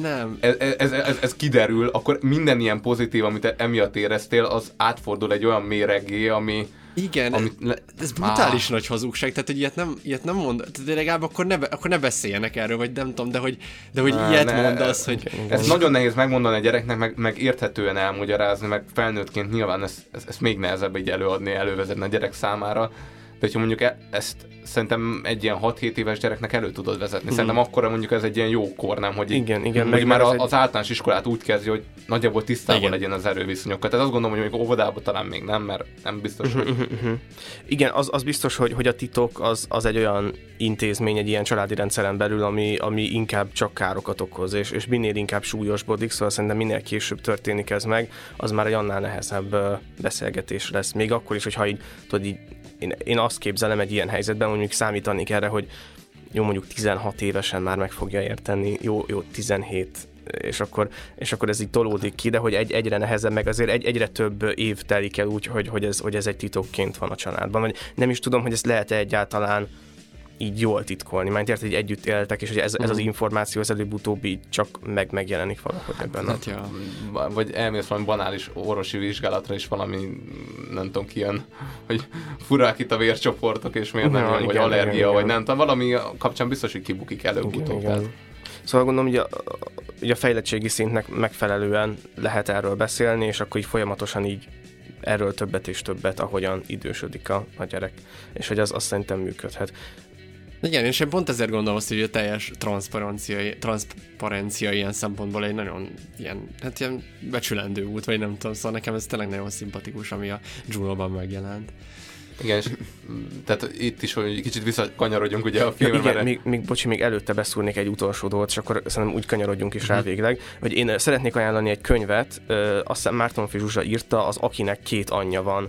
ez kiderül, akkor minden ilyen pozitív, amit emiatt éreztél, az átfordul egy olyan méreggé, ami... Igen, ez brutális nagy hazugság, tehát hogy ilyet nem mond, tehát legalább akkor ne beszéljenek erről, vagy nem tudom, de hogy ilyet mondasz, hogy... Ez nagyon nehéz megmondani a gyereknek, meg érthetően elmagyarázni, meg felnőttként nyilván ezt még nehezebb így elővezetni a gyerek számára, de hogyha mondjuk ezt szerintem egy ilyen 6-7 éves gyereknek elő tudod vezetni. Szerintem akkor mondjuk ez egy ilyen jó kor, nem? Hogy igen, hogy már az általános iskolát úgy kezdi, hogy nagyjából tisztában legyen az erőviszonyokat. Tehát azt gondolom, hogy mondjuk óvodában talán még nem, mert nem biztos, hogy... Igen, az biztos, hogy a titok az egy olyan intézmény egy ilyen családi rendszeren belül, ami inkább csak károkat okoz, és minél inkább súlyosbodik, szóval szerintem minél később történik ez meg, az már egy annál nehezebb beszélgetés lesz. Még akkor is, hogyha így, tudod, így én azt képzelem egy ilyen helyzetben, hogy mondjuk számítanék erre, hogy jó, mondjuk 16 évesen már meg fogja érteni, jó 17, és akkor ez így tolódik ki, de hogy egyre nehezebb, meg azért egyre több év telik el úgy, hogy ez egy titokként van a családban. Vagy nem is tudom, hogy ezt lehet-e egyáltalán így jól titkolni, mert érted, hogy együtt éltek, és hogy ez az információ az előbb-utóbb így csak megjelenik valahogy ebben. Hát, ja. Vagy elmész valami banális orvosi vizsgálatra, és valami, nem tudom ki jön, hogy furák itt a vércsoportok, és miért nem jön, vagy allergia, igen. Vagy nem tudom, valami kapcsán biztos, hogy kibukik előbb-utóbb. Szóval gondolom, hogy a fejlettségi szintnek megfelelően lehet erről beszélni, és akkor így folyamatosan így erről többet és többet, ahogyan idősödik a gyerek, és hogy az szerintem működhet. Igen, és én pont ezért gondolom azt, hogy a teljes transzparencia ilyen szempontból egy nagyon ilyen becsülendő út, vagy nem tudom, szóval nekem ez tényleg nagyon szimpatikus, ami a Juno-ban megjelent. Igen, és tehát itt is, hogy kicsit visszakanyarodjunk ugye a filmre. Igen, még előtte beszúrnék egy utolsó dolgot, és akkor szerintem úgy kanyarodjunk is rá végleg, hogy én szeretnék ajánlani egy könyvet, azt hiszem Mártonffy Zsuzsa írta, az Akinek 2 anyja van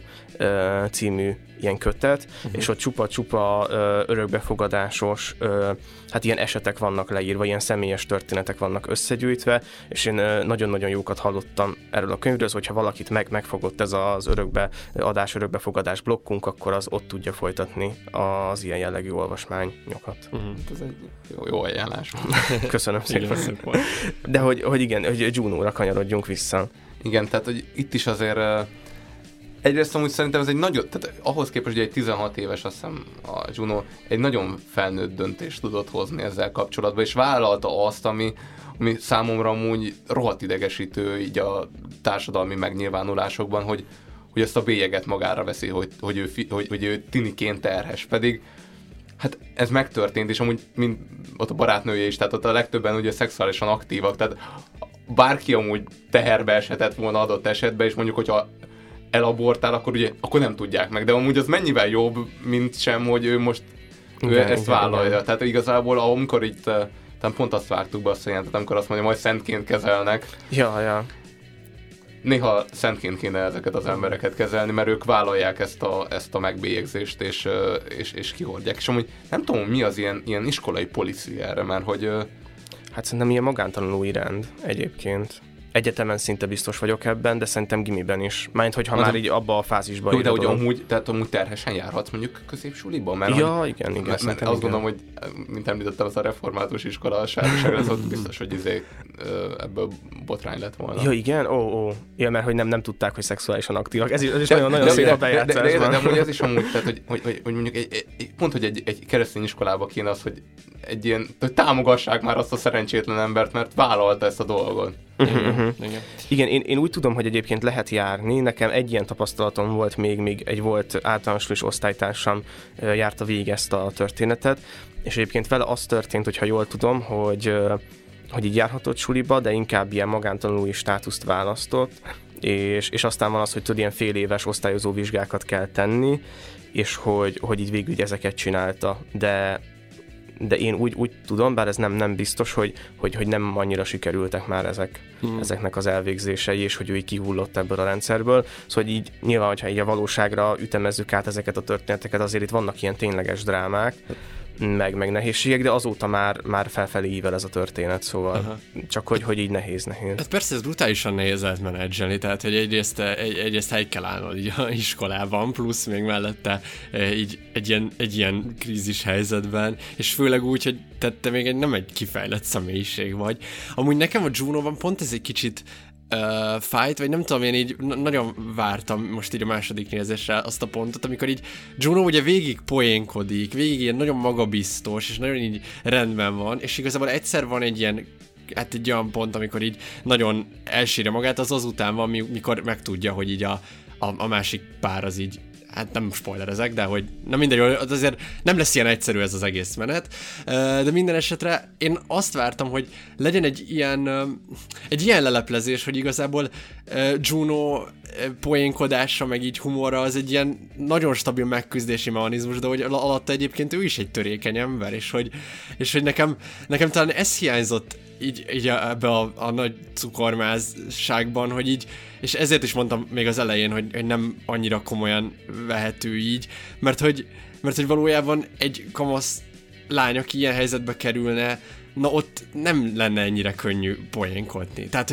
című ilyen kötet, és ott csupa örökbefogadásos, hát ilyen esetek vannak leírva, ilyen személyes történetek vannak összegyűjtve, és én nagyon-nagyon jókat hallottam erről a könyvről, hogyha valakit megfogott ez az örökbefogadás blokkunk, akkor az ott tudja folytatni az ilyen jellegű olvasmányokat. Ez egy jó ajánlás. Köszönöm szépen. De hogy igen, hogy Juno-ra kanyarodjunk vissza. Igen, tehát hogy itt is azért egyrészt amúgy szerintem ez egy nagyon, tehát ahhoz képest, hogy egy 16 éves, azt hiszem a Juno egy nagyon felnőtt döntést tudott hozni ezzel kapcsolatban, és vállalta azt, ami számomra amúgy rohadt idegesítő így a társadalmi megnyilvánulásokban, hogy ezt a bélyeget magára veszi, hogy ő tiniként terhes, pedig hát ez megtörtént, és amúgy ott a barátnője is, tehát ott a legtöbben ugye szexuálisan aktívak, tehát bárki amúgy teherbe eshetett volna adott esetben, és mondjuk, hogyha elabortál, akkor nem tudják meg, de amúgy az mennyivel jobb, mint sem, hogy ő most ezt vállalja. Igen. Tehát igazából, amikor itt pont azt vártuk be azt a jelentet, amikor azt mondja, majd szentként kezelnek. Ja. Néha szentként kéne ezeket az embereket kezelni, mert ők vállalják ezt a megbélyegzést, és kihordják. És amúgy nem tudom, mi az ilyen iskolai policy erre, mert hogy... Hát szerintem ilyen magántanulói rend egyébként. Egyetemen szinte biztos vagyok ebben, de szerintem gimiben is. Mármint, hogyha már így abba a fázisban írod. De hogy amúgy terhesen járhatsz mondjuk középsuliban? Mert igen. Mert azt gondolom, hogy mint említettem, az a református iskola a Sárviság, az ott biztos, hogy ebből botrány lett volna. Ja, igen? Ja, mert hogy nem tudták, hogy szexuálisan aktívak. Ez is nagyon szép a bejátszásban. De amúgy ez is amúgy, tehát, hogy mondjuk pont, hogy egy keresztény iskolába kéne az, hogy egy ilyen, hogy támogassák már azt a szerencsétlen embert, mert vállalta ezt a dolgot. Igen, én úgy tudom, hogy egyébként lehet járni. Nekem egy ilyen tapasztalatom volt még egy volt általános osztálytársam járta végig ezt a történetet, és egyébként vele az történt, hogyha jól tudom, hogy így járhatott suliba, de inkább ilyen magántanulói státuszt választott, és aztán van az, hogy tudod, ilyen fél éves osztályozó vizsgákat kell tenni, és hogy így végül ezeket csinálta, de én úgy tudom, bár ez nem biztos, hogy nem annyira sikerültek már ezeknek az elvégzései, és hogy ő így kihullott ebből a rendszerből. Szóval így nyilván, hogyha így a valóságra ütemezzük át ezeket a történeteket, azért itt vannak ilyen tényleges drámák, meg nehézségek, de azóta már felfelé ível ez a történet, szóval csak hogy így nehéz. Hát persze ez brutálisan nehéz lehet menedzselni, tehát hogy egyrészt hely kell állnod így a iskolában, plusz még mellette így egy ilyen krízis helyzetben, és főleg úgy, hogy te még nem egy kifejlett személyiség vagy. Amúgy nekem a Juno-ban pont ez egy kicsit fájt, vagy nem tudom, én így nagyon vártam most így a második nézésre azt a pontot, amikor így Juno ugye végig poénkodik, végig ilyen nagyon magabiztos, és nagyon így rendben van, és igazából egyszer van egy ilyen, hát egy olyan pont, amikor így nagyon elsírja magát, az azután van, mikor megtudja, hogy így a másik pár az így, hát nem spoilerezek, de hogy nem mindegy, azért nem lesz ilyen egyszerű ez az egész menet, de minden esetre én azt vártam, hogy legyen egy ilyen leleplezés, hogy igazából Juno poénkodása, meg így humorra az egy ilyen nagyon stabil megküzdési mechanizmus, de hogy alatta egyébként ő is egy törékeny ember, és hogy nekem talán ez hiányzott így ebbe a nagy cukormázságban, hogy így, és ezért is mondtam még az elején, hogy nem annyira komolyan vehető így, mert hogy valójában egy kamasz lány, aki ilyen helyzetbe kerülne, na ott nem lenne ennyire könnyű poénkodni. Tehát,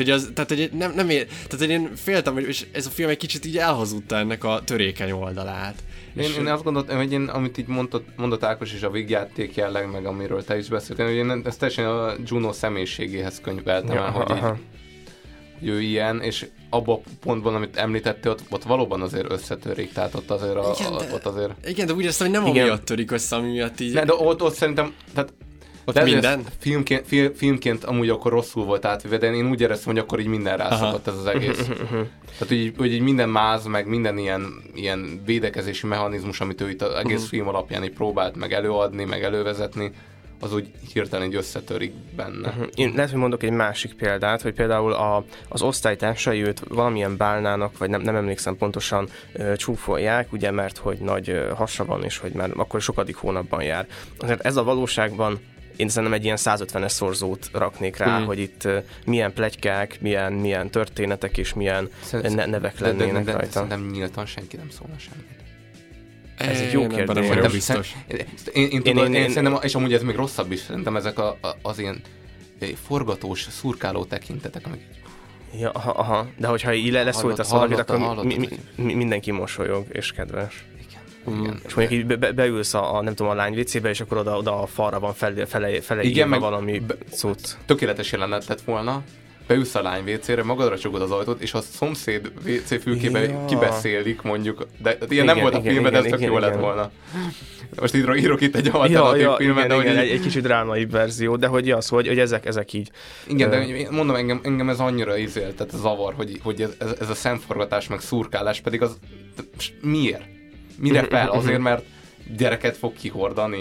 hogy én féltem, hogy ez a film egy kicsit így elhazudta ennek a törékeny oldalát. Én azt gondoltam, hogy amit így mondott Ákos is, a vígjáték jelleg, meg amiről te is beszéltél, hogy én ezt teljesen a Juno személyiségéhez könyveltem el, hogy ő ilyen, és abban a pontban, amit említettél, ott valóban azért összetörik, tehát ott azért... Igen, de úgy azt, hogy nem amiatt törik össze, ami miatt így... Ne, de ott szerintem... Tehát, ott minden? Filmként amúgy akkor rosszul volt átvéve, de én úgy éreztem, hogy akkor így minden rászokott ez az egész. Tehát, hogy így minden máz, meg minden ilyen védekezési mechanizmus, amit ő itt az egész film alapján így próbált meg előadni, meg elővezetni, az úgy hirtelen így összetörik benne. Én lehet, hogy mondok egy másik példát, hogy például az osztálytársai őt valamilyen bálnának, vagy nem emlékszem pontosan, csúfolják, ugye, mert hogy nagy hasa van, és hogy már akkor sokadik hónapban jár. Azért ez a valóságban én szerintem egy ilyen 150-es szorzót raknék rá, hogy itt milyen pletykák, milyen történetek és milyen nevek lennének rajta. De szerintem nyíltan senki nem szólna semmit. Ez egy jó kérdés. Biztos. Én szerintem, és amúgy ez még rosszabb is, szerintem ezek az ilyen forgatós, szurkáló tekintetek, amik... Ja, aha, de hogyha így leszólítasz valakit, akkor mindenki mosolyog és kedves. Igen. És mondjuk így beülsz nem tudom, a lány WC-be, és akkor oda a falra van fele igen, meg valami szót. Tökéletes jelenet lett volna, beülsz a lány WC-re, magadra csukod az ajtót, és a szomszéd WC fülkébe kibeszélik mondjuk, de ilyen nem volt a filmben, de ez tök jó lett volna. Most írok itt egy alternatív filmet, de egy kicsit drámai verzió, de hogy az, hogy ezek így... Igen, de mondom, engem ez annyira tehát zavar, hogy ez a szemforgatás meg szurkálás, pedig az miért? Mire fel? Azért, mert gyereket fog kihordani.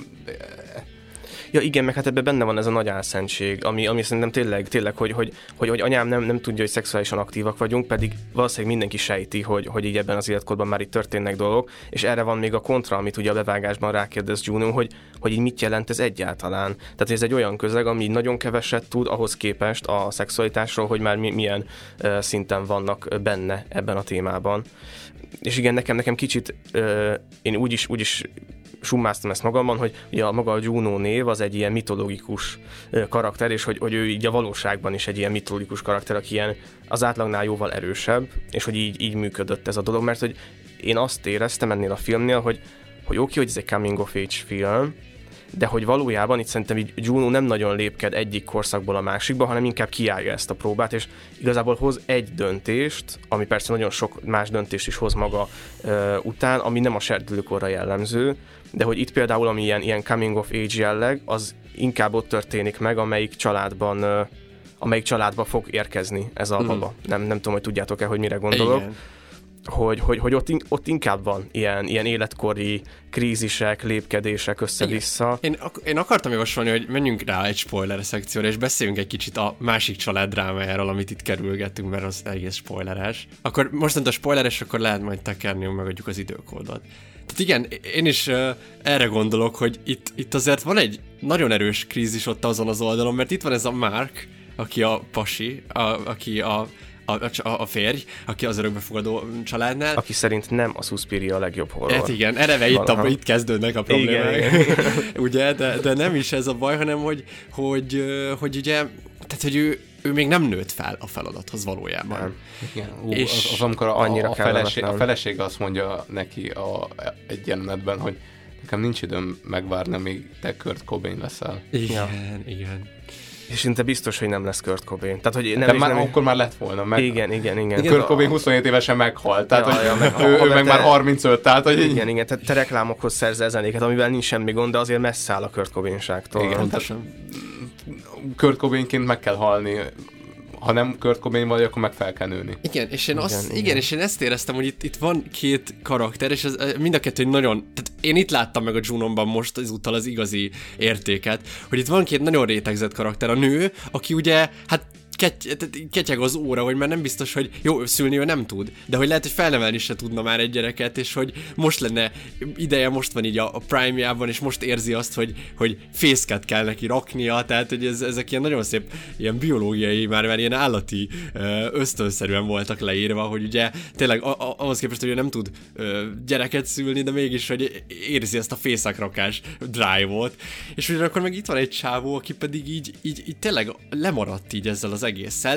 Ja igen, meg hát ebben benne van ez a nagy álszentség, ami szerintem tényleg hogy anyám nem tudja, hogy szexuálisan aktívak vagyunk, pedig valószínűleg mindenki sejti, hogy így ebben az életkorban már itt történnek dolgok, és erre van még a kontra, amit ugye a bevágásban rákérdez Juno, hogy így mit jelent ez egyáltalán. Tehát ez egy olyan közeg, ami nagyon keveset tud ahhoz képest a szexualitásról, hogy már milyen szinten vannak benne ebben a témában. És igen, nekem kicsit, én úgy is summáztam ezt magamban, hogy ugye maga a Juno név az egy ilyen mitológikus karakter, és hogy ő így a valóságban is egy ilyen mitológikus karakter, aki ilyen az átlagnál jóval erősebb, és hogy így működött ez a dolog, mert hogy én azt éreztem ennél a filmnél, hogy oké, hogy ez egy coming of age film, de hogy valójában itt szerintem így Juno nem nagyon lépked egyik korszakból a másikba, hanem inkább kiállja ezt a próbát, és igazából hoz egy döntést, ami persze nagyon sok más döntést is hoz maga után, ami nem a serdülőkorra jellemző, de hogy itt például ami ilyen coming of age jelleg, az inkább ott történik meg, amelyik családba fog érkezni ez a baba. Nem tudom, hogy tudjátok-e, hogy mire gondolok. Igen. Hogy ott inkább van ilyen életkori krízisek, lépkedések össze-vissza. Én akartam javasolni, hogy menjünk rá egy spoiler szekcióra, és beszéljünk egy kicsit a másik család drámájáról, amit itt kerülgetünk, mert az egész spoileres. Akkor mostantól spoileres, akkor lehet majd tekerni, hogy megadjuk az időkódot. Tehát igen, én is erre gondolok, hogy itt azért van egy nagyon erős krízis ott azon az oldalon, mert itt van ez a Mark, aki a pasi, aki a férj, aki az örökbefogadó családnál. Aki szerint nem a Suspiria a legjobb horror. Hát igen, eleve itt kezdődnek a problémák. Ugye, de nem is ez a baj, hanem hogy ugye, tehát hogy ő még nem nőtt fel a feladathoz valójában. Nem. Igen. És az amikor a felesége azt mondja neki egy jelenetben, hogy nekem nincs időm megvárni, amíg te Kurt Cobain leszel. Igen. És szinte biztos, hogy nem lesz Kurt Cobain. Tehát, hogy akkor már lett volna. Igen. Kurt Cobain 27 évesen meghalt, tehát ő meg már 35, tehát hogy... Igen, tehát te reklámokhoz szerzel zenéket, amivel nincs semmi gond, de azért messze áll a Kurt Cobainságtól. Igen, Kurt Cobainként meg kell halni. Ha nem Kurt Cobain vagy, akkor meg fel kell nőni. Igen, és én ezt éreztem, hogy itt van két karakter, és mind a kettő nagyon... Tehát én itt láttam meg a Junon-ban most ezúttal az igazi értéket, hogy itt van két nagyon rétegzett karakter. A nő, aki ugye, hát ketyeg az óra, hogy már nem biztos, hogy jó, szülni ő nem tud, de hogy lehet, hogy felnevelni se tudna már egy gyereket, és hogy most lenne ideje, most van így a prime-jában, és most érzi azt, hogy fészket kell neki raknia, tehát hogy ezek ilyen nagyon szép, ilyen biológiai, már ilyen állati ösztönszerűen voltak leírva, hogy ugye tényleg ahhoz képest, hogy ő nem tud gyereket szülni, de mégis, hogy érzi ezt a fészekrakás drive-ot, és ugyanakkor meg itt van egy csávó, aki pedig így tényleg lemaradt így ezzel az egésszel,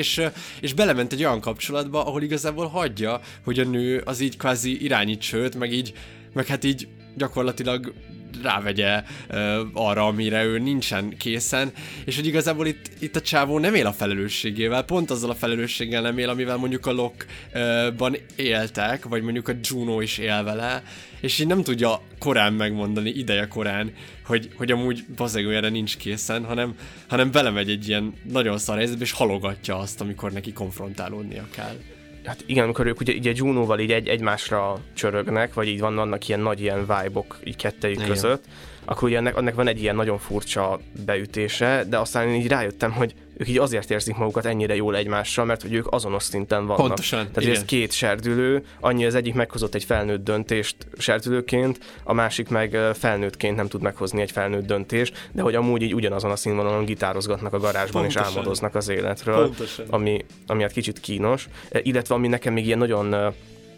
és belement egy olyan kapcsolatba, ahol igazából hagyja, hogy a nő az így kvázi irányít, sőt, meg hát így gyakorlatilag rávegye arra, amire ő nincsen készen, és hogy igazából itt a csávó nem él a felelősségével, pont azzal a felelősséggel nem él, amivel mondjuk a Locke-ban éltek, vagy mondjuk a Juno is él vele, és így nem tudja korán megmondani, ideje korán, hogy amúgy bazeg erre nincs készen, hanem belemegy egy ilyen nagyon szar helyzetbe, és halogatja azt, amikor neki konfrontálódnia kell. Hát igen, amikor ők ugye Junoval így egymásra csörögnek, vagy így vannak ilyen nagy ilyen vibe-ok így kettejük között, akkor ugye ennek van egy ilyen nagyon furcsa beütése, de aztán én így rájöttem, hogy ők így azért érzik magukat ennyire jól egymással, mert hogy ők azonos szinten vannak. Pontosan, tehát ez két serdülő, annyi az egyik meghozott egy felnőtt döntést serdülőként, a másik meg felnőttként nem tud meghozni egy felnőtt döntést, de hogy amúgy így ugyanazon a színvonalon gitározgatnak a garázsban. Pontosan. És álmodoznak az életről, ami hát kicsit kínos, illetve ami nekem még ilyen nagyon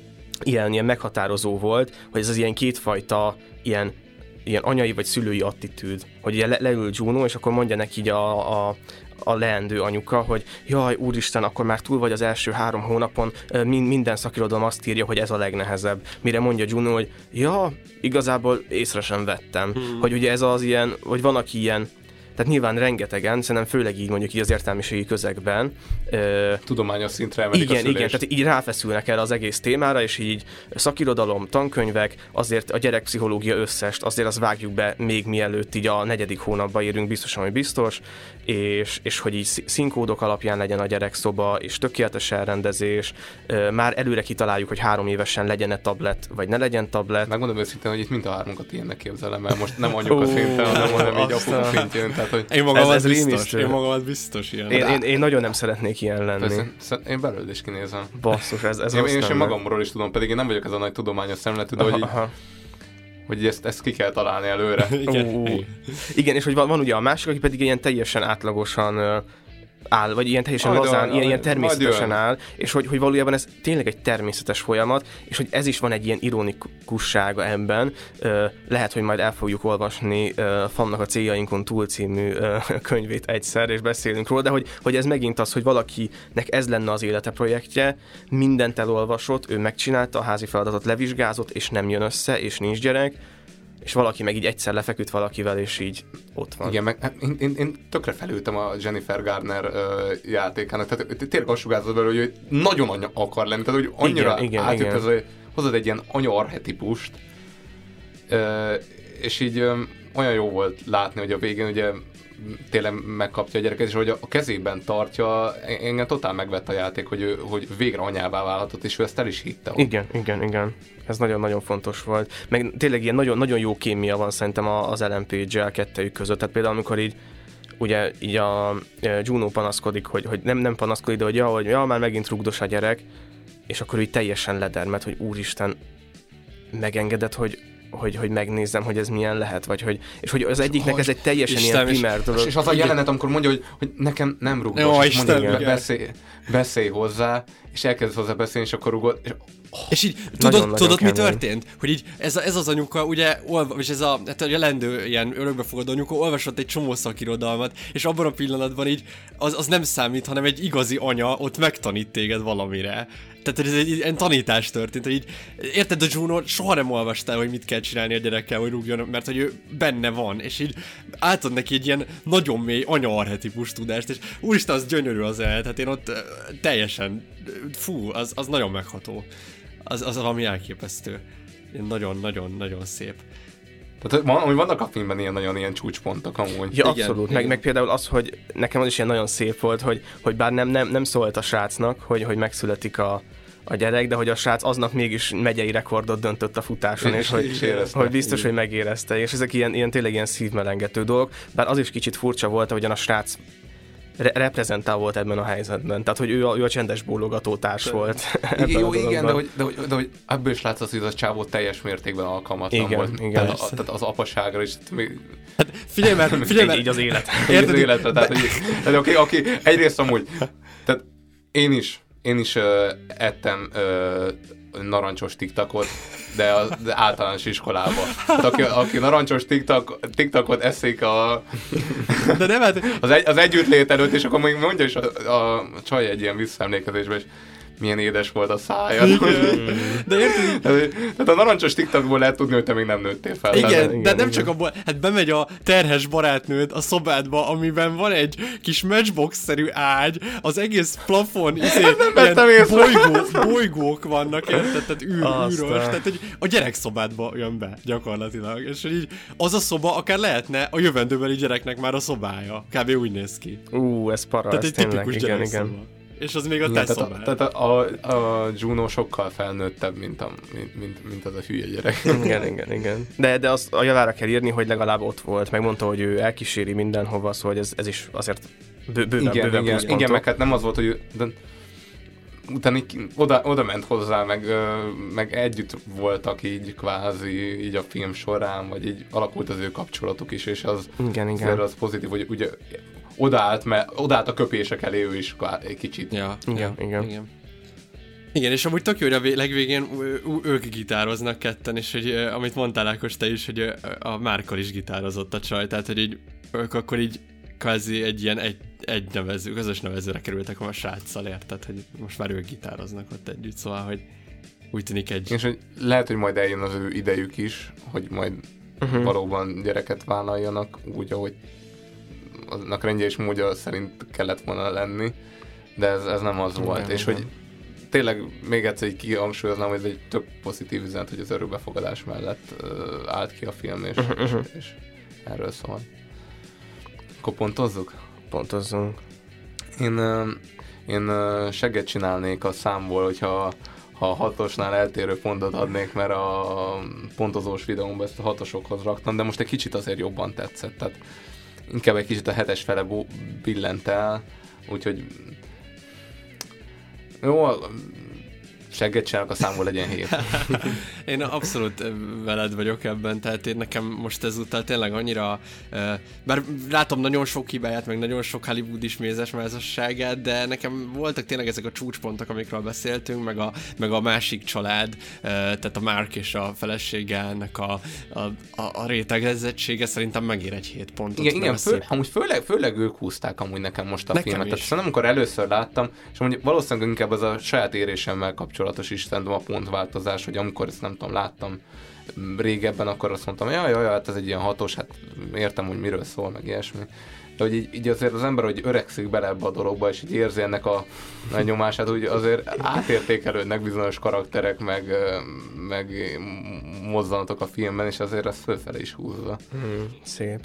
ilyen meghatározó volt, hogy ez az ilyen kétfajta ilyen anyai vagy szülői attitűd, hogy ugye leül Juno, és akkor mondja neki így a leendő anyuka, hogy jaj, úristen, akkor már túl vagy az első 3 hónapon, minden szakirodalom azt írja, hogy ez a legnehezebb. Mire mondja Juno, hogy ja, igazából észre sem vettem. Hogy ugye ez az ilyen, vagy van, aki ilyen, tehát nyilván rengetegen, szerintem főleg így mondjuk így az értelmiségi közegben. Tudományos szintre emelik a szülést. Igen, tehát így ráfeszülnek el az egész témára, és így szakirodalom, tankönyvek, azért a gyerekpszichológia összest, azért azt vágjuk be még mielőtt így a 4. hónapba érünk, biztosan, hogy biztos, és hogy így színkódok alapján legyen a gyerekszoba, és tökéletes elrendezés, már előre kitaláljuk, hogy 3 évesen legyen-e tablet, vagy ne legyen tablet. Megmondom őszintén, hogy itt mind a 3-at ilyennek képzelem el, most nem anyuka szinten, hanem így apuka szintjén. Tehát, én magamat biztos ilyen. Én nagyon nem szeretnék ilyen lenni. Én belőle is kinézem. Basszus, ez én magamról is tudom, pedig én nem vagyok ez a nagy tudományos szemletű, de hogy ezt ki kell találni előre. Igen, és hogy van ugye a másik, aki pedig ilyen teljesen átlagosan áll, vagy ilyen teljesen lazán, ilyen természetesen áll, és hogy valójában ez tényleg egy természetes folyamat, és hogy ez is van egy ilyen ironikussága ebben. Lehet, hogy majd el fogjuk olvasni Fannak a céljainkon túl című könyvét egyszer, és beszélünk róla, de hogy ez megint az, hogy valakinek ez lenne az élete projektje, mindent elolvasott, ő megcsinálta, a házi feladatot levizsgázott, és nem jön össze, és nincs gyerek, és valaki meg így egyszer lefeküdt valakivel, és így ott van. Igen, meg én tökre felültem a Jennifer Garner játékának, tehát tényleg azt sugárzott belőle, hogy ő nagyon anya akar lenni, tehát hogy annyira átjött ez, hogy hozod egy ilyen anya-archetipust, és így olyan jó volt látni, hogy a végén ugye tényleg megkapja a gyereket, és hogy a kezében tartja, engem totál megvett a játék, hogy végre anyává válhatott, és ő ezt el is hitte. Igen. Ez nagyon-nagyon fontos volt. Meg tényleg ilyen nagyon jó kémia van szerintem az Ellen Page-el kettejük között. Tehát például, amikor így a Juno panaszkodik, hogy nem panaszkodik, de hogy már megint rugdos a gyerek, és akkor így teljesen ledermed, hogy úristen, megengedett, hogy megnézzem, hogy ez milyen lehet, és hogy az egyiknek ez egy teljesen ilyen primer dolog. És az a jelenet, amikor mondja, hogy nekem nem rugdos, és mondja, hogy beszélj hozzá, és elkezd hozzá beszélni, és akkor rugod, és így tudod mi történt? Hogy így ez az anyuka, ugye, és ez a jelendő ilyen örökbefogadó anyuka olvasott egy csomó szakirodalmat, és abban a pillanatban így az nem számít, hanem egy igazi anya ott megtanít téged valamire. Tehát ez egy tanítás történt, hogy így, érted, a Juno soha nem olvastál, hogy mit kell csinálni a gyerekkel, hogy rúgjon, mert hogy ő benne van, és így átad neki egy ilyen nagyon mély anya-archetipus tudást, és úristen, az gyönyörű az el, tehát én ott teljesen, az nagyon megható. Az valami elképesztő. Nagyon szép. Tehát vannak a filmben ilyen csúcspontok amúgy. Ja, abszolút. Meg például az, hogy nekem az is ilyen nagyon szép volt, hogy bár nem szólt a srácnak, hogy megszületik a gyerek, de hogy a srác aznap mégis megyei rekordot döntött a futáson, és hogy biztos, hogy megérezte. És ezek tényleg ilyen szívmelengető dolgok. Bár az is kicsit furcsa volt, ahogyan a srác reprezentál volt ebben a helyzetben. Tehát, hogy ő a csendes bólogató társ volt. Igen, de hogy ebből is látszott, hogy az a csávó teljes mértékben alkalmatlan volt. Igen. Tehát az apaságra is. Hát figyelj már. Így az élet. Az életre. Tehát, aki egyrészt amúgy, tehát én is ettem narancsos TikTokot, de általános iskolában. Hát aki narancsos TikTokot eszik de nem, az együttlét előtt, és akkor még mondja is a csaj egy ilyen visszaemlékezésben, és milyen édes volt a szája. De érted? Tehát a narancsos TikTokból lehet tudni, hogy te még nem nőttél fel. Igen, de nem csak abból, hát bemegy a terhes barátnőd a szobádba, amiben van egy kis matchbox-szerű ágy, az egész plafon, bolygók vannak, érted? Tehát űrös, tehát hogy a gyerekszobádba jön be gyakorlatilag, és hogy így az a szoba akár lehetne a jövendőbeli gyereknek már a szobája. Kb. Úgy néz ki. Ez para, tehát egy tipikus gyerekszoba. És az még a te szobád. Tehát a Juno sokkal felnőttebb, mint az a hülye gyerek. Igen. De azt a javára kell írni, hogy legalább ott volt. Megmondta, hogy ő elkíséri mindenhova, szóval ez is azért bőven pluszpontok. Igen, meg hát nem az volt, hogy utána oda ment hozzá, meg együtt voltak így kvázi így a film során, vagy így alakult az ő kapcsolatuk is, és az igen. Az pozitív, hogy ugye odaállt a köpések elé ő is egy kicsit. Ja, igen. Igen, és amúgy tök jó, hogy a legvégén ők gitároznak ketten, és hogy amit mondtál Ákos te is, hogy a Márkkal is gitározott a csaj, tehát hogy így, ők akkor így kvázi egy ilyen közös nevezőre kerültek a sráccal, érted, hogy most már ők gitároznak ott együtt, szóval, hogy úgy tűnik egy... És hogy lehet, hogy majd eljön az ő idejük is, hogy majd valóban gyereket vállaljanak úgy, ahogy annak rendje és módja szerint kellett volna lenni, de ez nem az volt. Igen, és hogy tényleg még egyszer így kihangsúlyoznám, hogy ez egy tök pozitív üzenet, hogy az örökbefogadás mellett állt ki a film, és erről szól. Akkor pontozzuk? Pontozzunk. Én segget csinálnék a számból, hogyha ha 6-osnál eltérő pontot adnék, mert a pontozós videómban ezt a 6-osokhoz raktam, de most egy kicsit azért jobban tetszett, tehát inkább egy kicsit a 7-es fele billent el, úgyhogy jó, segget csinálok, a számból legyen 7. Én abszolút veled vagyok ebben, tehát én nekem most ezúttal tényleg annyira, bár látom nagyon sok hibáját, meg nagyon sok hollywoodis mézesmázasságát, de nekem voltak tényleg ezek a csúcspontok, amikről beszéltünk, meg a másik család, tehát a Mark és a felesége, ennek a rétegezettsége szerintem megér egy 7 pontot. Igen, amúgy főleg ők húzták amúgy nekem most a filmet. Tehát szerintem, amikor először láttam, és amúgy valószínűleg inkább az a saját érésemmel kapcsolatos is szerintem a pontváltozás, hogy amikor ezt nem tudom, láttam régebben, akkor azt mondtam, jaj, hát ez egy ilyen 6-os, hát értem, hogy miről szól, meg ilyesmi. De hogy így azért az ember, hogy öregszik bele ebbe a dologba, és így érzi ennek a nyomását, úgy azért átértékelődnek bizonyos karakterek, meg mozzanatok a filmben, és azért ez fölfele is húzza. Szép.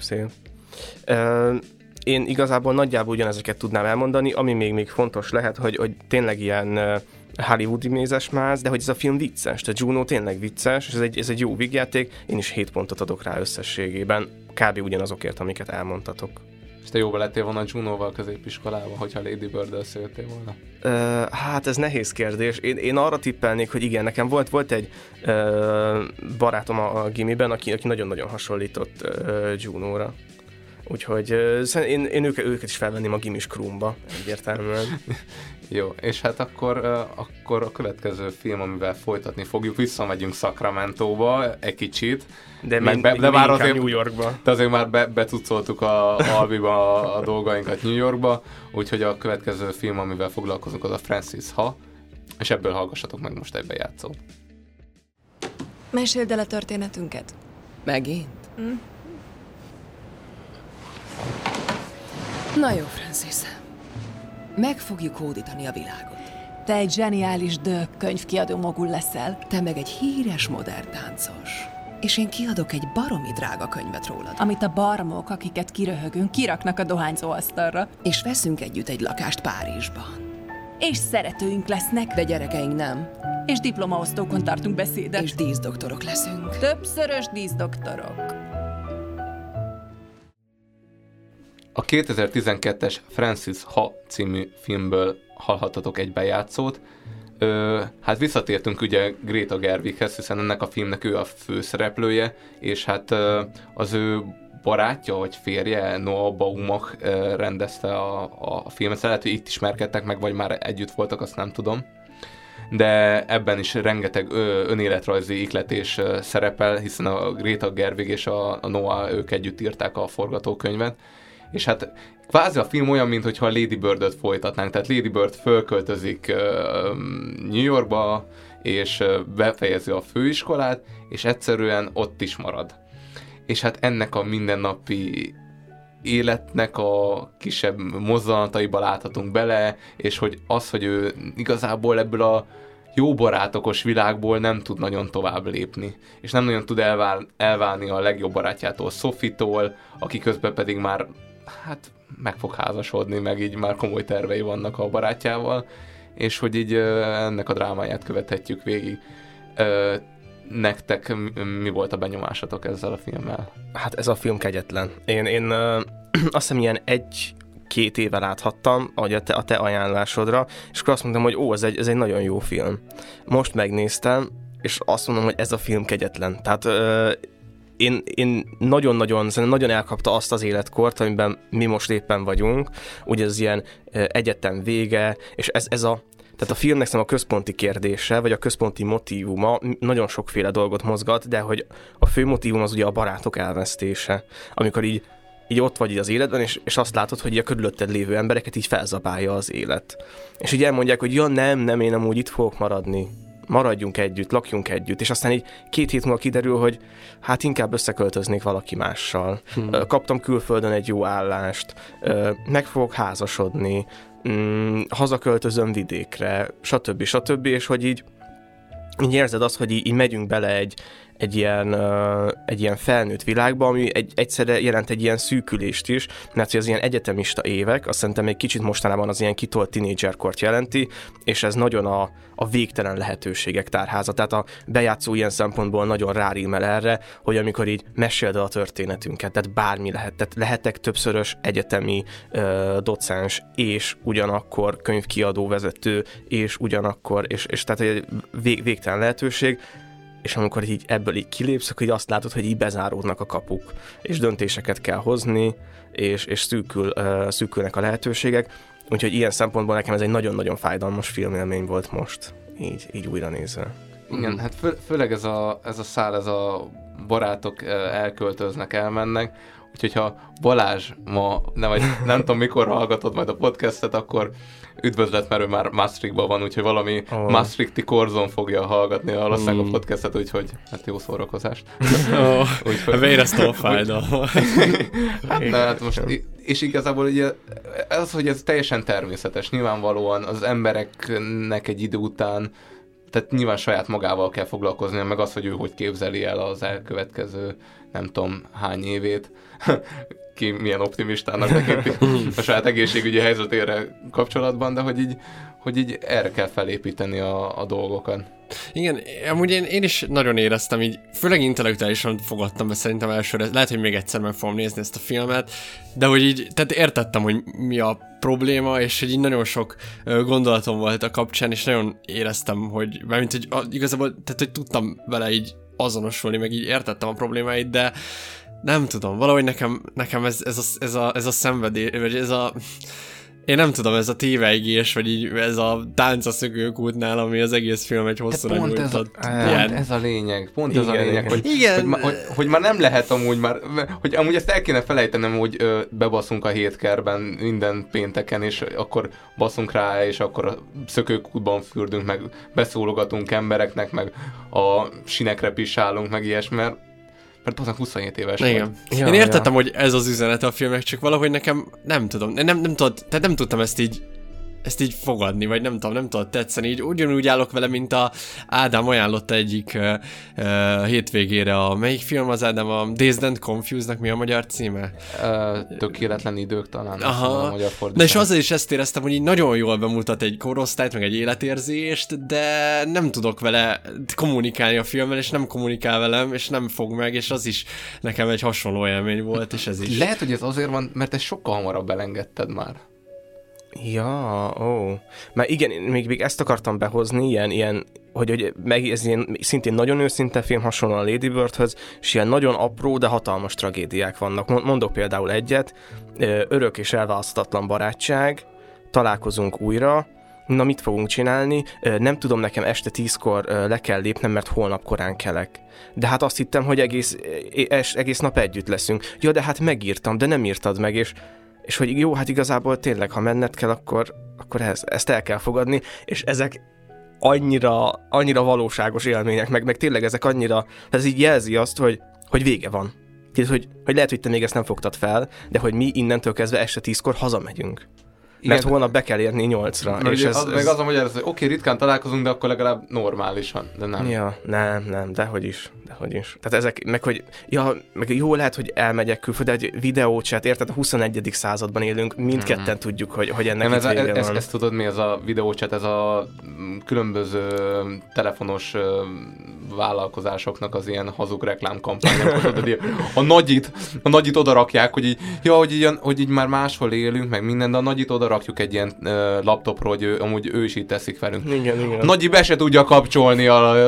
Én igazából nagyjából ugyanezeket tudnám elmondani, ami még fontos lehet, hogy tényleg ilyen hollywoodi mézesmáz, de hogy ez a film vicces, tehát Juno tényleg vicces, és ez egy jó vígjáték, én is 7 pontot adok rá összességében, kb. Ugyanazokért, amiket elmondtatok. És te jóba lettél volna Juno-val középiskolában, hogyha Lady Bird-del szültél volna? Hát ez nehéz kérdés. Én arra tippelnék, hogy igen, nekem volt egy barátom a gimiben, aki nagyon-nagyon hasonlított Juno-ra. Úgyhogy én őket is felvenném a gimis crewba, egyértelműen. Jó, és hát akkor a következő film, amivel folytatni fogjuk, visszamegyünk Sacramento-ba egy kicsit. De már azért New Yorkba. De azért már becucoltuk Albiba a dolgainkat New Yorkba, úgyhogy a következő film, amivel foglalkozunk, az a Frances Ha, és ebből hallgassatok meg most egy bejátszót. Meséld el a történetünket. Megint? Na jó, Frances. Meg fogjuk hódítani a világot. Te egy zseniális könyvkiadó mogul leszel. Te meg egy híres modern táncos. És én kiadok egy baromi drága könyvet rólad. Amit a barmok, akiket kiröhögünk, kiraknak a dohányzóasztalra. És veszünk együtt egy lakást Párizsban. És szeretőink lesznek. De gyerekeink nem. És diplomaosztókon tartunk beszédet. És díszdoktorok leszünk. Többszörös díszdoktorok. A 2012-es Frances Ha című filmből hallhattatok egy bejátszót. Hát visszatértünk ugye Greta Gerwighez, hiszen ennek a filmnek ő a főszereplője, és hát az ő barátja vagy férje, Noah Baumbach rendezte a filmet. Lehet, hogy itt ismerkedtek meg, vagy már együtt voltak, azt nem tudom. De ebben is rengeteg önéletrajzi ihletés szerepel, hiszen a Greta Gerwig és a Noah, ők együtt írták a forgatókönyvet. És hát kvázi a film olyan, mintha a Lady Bird-öt folytatnánk. Tehát Lady Bird fölköltözik New Yorkba, és befejezi a főiskolát, és egyszerűen ott is marad. És hát ennek a mindennapi életnek a kisebb mozzanataiba láthatunk bele, és hogy ő igazából ebből a jó barátokos világból nem tud nagyon tovább lépni. És nem nagyon tud elválni a legjobb barátjától, Sophie-tól, aki közben pedig már meg fog házasodni, meg így már komoly tervei vannak a barátjával, és hogy így ennek a drámáját követhetjük végig. Nektek mi volt a benyomásatok ezzel a filmmel? Hát ez a film kegyetlen. Én azt hiszem ilyen 1-2 éve láthattam, ahogy a te ajánlásodra, és akkor azt mondtam, hogy ez egy nagyon jó film. Most megnéztem, és azt mondom, hogy ez a film kegyetlen. Tehát én nagyon elkapta azt az életkort, amiben mi most éppen vagyunk, ugye az ilyen egyetem vége, és tehát a filmnek a központi kérdése, vagy a központi motívuma nagyon sokféle dolgot mozgat, de hogy a fő motívum az ugye a barátok elvesztése, amikor így ott vagy így az életben, és azt látod, hogy a körülötted lévő embereket így felzabálja az élet. És így elmondják, hogy ja nem, én amúgy itt fogok maradni. Maradjunk együtt, lakjunk együtt, és aztán így 2 hét múlva kiderül, hogy hát inkább összeköltöznék valaki mással. Kaptam külföldön egy jó állást, meg fogok házasodni, hazaköltözöm vidékre, stb. És hogy így érzed azt, hogy így megyünk bele egy ilyen felnőtt világba, ami egyszerre jelent egy ilyen szűkülést is, mert hogy az ilyen egyetemista évek, azt szerintem egy kicsit mostanában az ilyen kitolt tínédzserkort jelenti, és ez nagyon a végtelen lehetőségek tárháza. Tehát a bejátszó ilyen szempontból nagyon rárímel erre, hogy amikor így meséld el a történetünket, tehát bármi lehet, tehát lehetek többszörös egyetemi docens, és ugyanakkor könyvkiadó vezető, és ugyanakkor, és tehát egy végtelen lehetőség, és amikor így ebből így kilépsz, akkor így azt látod, hogy így bezáródnak a kapuk, és döntéseket kell hozni, és szűkülnek a lehetőségek. Úgyhogy ilyen szempontból nekem ez egy nagyon-nagyon fájdalmas filmélmény volt most, így újra nézve. Igen, hát főleg ez a szál, ez a barátok elköltöznek, elmennek, Úgyhogy ha Balázs ma, nem tudom mikor hallgatod majd a podcastet, akkor üdvözlet, mert ő már Maastrichtban van, úgyhogy valami Maastrichti korzon fogja hallgatni valószínűleg a podcastet, úgyhogy hát jó szórakozást. Véreztem fájdalma. Hát most, és igazából ugye az, hogy ez teljesen természetes, nyilvánvalóan az embereknek egy idő után, tehát nyilván saját magával kell foglalkoznia, meg az, hogy ő hogy képzeli el az elkövetkező nem tudom hány évét, ki milyen optimistának tekinti a saját egészségügyi helyzetére kapcsolatban, de hogy így erre kell felépíteni a dolgokat. Igen, amúgy én is nagyon éreztem így, főleg intellektuálisan fogadtam be szerintem elsőre, lehet, hogy még egyszer meg fogom nézni ezt a filmet, de hogy így, tehát értettem, hogy mi a probléma, és hogy így nagyon sok gondolatom volt a kapcsán, és nagyon éreztem, hogy, mármint, hogy igazából, tehát hogy tudtam vele így azonosulni, meg így értettem a problémáit, de nem tudom, valahogy nekem ez a szenvedély, vagy ez a... Én nem tudom, ez a téveigés, vagy így ez a tánc a szökőkútnál, ami az egész film egy hosszúra nyújtott. Pont ez a lényeg, ez a lényeg, hogy már nem lehet amúgy már, hogy amúgy ezt el kéne felejtenem, hogy bebaszunk a hétkerben minden pénteken, és akkor baszunk rá, és akkor a szökőkútban fürdünk, meg beszólogatunk embereknek, meg a sinekre pisálunk, meg ilyesmi, mert azon 27 éves igen. Ja, én értettem, hogy ez az üzenete a filmnek, csak valahogy nekem nem tudom, nem tudtam ezt így fogadni, vagy nem tudott tetszeni, így ugyanúgy állok vele, mint a Ádám ajánlotta egyik hétvégére melyik film az Ádám, a Dazed and Confused-nak mi a magyar címe? Tökéletlen idők talán. Aha. A magyar fordítás. Na és azzal is ezt éreztem, hogy így nagyon jól bemutat egy korosztályt, meg egy életérzést, de nem tudok vele kommunikálni a filmmel, és nem kommunikál velem, és nem fog meg, és az is nekem egy hasonló élmény volt, és ez is. Lehet, hogy ez azért van, mert ezt sokkal hamarabb elengedted már. Ja, Mert igen, még ezt akartam behozni, ilyen hogy ez ilyen szintén nagyon őszinte film, hasonlóan a Lady Birdhöz, és ilyen nagyon apró, de hatalmas tragédiák vannak. Mondok például egyet, örök és elválaszthatatlan barátság, találkozunk újra, na mit fogunk csinálni? Nem tudom, nekem este 10-kor le kell lépnem, mert holnap korán kelek. De hát azt hittem, hogy egész nap együtt leszünk. Ja, de hát megírtam, de nem írtad meg, és hogy jó, hát igazából tényleg, ha menned kell, akkor ezt el kell fogadni, és ezek annyira valóságos élmények, meg tényleg ezek annyira, ez így jelzi azt, hogy vége van. Tehát, hogy lehet, hogy te még ezt nem fogtad fel, de hogy mi innentől kezdve este 10-kor hazamegyünk. Igen, mert holnap be kell érni 8-ra. És meg az a magyar, hogy oké, ritkán találkozunk, de akkor legalább normálisan, de nem. Ja, nem, dehogy is. Tehát ezek, meg jó lehet, hogy elmegyek külföldre, egy videóchat, érted, a 21. században élünk, mindketten tudjuk, hogy ennek nem, vége van. Ezt tudod mi, ez a videóchat, ez a különböző telefonos vállalkozásoknak az ilyen hazug reklámkampányok. A nagyit odarakják, hogy így már máshol élünk, meg minden, de a nagyit odarakjuk egy ilyen laptopról, hogy amúgy ő is itt teszik velünk. Igen. Nagyi be se tudja kapcsolni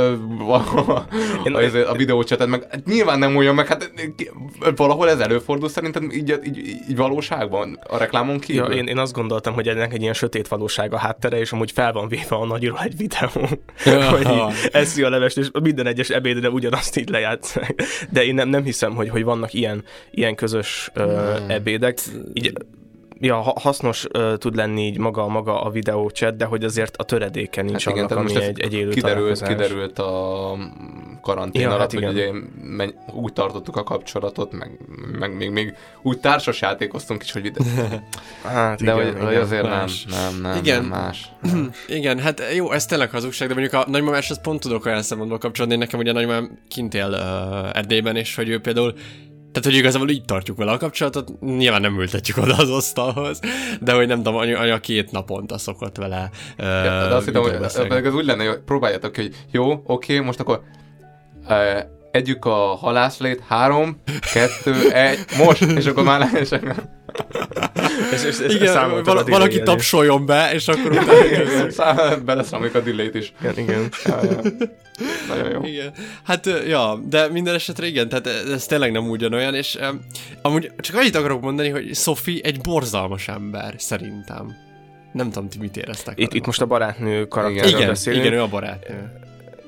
a videócsatet, meg nyilván nem olyan, meg hát valahol ez előfordul szerintem így valóságban, a reklámon kívül. Ja, én azt gondoltam, hogy ennek egy ilyen sötét valóság a háttere, és amúgy fel van véve a nagyról egy videó, hogy eszi a levest, és minden egyes ebédre ugyanazt így lejátszák. De én nem hiszem, hogy vannak ilyen közös ebédek. Így, ja, hasznos tud lenni így maga a videóchat, de hogy azért a töredéken nincs annak, ami egy élő találkozás. Kiderült a karantén alatt, hogy ugye úgy tartottuk a kapcsolatot, meg még úgy társasjátékoztunk is, hogy hát de igen, hogy azért nem más. Igen, hát jó, ez tényleg hazugság, de mondjuk a nagymamáshoz pont tudok olyan szempontból kapcsolódni, nekem ugye a nagymamám kint él Erdélyben, és hogy ő például tehát, hogy igazából így tartjuk vele a kapcsolatot, nyilván nem ültetjük oda az asztalhoz, de hogy nem tudom, anya 2 naponta szokott vele de azt hittem, hogy ez úgy lenne, hogy próbáljátok, hogy jó, oké, most akkor együk a halászlét, 3, 2, 1, most, és akkor már lehessen. Igen, valaki tapsoljon be, és akkor utána beleszamlik a delay-t is. Igen. Nagyon jó. Igen. Hát, ja, de minden esetre igen, tehát ez tényleg nem ugyanolyan, és amúgy csak annyit akarok mondani, hogy Sophie egy borzalmas ember, szerintem. Nem tudom, ti mit éreztek. Itt most a barátnő karakterről beszélünk. Igen, ő a barátnő.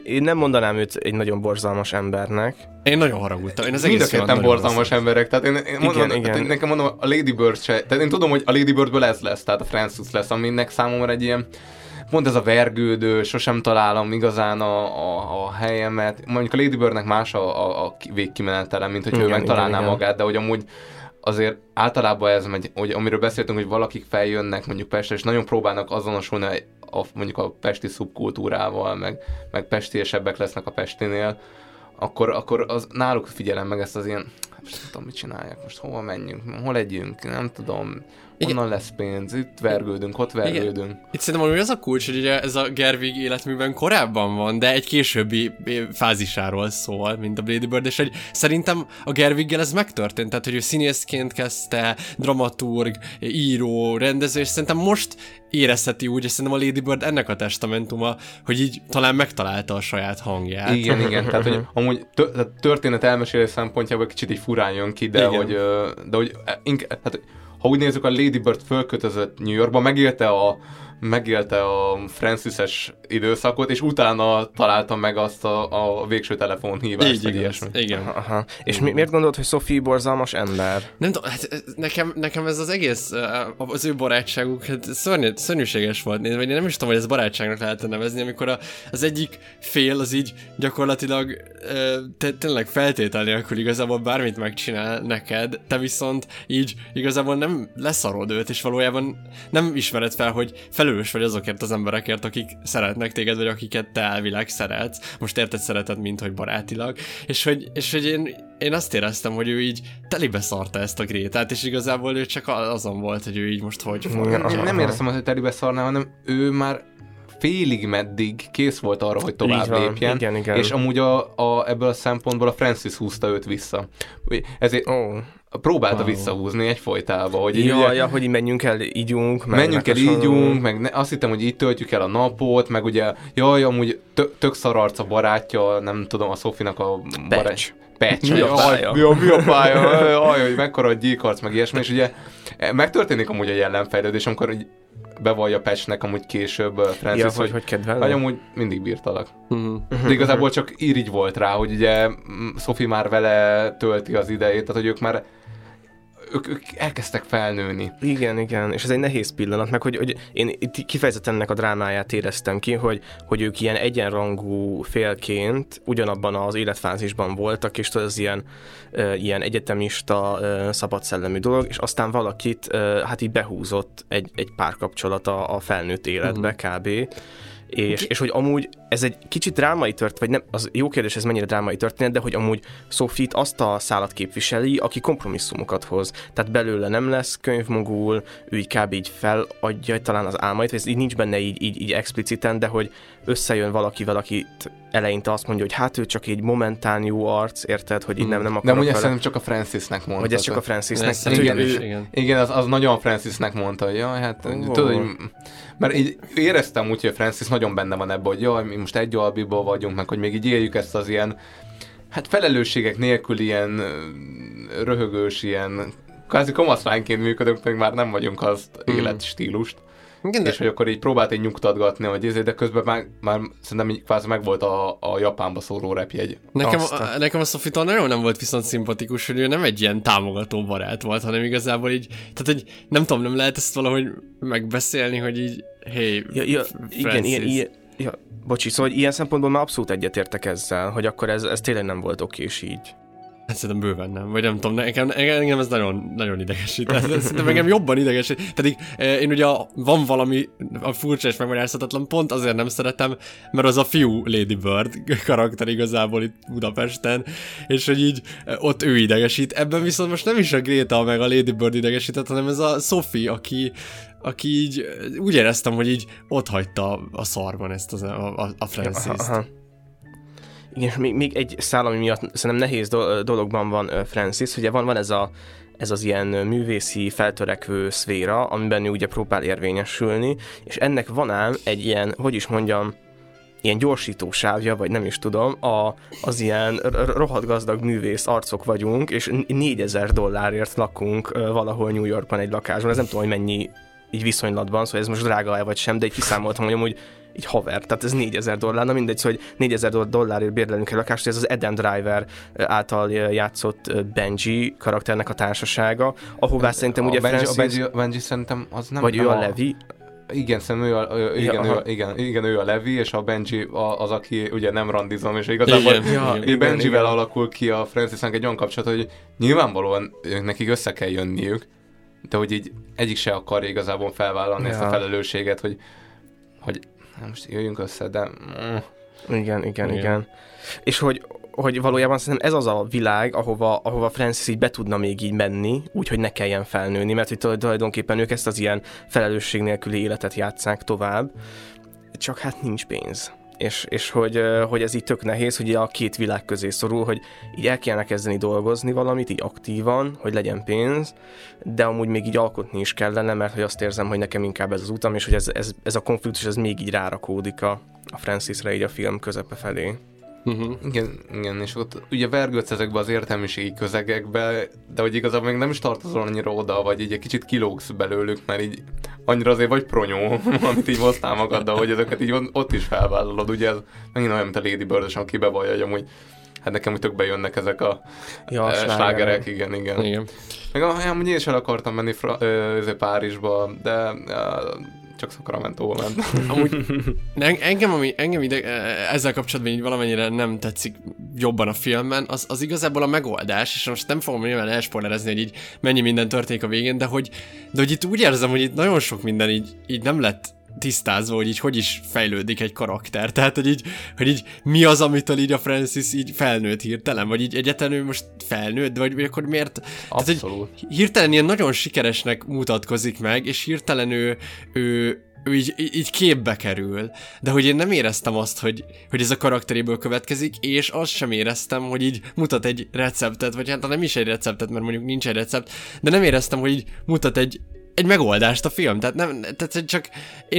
én nem mondanám őt egy nagyon borzalmas embernek. Én nagyon haragudtam. Én az mind a ketten borzalmas emberek. Tehát én mondom, igen. nekem mondom, a Lady Bird se... Tehát én tudom, hogy a Lady Birdből ez lesz, tehát a Francis lesz, aminek számomra egy ilyen... Pont ez a vergődő, sosem találom igazán a helyemet. Mondjuk a Lady Birdnek más a végkimenetele, mint hogy ő megtalálná magát, de hogy amúgy azért általában ez megy, hogy amiről beszéltünk, hogy valakik feljönnek mondjuk Pestre, és nagyon próbálnak azonosulni mondjuk a pesti szubkultúrával, meg pestiesebbek lesznek a Pestinél, akkor az náluk figyelem meg ezt az ilyen, most nem tudom, mit csinálják, most hova menjünk, hol legyünk, nem tudom, honnan lesz pénz, itt vergődünk, ott vergődünk. Itt szerintem hogy az a kulcs, hogy ugye ez a Gerwig életműben korábban van, de egy későbbi fázisáról szól, mint a Lady Bird, és hogy szerintem a Gerwiggel ez megtörtént, tehát hogy ő színészként kezdte, dramaturg, író, rendező, és szerintem most érezheti úgy, és szerintem a Lady Bird ennek a testamentuma, hogy így talán megtalálta a saját hangját. Igen, tehát hogy amúgy történet elmesélés szempontjából kicsit így furán jön ki, de hogy hát, ha úgy nézzük, a Lady Bird fölkötözött New Yorkba, megélte a Francis-es időszakot, és utána találtam meg azt a végső telefonhívást. Igen. Aha. És miért gondolod, hogy Sophie borzalmas ember? Nem tudom, hát nekem ez az egész, az ő barátságuk hát szörnyűséges volt, vagy én nem is tudom, hogy ez barátságnak lehet nevezni, amikor az egyik fél az így gyakorlatilag tényleg feltétel nélkül igazából bármit megcsinál neked, te viszont így igazából nem leszarod őt, és valójában nem ismered fel, hogy felelős vagy azokért az emberekért, akik szeretnek téged, vagy akiket te elvileg szeretsz. Most érted, szereted, mint hogy barátilag. És hogy én azt éreztem, hogy ő így telibe szarta ezt a Grétát, és igazából ő csak azon volt, hogy ő így most hogy fog. Nem éreztem azt, hogy telibe szarná, hanem ő már félig meddig kész volt arra, hogy tovább lépjen, igen. És amúgy ebből a szempontból a Francis húzta őt vissza. Ezért próbálta visszahúzni egyfolytában, hogy hogy így menjünk el, ígyunk, meg azt hittem, hogy így töltjük el a napot, meg ugye, amúgy tök szararc a barátja, nem tudom, a Sophie-nak a barátja. Patch. Mi a pálya? Hogy mekkora a gyíkarc, meg ilyesmi, és ugye megtörténik amúgy a jelenfejlődés, amikor így bevallja Patchnek amúgy később Francis, hogy kedvel. Hogy amúgy mindig bírtalak. De igazából csak irigy volt rá, hogy ugye Sophie már vele tölti az idejét, tehát hogy ők már ők elkezdtek felnőni. Igen, és ez egy nehéz pillanat, meg hogy én kifejezetten ennek a drámáját éreztem ki, hogy ők ilyen egyenrangú félként ugyanabban az életfázisban voltak, és az ilyen egyetemista, szabadszellemű dolog, és aztán valakit hát így behúzott egy párkapcsolat a felnőtt életbe kb. És hogy amúgy ez egy kicsit drámai történet, vagy nem, az jó kérdés, ez mennyire drámai történet, de hogy amúgy Sophie-t azt a szálat képviseli, aki kompromisszumokat hoz. Tehát belőle nem lesz könyvmogul, ő így kb. Így feladja talán az álmait, vagy ez így nincs benne így expliciten, de hogy összejön valakivel, akit eleinte azt mondja, hogy hát ő csak egy momentán jó arc, érted, hogy így nem akarok de amúgy ezt szerintem csak a Francisnek mondta. Hogy ez csak a Francisnek. Igen, az nagyon a Francisnek mondta, hogy hát tudod, hogy, mert így éreztem úgy, hogy a Francis nagyon benne van ebben, hogy mi most egy albiból vagyunk, meg hogy még így éljük ezt az ilyen, hát felelősségek nélkül ilyen röhögős, ilyen kvázi kamaszlányként működünk, még már nem vagyunk azt életstílust. Igen, és hogy akkor így próbált egy nyugtatgatni, hogy de közben már szerintem így kvázi megvolt a Japánba szóló repjegy. Nekem a Sophie-tól nagyon nem volt viszont szimpatikus, hogy ő nem egy ilyen támogató barát volt, hanem igazából így, tehát hogy nem tudom, nem lehet ezt valahogy megbeszélni, hogy így, hey, igen, bocsi, szóval ilyen szempontból már abszolút egyetértek ezzel, hogy akkor ez tényleg nem volt okés így. Hát szerintem bőven nem, vagy nem tudom, engem ez nagyon, nagyon idegesít. Szerintem engem jobban idegesít. Pedig én ugye van valami a furcsa és megmagyarázhatatlan, pont azért nem szeretem, mert az a fiú Lady Bird karakter igazából itt Budapesten, és hogy így ott ő idegesít. Ebben viszont most nem is a Greta meg a Lady Bird idegesített, hanem ez a Sophie, aki így úgy éreztem, hogy így ott hagyta a szarban ezt a Francis-t. Igen, és még egy szál, ami miatt szerintem nehéz dologban van Francis, ugye van ez az ilyen művészi feltörekvő szféra, amiben ő ugye próbál érvényesülni, és ennek van ám egy ilyen, hogy is mondjam, ilyen gyorsítósávja, vagy nem is tudom, az ilyen rohadt gazdag művész arcok vagyunk, és $4000 lakunk valahol New Yorkban egy lakásban, ez nem tudom, hogy mennyi így viszonylatban, szóval ez most drága-e vagy sem, de így kiszámoltam, hogy amúgy így haver, tehát ez $4000, na mindegy, szóval $4000 bérlelünk egy lakást, ez az Adam Driver által játszott Benji karakternek a társasága, ahová szerintem ugye Benji szerintem az nem... Vagy ő a Levi? Igen, szerintem ő a Levi, és a Benji az, aki ugye nem randizom, és igazából Benjivel alakul ki a Francisnek egy olyan kapcsolat, hogy nyilvánvalóan nekik össze kell jönniük, de hogy így egyik se akarja igazából felvállalni ezt a felelősséget, hogy most jöjjünk össze, de... Igen. És hogy valójában szerintem ez az a világ, ahova Francis így be tudna még így menni, úgyhogy ne kelljen felnőni, mert hogy tulajdonképpen ők ezt az ilyen felelősség nélküli életet játsszák tovább, csak hát nincs pénz. És hogy ez így tök nehéz, hogy a két világ közé szorul, hogy így el kellene kezdeni dolgozni valamit, így aktívan, hogy legyen pénz, de amúgy még így alkotni is kellene, mert hogy azt érzem, hogy nekem inkább ez az utam, és hogy ez a konfliktus ez még így rárakódik a Francisre így a film közepe felé. Igen, és ott ugye vergődsz ezekbe az értelmiségi közegekbe, de hogy igazából még nem is tartozol annyira oda, vagy így egy kicsit kilógsz belőlük, mert így annyira azért vagy pronyó, amit így hoztál magaddal, hogy ezeket így ott is felvállalod, ugye ez megint olyan, mint a Lady Bird-ös, ami kibevallja, hogy amúgy hát nekem úgy tök bejönnek ezek a slágerek, igen. Meg amúgy én is el akartam menni Párizsba, de csak Sacramento-ba ment. Amúgy engem ide, ezzel kapcsolatban így valamennyire nem tetszik jobban a filmben, az igazából a megoldás, és most nem fogom nyilván elspoilerezni, hogy így mennyi minden történik a végén, de hogy itt úgy érzem, hogy itt nagyon sok minden így nem lett tisztázva, hogy így hogy is fejlődik egy karakter. Tehát, hogy így mi az, amitől így a Francis így felnőtt hirtelen, vagy így egyáltalán ő most felnőtt, vagy akkor miért? Abszolút. Tehát, hogy hirtelen ilyen nagyon sikeresnek mutatkozik meg, és hirtelen ő így képbe kerül. De hogy én nem éreztem azt, hogy ez a karakteréből következik, és azt sem éreztem, hogy így mutat egy receptet, vagy hát nem is egy receptet, mert mondjuk nincs egy recept, de nem éreztem, hogy így mutat egy megoldást a film, tehát csak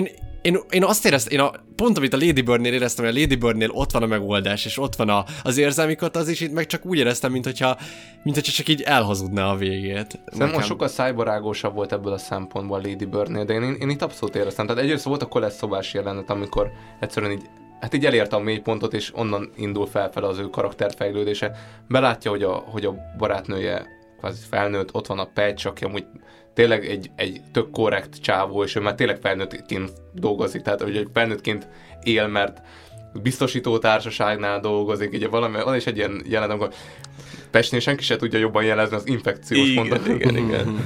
én azt éreztem, pont amit a Lady Birdnél éreztem, hogy a Lady Birdnél ott van a megoldás, és ott van az érzelmi az is, itt meg csak úgy éreztem, mintha csak így elhazudná a végét. Szerintem sokkal szájbarágosabb volt ebből a szempontból a Lady Birdnél, de én itt abszolút éreztem. Tehát egyrészt volt a Colette szobás jelenet, amikor egyszerűen így elérte a mélypontot, és onnan indul felfele az ő karakterfejlődése. Belátja, hogy a barátnője kvázi felnőtt, ott van a Patch, aki amúgy tényleg egy tök korrekt csávó, és ő már tényleg felnőttként dolgozik, tehát hogy egy felnőttként él, mert biztosító társaságnál dolgozik, ugye van is egy ilyen jelenet, amikor Patchnél senki se tudja jobban jelezni az infekciós mondat. Igen.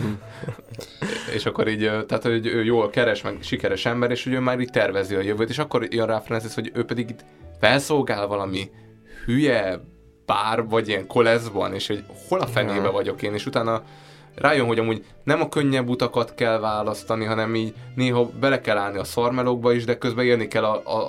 És akkor így, tehát hogy ő jól keres, meg sikeres ember, és hogy ő már így tervezi a jövőt, és akkor jön rá Francis, hogy ő pedig itt felszolgál valami hülye bár, vagy ilyen koleszban, és hogy hol a fenébe vagyok én, és utána rájön, hogy amúgy nem a könnyebb utakat kell választani, hanem így néha bele kell állni a szarmelókba is, de közben élni kell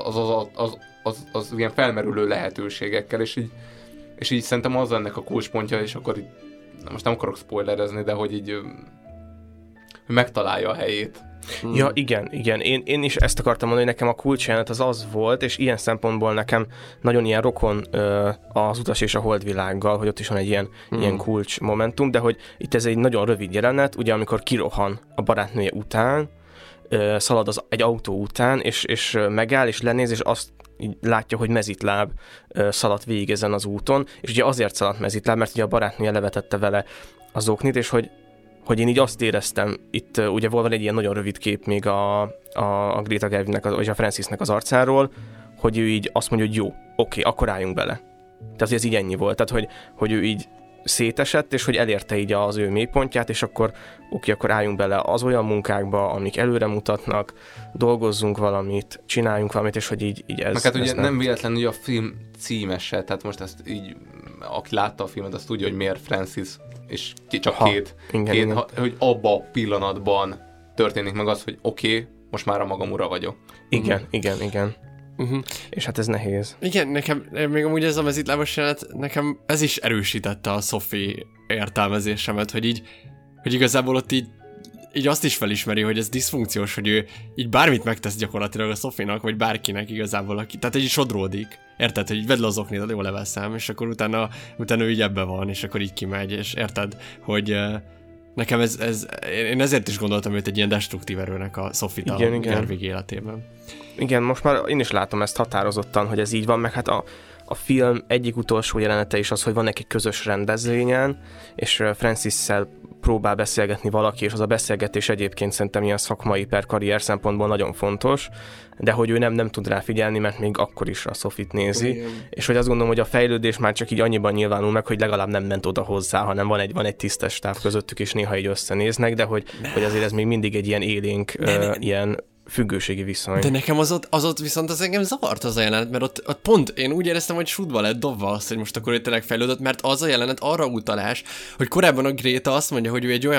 az ilyen felmerülő lehetőségekkel, és így szerintem az ennek a kulcspontja, és akkor így, most nem akarok spoilerezni, de hogy így megtalálja a helyét. Ja, igen. Én is ezt akartam mondani, hogy nekem a kulcsjelenet az volt, és ilyen szempontból nekem nagyon ilyen rokon az Utas és a Holdvilággal, hogy ott is van egy ilyen kulcs momentum, de hogy itt ez egy nagyon rövid jelenet, ugye amikor kirohan a barátnője után, szalad egy autó után, és megáll, és lenéz, és azt így látja, hogy mezitláb szaladt végig ezen az úton, és ugye azért szaladt mezitláb, mert ugye a barátnője levetette vele az oknit, és hogy én így azt éreztem, itt ugye van egy ilyen nagyon rövid kép még a Greta Gerwignek, vagy a Francisnek az arcáról, hogy ő így azt mondja, hogy jó, oké, akkor álljunk bele. Tehát ez így ennyi volt, tehát hogy ő így szétesett, és hogy elérte így az ő mélypontját, és akkor akkor álljunk bele az olyan munkákba, amik előre mutatnak, dolgozzunk valamit, csináljunk valamit, és hogy így ez... Meg hát ugye nem véletlenül, hogy a film címese, tehát most ezt így, aki látta a filmet, azt tudja, hogy miért Francis, és csak két, hogy abba a pillanatban történik meg az, hogy oké, most már a magam ura vagyok. Igen. És hát ez nehéz. Igen, nekem még amúgy ez a mezitlábos jelenet, nekem ez is erősítette a Sophie értelmezésemet, hogy igazából ott így azt is felismeri, hogy ez diszfunkciós, hogy ő így bármit megtesz gyakorlatilag a Sophie-nak, vagy bárkinek igazából, tehát így sodródik. Érted, hogy így vedd le az oknit, jól leveszem, és akkor utána ő így ebbe van, és akkor így kimegy, és érted, hogy Nekem én ezért is gondoltam őt egy ilyen destruktív erőnek a Sophie-t a Gerwig életében. Igen, most már én is látom ezt határozottan, hogy ez így van, meg hát a film egyik utolsó jelenete is az, hogy van egy közös rendezvényen, és Francisszel próbál beszélgetni valaki, és az a beszélgetés egyébként szerintem ilyen szakmai per karrier szempontból nagyon fontos, de hogy ő nem tud rá figyelni, mert még akkor is a Sophie-t nézi, igen. És hogy azt gondolom, hogy a fejlődés már csak így annyiban nyilvánul meg, hogy legalább nem ment oda hozzá, hanem van egy tisztes táv közöttük, és néha így összenéznek, de hogy azért ez még mindig egy ilyen élénk, ilyen függőségi viszony. De nekem az ott viszont az engem zavart az a jelenet, mert ott pont én úgy éreztem, hogy sútba lett dobva azt, hogy most akkor ő tényleg fejlődött, mert az a jelenet arra utalás, hogy korábban a Greta azt mondja, hogy ő egy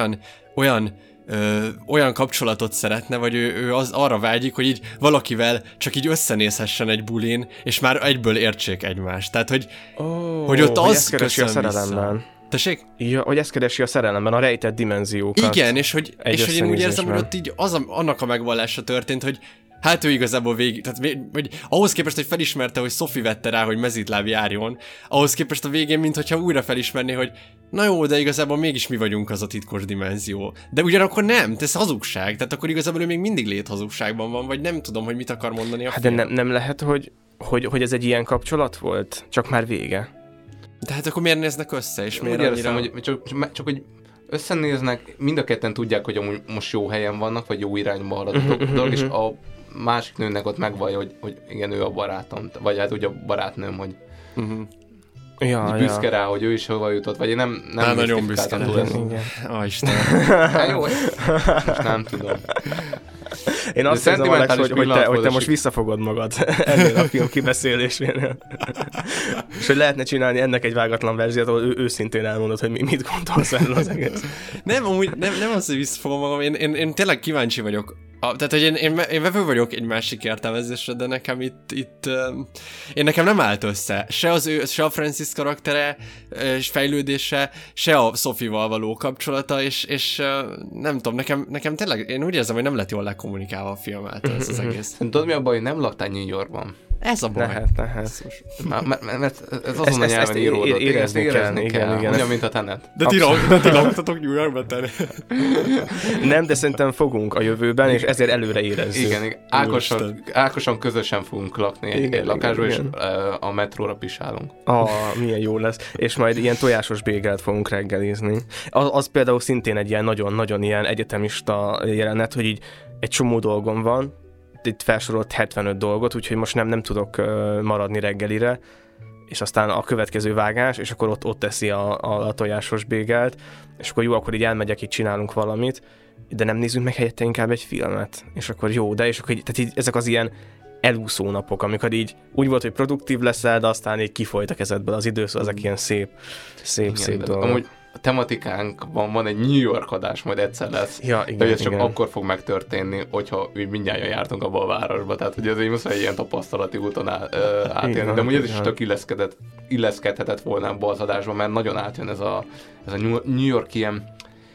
olyan kapcsolatot szeretne, vagy ő arra vágyik, hogy így valakivel csak így összenézhessen egy bulin, és már egyből értsék egymást. Tehát, hogy ott az köszön vissza. Tessék? Ja, hogy ezt keresi a szerelemben, a rejtett dimenziókat. Igen, és hogy én úgy érzem, hogy ott így annak a megvallása történt, hogy hát ő igazából hogy ahhoz képest, hogy felismerte, hogy Sophie vette rá, hogy mezítláb járjon, ahhoz képest a végén, mintha újra felismerné, hogy na jó, de igazából mégis mi vagyunk az a titkos dimenzió. De ugyanakkor nem, ez hazugság, tehát akkor igazából ő még mindig léthazugságban van, vagy nem tudom, hogy mit akar mondani a film. De nem lehet, hogy ez egy ilyen kapcsolat volt, csak már vége. De hát akkor miért néznek össze, és miért annyira... hogy csak hogy összenéznek, mind a ketten tudják, hogy amúgy most jó helyen vannak, vagy jó irányba halad a dolog, és a másik nőnek ott megvallja, hogy igen, ő a barátom, vagy hát úgy a barátnőm, hogy büszke rá, hogy ő is hova jutott, vagy én nem nagyon büszke. Isten. Jó, most nem tudom. Én azt hiszem, Alex, hogy te most visszafogod magad ennél a film kibeszélésénél. És hogy lehetne csinálni ennek egy vágatlan verziót, ahol ő őszintén elmondod, hogy mit gondolsz erről az egész. Nem, amúgy nem az, hogy visszafogom magam, én tényleg kíváncsi vagyok. Tehát, hogy én vevő vagyok egy másik értelmezésre, de nekem nekem nem állt össze. Se a Francis karaktere, és fejlődése, se a Sophie-val való kapcsolata, és nem tudom, nekem tényleg, én úgy érzem, hogy nem lett jól lekommunikálva a film által ez az egész. Tudod, mi a baj, hogy nem laktál New Yorkban? Ez a baj. Lehet. Mert ez azon a nyelven íródott. Érezni kell. Ugyan, mint a Tenet. De ti laktatok New Yorkban, te? Nem, de szerintem fogunk a jövőben, és ezért előre érezzük. Igen. Ákosan közösen fogunk lakni egy lakásban, és a metróra pisálunk. Milyen jó lesz. És majd ilyen tojásos bégelt fogunk reggelizni. Az például szintén egy ilyen nagyon-nagyon ilyen egyetemista jelenet, hogy így egy csomó dolgom van, itt felsorolt 75 dolgot, úgyhogy most nem tudok maradni reggelire, és aztán a következő vágás, és akkor ott teszi a tojásos bégelt, és akkor jó, akkor így elmegyek, így csinálunk valamit, de nem nézzünk meg helyette inkább egy filmet, és akkor jó, és akkor tehát így ezek az ilyen elúszó napok, amikor így úgy volt, hogy produktív leszel, de aztán így kifolyt a kezedből az idő, szóval ezek ilyen szép dolgok. Amúgy a tematikánkban van egy New York adás, majd egyszer lesz. Ja, igen, de ez csak akkor fog megtörténni, hogyha mindjárt jártunk abba a városba. Tehát, hogy azért muszáj ilyen tapasztalati úton átélni. De amúgy ez is tök illeszkedhetett volna abba az adásban, mert nagyon átjön ez a New York ilyen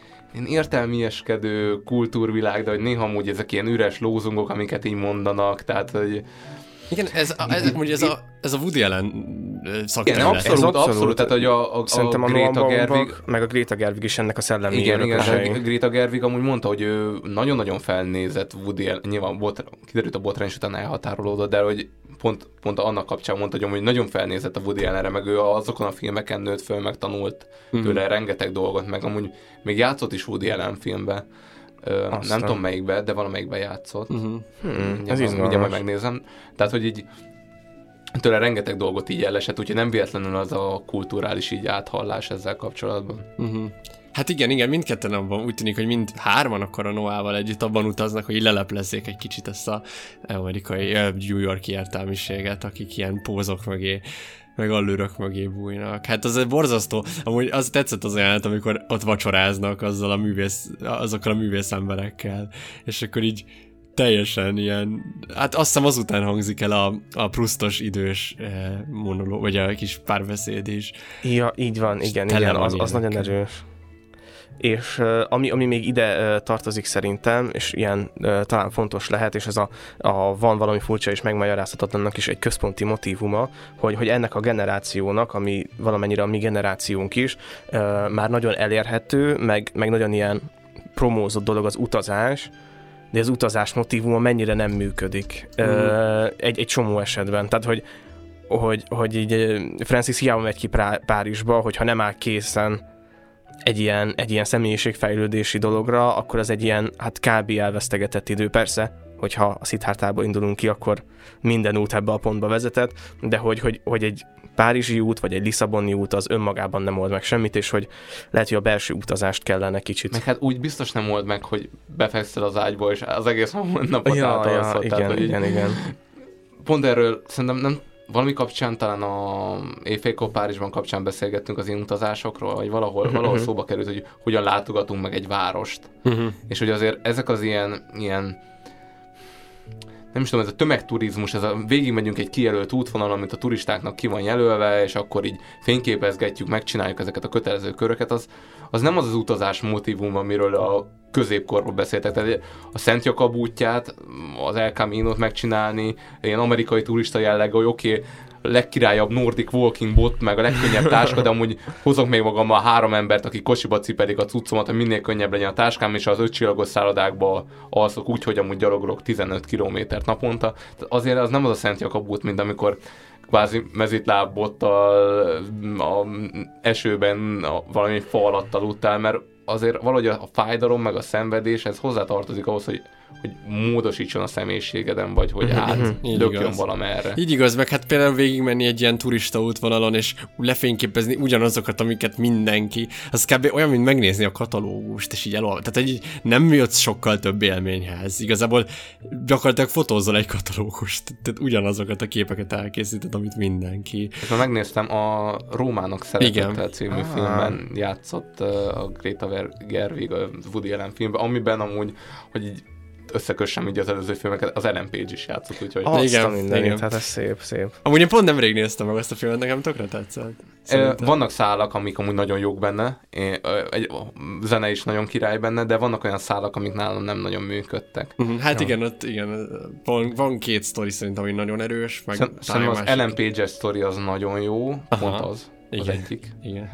értelmieskedő kultúrvilág, de hogy néha amúgy ezek ilyen üres lózungok, amiket így mondanak, tehát, hogy igen, ez a Woody Allen szakterület. Abszolút, tehát hogy szerintem a Greta Gerwig... meg a Greta Gerwig is ennek a szellemi Igen, Greta Gerwig amúgy mondta, hogy ő nagyon-nagyon felnézett Woody Allen, nyilván kiderült a botrány, és utána elhatárolódott, de hogy pont annak kapcsán mondta, hogy nagyon felnézett a Woody Allenre, meg ő azokon a filmeken nőtt föl, meg tanult tőle rengeteg dolgot, meg amúgy még játszott is Woody Allen filmbe. Nem tudom melyikbe, de valamelyikben játszott. Ez mindjárt majd megnézem. Tehát, hogy így tőle rengeteg dolgot így elesett, úgyhogy nem véletlenül az a kulturális így áthallás ezzel kapcsolatban. Hát igen, mindketten abban úgy tűnik, hogy mind hárman akkor a Noával együtt abban utaznak, hogy leleplezzék egy kicsit ezt az amerikai New York-i értelmiséget, akik ilyen pózok mögé meg allőrök mögé bújnak. Hát az egy borzasztó. Amúgy az tetszett az ajánlat, amikor ott vacsoráznak azokkal a művész emberekkel, és akkor így teljesen ilyen, hát azt hiszem azután hangzik el a Proustos idős monológ, vagy a kis párbeszéd is. Ja, így van, igen, az nagyon erős. És ami még ide tartozik szerintem, és ilyen talán fontos lehet, és ez van valami furcsa és megmagyarázhatatlannak is egy központi motívuma, hogy ennek a generációnak, ami valamennyire a mi generációnk is, már nagyon elérhető, meg nagyon ilyen promózott dolog az utazás, de az utazás motívuma mennyire nem működik egy csomó esetben. Tehát, hogy így Francis hiába megy ki Párizsba, hogyha nem áll készen egy ilyen személyiségfejlődési dologra, akkor az egy ilyen, hát kb. Elvesztegetett idő. Persze, hogyha a Siddhartából indulunk ki, akkor minden út ebbe a pontba vezetett, de hogy egy párizsi út, vagy egy lisszaboni út az önmagában nem old meg semmit, és hogy lehet, hogy a belső utazást kellene kicsit. Meg hát úgy biztos nem old meg, hogy befekszel az ágyba, és az egész napot átalszol. Igen. Pont erről szerintem nem valami kapcsán, talán a Éjfélkor Párizsban kapcsán beszélgettünk az ilyen utazásokról, vagy valahol szóba került, hogy hogyan látogatunk meg egy várost. És hogy azért ezek az ilyen nem is tudom, ez a tömegturizmus, végigmegyünk egy kijelölt útvonalon, amit a turistáknak ki van jelölve, és akkor így fényképezgetjük, megcsináljuk ezeket a kötelező köröket, az nem az utazás motívum, amiről a középkorban beszéltek. Tehát a Szent Jakab útját, az El Camino-t megcsinálni, ilyen amerikai turista jelleg, hogy oké, legkirályabb Nordic walking bot, meg a legkönnyebb táska, de amúgy hozok még magammal 3 embert, akik kocsiba cipelik a cuccomat, hogy minél könnyebb legyen a táskám, és az 5 csillagos szállodákba alszok úgy, hogy amúgy gyalogolok 15 kilométert naponta. Tehát azért az nem az a Szent Jakab út, mint amikor kvázi mezitlábbottal, a esőben valami fa alatt aludtál, mert azért valahogy a fájdalom, meg a szenvedés, ez hozzátartozik ahhoz, hogy módosítson a személyiségeden, vagy hogy lökjön valamerre. Így igaz, meg hát például végigmenni egy ilyen turista útvonalon, és lefényképezni ugyanazokat, amiket mindenki, az kb. Olyan, mint megnézni a katalógust, és így elolvasni. Tehát így nem jött sokkal több élményhez. Igazából gyakorlatilag fotózzal egy katalógust, tehát ugyanazokat a képeket elkészített, amit mindenki. És megnéztem, a Rómának Szeretettel című filmben játszott a Greta Gerwig, a Woody Allen filmben, amiben amúgy, hogy így összekössem így az előző filmeket, az Ellen Page is játszott, úgyhogy... Igen, hát ez szép. Amúgy én pont nemrég néztem meg azt a filmet, nekem tökre tetszett. Vannak szálak, amik amúgy nagyon jók benne, egy zene is nagyon király benne, de vannak olyan szálak, amik nálam nem nagyon működtek. Hát igen, ott van 2 sztori szerintem, ami nagyon erős, meg szerintem az Ellen Page-es sztori az nagyon jó, pont az egyik. Igen.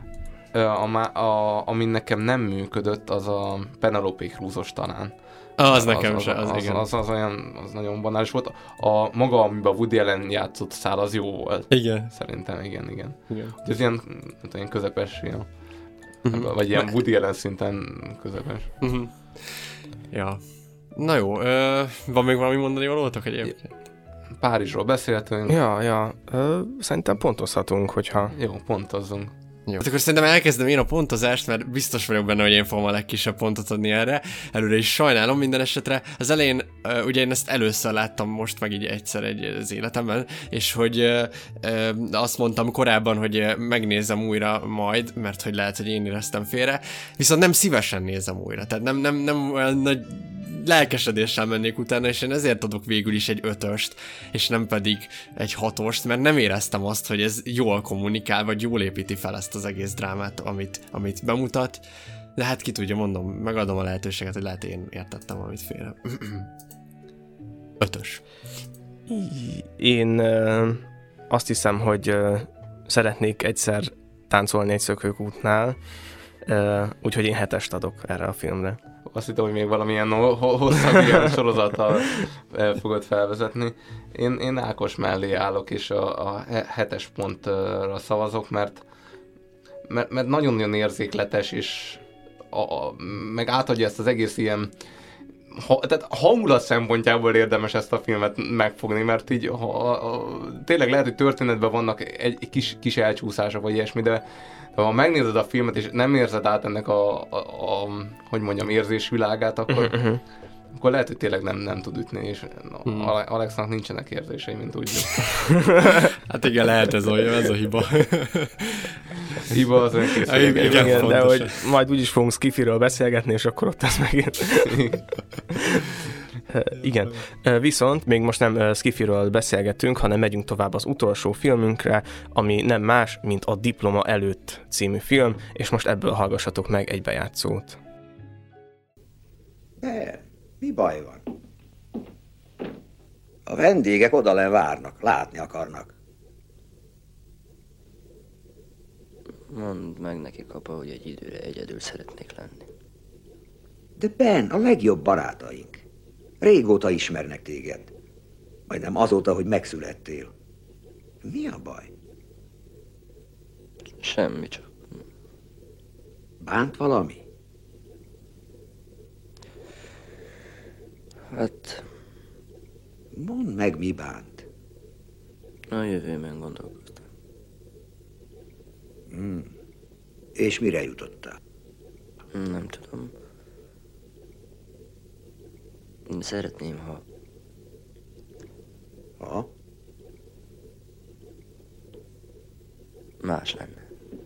Ami nekem nem működött, az a Penelope Cruz-os talán. Az nekem se, igen. Az nagyon banális volt. A maga, amiben Woody Allen játszott szál, az jó volt. Igen. Szerintem, igen. Ez ilyen közepes, vagy ilyen Woody Allen szinten közepes. Ja. Na jó, van még valami mondani valótok egyébként? Párizsról beszéltünk. Ja. Szerintem pontozhatunk, hogyha... Jó, pontozzunk. Jó. Hát akkor szerintem elkezdem én a pontozást, mert biztos vagyok benne, hogy én fogom a legkisebb pontot adni erre. Előre is sajnálom minden esetre. Az elején, ugye én ezt először láttam most, meg így egyszer az életemben, és hogy azt mondtam korábban, hogy megnézem újra majd, mert hogy lehet, hogy én éreztem félre, viszont nem szívesen nézem újra. Tehát nem olyan nagy lelkesedéssel mennék utána, és én ezért adok végül is egy 5-öst, és nem pedig egy 6-ost, mert nem éreztem azt, hogy ez jól kommunikál, vagy jól építi fel ezt az egész drámát, amit bemutat, de hát ki tudja, mondom, megadom a lehetőséget, hogy lehet én értettem valamit félre. 5-ös. Én azt hiszem, hogy szeretnék egyszer táncolni egy szökőkútnál, úgyhogy én 7-est adok erre a filmre. Azt hittem, hogy még valamilyen hosszabb ilyen sorozattal fogod felvezetni. Én Ákos mellé állok, és a 7-es pontra szavazok, mert nagyon-nagyon érzékletes, és meg átadja ezt az egész ilyen... Tehát hangulat szempontjából érdemes ezt a filmet megfogni, mert így tényleg lehet, hogy történetben vannak egy kis elcsúszások, vagy ilyesmi, de ha megnézed a filmet, és nem érzed át ennek hogy mondjam, érzésvilágát, akkor lehet, hogy tényleg nem tud ütni, és Alexnak nincsenek érzései, mint tudjuk. Hát igen, lehet ez a hiba. A hiba az önkészület. Igen, de hogy majd úgyis fogunk Skifiről beszélgetni, és akkor ott ez megint. Igen. Viszont még most nem Skiffyről beszélgetünk, hanem megyünk tovább az utolsó filmünkre, ami nem más, mint a Diploma előtt című film, és most ebből hallgassatok meg egy bejátszót. Mi baj van? A vendégek odalen várnak, látni akarnak. Mondd meg nekik, apa, hogy egy időre egyedül szeretnék lenni. De Ben, a legjobb barátaink. Régóta ismernek téged. Majdnem azóta, hogy megszülettél. Mi a baj? Semmi, csak... Bánt valami? Hát... Mondd meg, mi bánt. A jövőben gondolkoztam. És mire jutottál? Nem tudom. Szeretném, ha... Ha? Más lenne.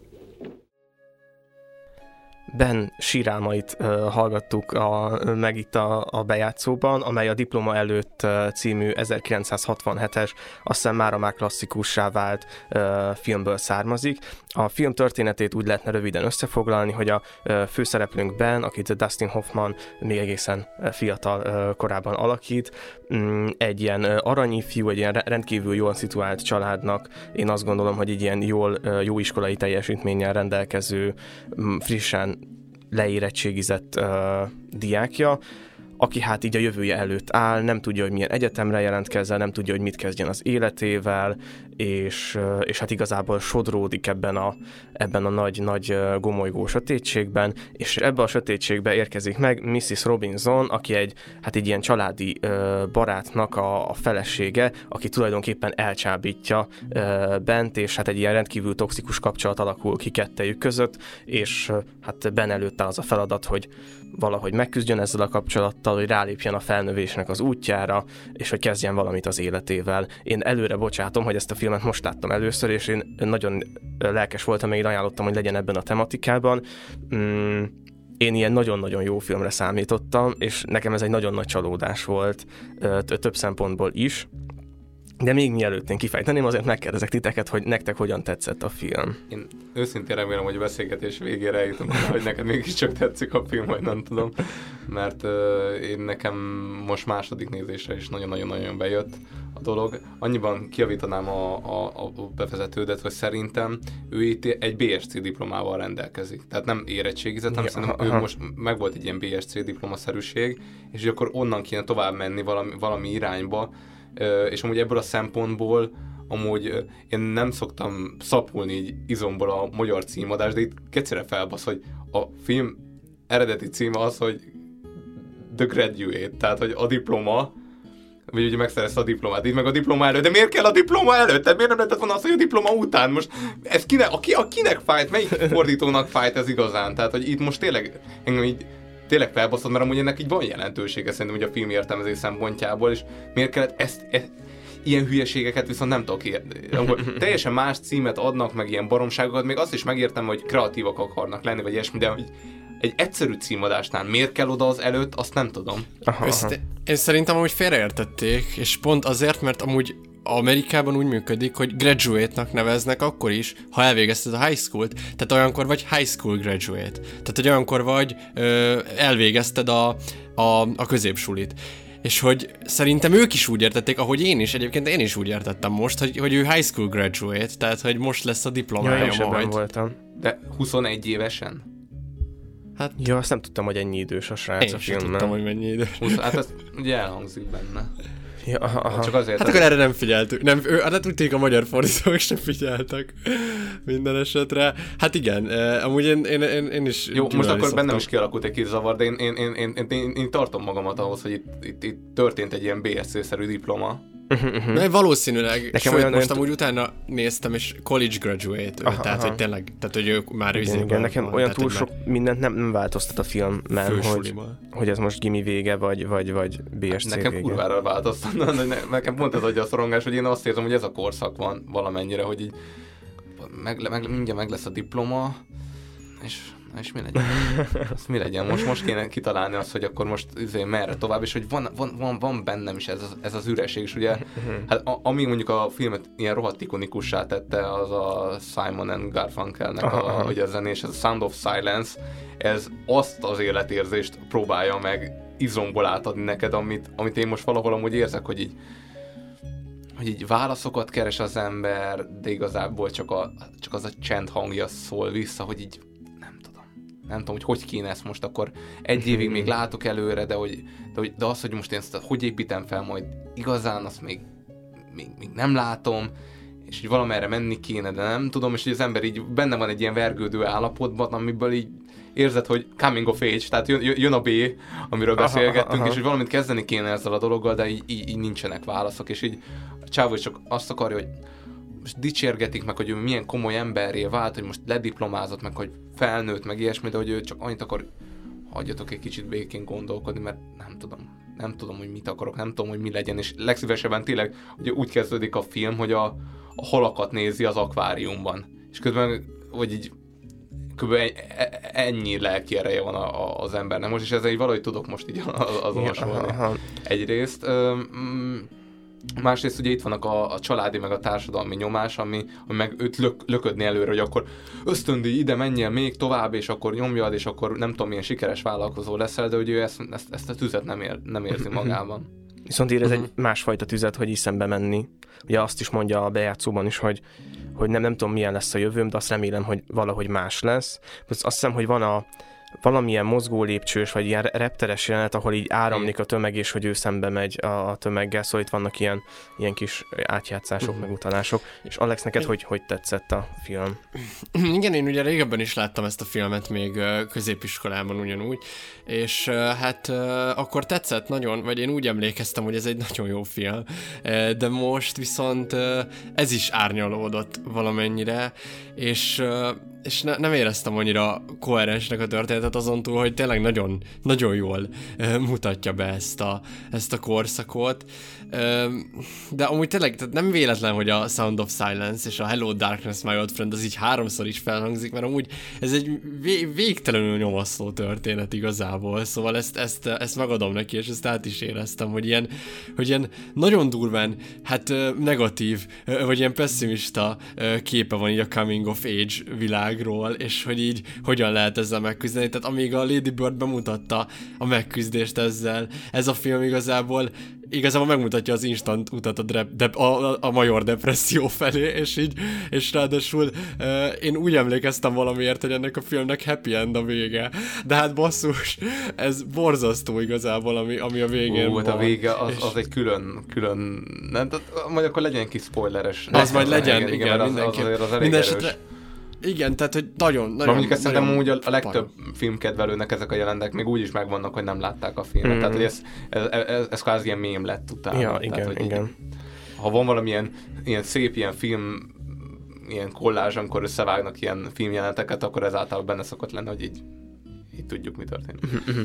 Ben sírálmait hallgattuk meg itt a bejátszóban, amely a Diploma előtt című 1967-es, azt hiszem mára már klasszikussá vált filmből származik. A film történetét úgy lehetne röviden összefoglalni, hogy a főszereplőnk Ben, akit Dustin Hoffman még egészen fiatal korában alakít, egy ilyen aranyifjú, egy ilyen rendkívül jól szituált családnak, én azt gondolom, hogy egy ilyen jó iskolai teljesítménnyel rendelkező, frissen leérettségizett diákja, aki hát így a jövője előtt áll, nem tudja, hogy milyen egyetemre jelentkezzen, nem tudja, hogy mit kezdjen az életével, és hát igazából sodródik ebben a nagy gomolygó sötétségben, és ebbe a sötétségbe érkezik meg Mrs. Robinson, aki egy ilyen családi barátnak a felesége, aki tulajdonképpen elcsábítja Bent, és hát egy ilyen rendkívül toxikus kapcsolat alakul ki kettejük között, és hát Ben előtt áll az a feladat, hogy valahogy megküzdjön ezzel a kapcsolattal, hogy rálépjen a felnövésnek az útjára, és hogy kezdjen valamit az életével. Én előre bocsátom, hogy ezt a filmet most láttam először, és én nagyon lelkes voltam, még ajánlottam, hogy legyen ebben a tematikában. Én ilyen nagyon-nagyon jó filmre számítottam, és nekem ez egy nagyon nagy csalódás volt több szempontból is. De még mielőtt én kifejteném, azért megkérdezek titeket, hogy nektek hogyan tetszett a film. Én őszintén remélem, hogy a beszélgetés végére eljutunk, hogy neked mégiscsak tetszik a film, vagy nem tudom, mert én nekem most második nézésre is nagyon-nagyon bejött a dolog. Annyiban kijavítanám a bevezetődet, hogy szerintem ő itt egy BSc diplomával rendelkezik. Tehát nem érettségizett, hanem szerintem ő most megvolt egy ilyen BSc diplomaszerűség, és akkor onnan kéne tovább menni valami irányba, és amúgy ebből a szempontból amúgy én nem szoktam szapulni így izomból a magyar címadást, de itt kecére felbasz, hogy a film eredeti címe az, hogy The Graduate, tehát hogy a diploma, vagy ugye megszerezte a diplomát, így meg a diploma előtt, de miért kell a diploma előtt? Tehát miért nem lehetett volna az, hogy a diploma után? Most ez kinek fájt, melyik fordítónak fájt ez igazán? Tehát, hogy itt most tényleg engem így tényleg felbaszott, mert amúgy ennek így van jelentősége szerintem, hogy a film értelmezés szempontjából, és miért kellett ezt ilyen hülyeségeket viszont nem tudok érni. Teljesen más címet adnak, meg ilyen baromságokat, még azt is megértem, hogy kreatívak akarnak lenni, vagy ilyesmi, de hogy egy egyszerű címadásnál miért kell oda az előtt, azt nem tudom. Én szerintem amúgy félreértették, és pont azért, mert amúgy Amerikában úgy működik, hogy graduate-nak neveznek akkor is, ha elvégezted a high school-t, tehát olyankor vagy high school graduate. Tehát, hogy olyankor vagy, elvégezted a középsulit. És hogy szerintem ők is úgy értették, ahogy én is, egyébként én is úgy értettem most, hogy ő high school graduate, tehát, hogy most lesz a diplomája majd. Voltam. De 21 évesen? Hát... Ja, azt nem tudtam, hogy ennyi idős a srác a filmben. Én tudtam, hogy mennyi idős. Hát ez ugye elhangzik benne. Ja, csak azért. Hát akkor erre nem figyeltük. Hát úgy tűnik a magyar fordítók sem figyeltek minden esetre. Hát igen, amúgy én is... Jó, most akkor bennem is kialakult egy kis zavar, de én tartom magamat ahhoz, hogy itt történt egy ilyen BSc-szerű diploma. De valószínűleg, nekem sőt, most amúgy utána néztem, és college graduate, tehát hogy tényleg, tehát hogy ők már igen, nekem olyan túl sok mindent nem változtat a filmben, hogy ez most gimi vége, vagy BSc nekem vége. kurvára változtat, nekem pont ez adja a szorongás, hogy én azt érzem, hogy ez a korszak van valamennyire, hogy így mindjárt meg lesz a diploma, és És mi legyen? Mi legyen? Most kéne kitalálni azt, hogy akkor most merre tovább, és hogy van bennem is ez az üresség, és ugye, hát ami mondjuk a filmet ilyen rohadt ikonikussá tette, az a Simon and Garfunkelnek a zenés, ez a Sound of Silence, ez azt az életérzést próbálja meg izomból átadni neked, amit én most valahol amúgy érzek, hogy így válaszokat keres az ember, de igazából csak az a csend hangja szól vissza, hogy így nem tudom, hogy kéne ezt most akkor egy évig még látok előre, de az, hogy most én ezt hogy építem fel majd igazán, azt még nem látom, és hogy valamerre menni kéne, de nem tudom, és hogy az ember így benne van egy ilyen vergődő állapotban, amiből így érzed, hogy coming of age, tehát jön a B, amiről beszélgettünk, és hogy valamit kezdeni kéne ezzel a dologgal, de így nincsenek válaszok, és így a csávó is csak azt akarja, hogy most dicsérgetik meg, hogy ő milyen komoly emberré vált, hogy most lediplomázott, meg hogy felnőtt, meg ilyesmi, de hogy ő csak annyit akar, hagyjatok egy kicsit békén gondolkodni, mert nem tudom, hogy mit akarok, nem tudom, hogy mi legyen, és legszívesebben tényleg ugye úgy kezdődik a film, hogy a halakat nézi az akváriumban, és közben, hogy így kb. Ennyi lelki ereje van az embernek most, és ezzel így valahogy tudok most így azonosulni. Egyrészt. Másrészt ugye itt vannak a családi meg a társadalmi nyomás, ami meg őt löködni előre, hogy akkor ösztöndíj, ide menjél még tovább, és akkor nyomjad, és akkor nem tudom, milyen sikeres vállalkozó leszel, de hogy ő ezt a tüzet nem érzi magában. Viszont érez egy másfajta tüzet, hogy is szembe menni. Ugye azt is mondja a bejátszóban is, hogy nem tudom, milyen lesz a jövőm, de azt remélem, hogy valahogy más lesz. Azt hiszem, hogy van valamilyen mozgó lépcsős, vagy ilyen repteres jelenet, ahol így áramlik a tömeg, és hogy ő szembe megy a tömeggel, szóval itt vannak ilyen kis átjátszások, meg utalások. És Alex, neked hogy tetszett a film? Igen, én ugye régebben is láttam ezt a filmet, még középiskolában ugyanúgy, és hát akkor tetszett nagyon, vagy én úgy emlékeztem, hogy ez egy nagyon jó film, de most viszont ez is árnyalódott valamennyire, és nem éreztem annyira koherensnek a történetet azon túl, hogy tényleg nagyon, nagyon jól mutatja be ezt a korszakot. De amúgy tényleg nem véletlen, hogy a Sound of Silence és a Hello Darkness My Old Friend az így 3-szor is felhangzik, mert amúgy ez egy végtelenül nyomasztó történet igazából, szóval ezt megadom neki, és ezt át is éreztem, hogy ilyen nagyon durván, hát negatív, vagy ilyen pessimista képe van így a coming of age világról, és hogy így hogyan lehet ezzel megküzdeni. Tehát amíg a Lady Bird bemutatta a megküzdést ezzel, ez a film igazából megmutatja az instant utat a major depresszió felé, és ráadásul én úgy emlékeztem valamiért, hogy ennek a filmnek happy end a vége. De hát basszus, ez borzasztó igazából, ami a végén van. A vége az egy külön nem, majd akkor legyen kis spoileres. Az majd legyen, igen, mindenképp. Az elég erős. Igen, tehát, hogy nagyon mondjuk ezt szerintem úgy a legtöbb filmkedvelőnek ezek a jelentek még úgy is megvannak, hogy nem látták a filmet. Tehát, hogy ez kvázi ilyen mém lett utána. Ja, tehát, igen. Ha van valamilyen ilyen szép ilyen film, ilyen kollázs, amikor összevágnak ilyen filmjelenteket, akkor ez általában benne szokott lenni, hogy így tudjuk, mi történik.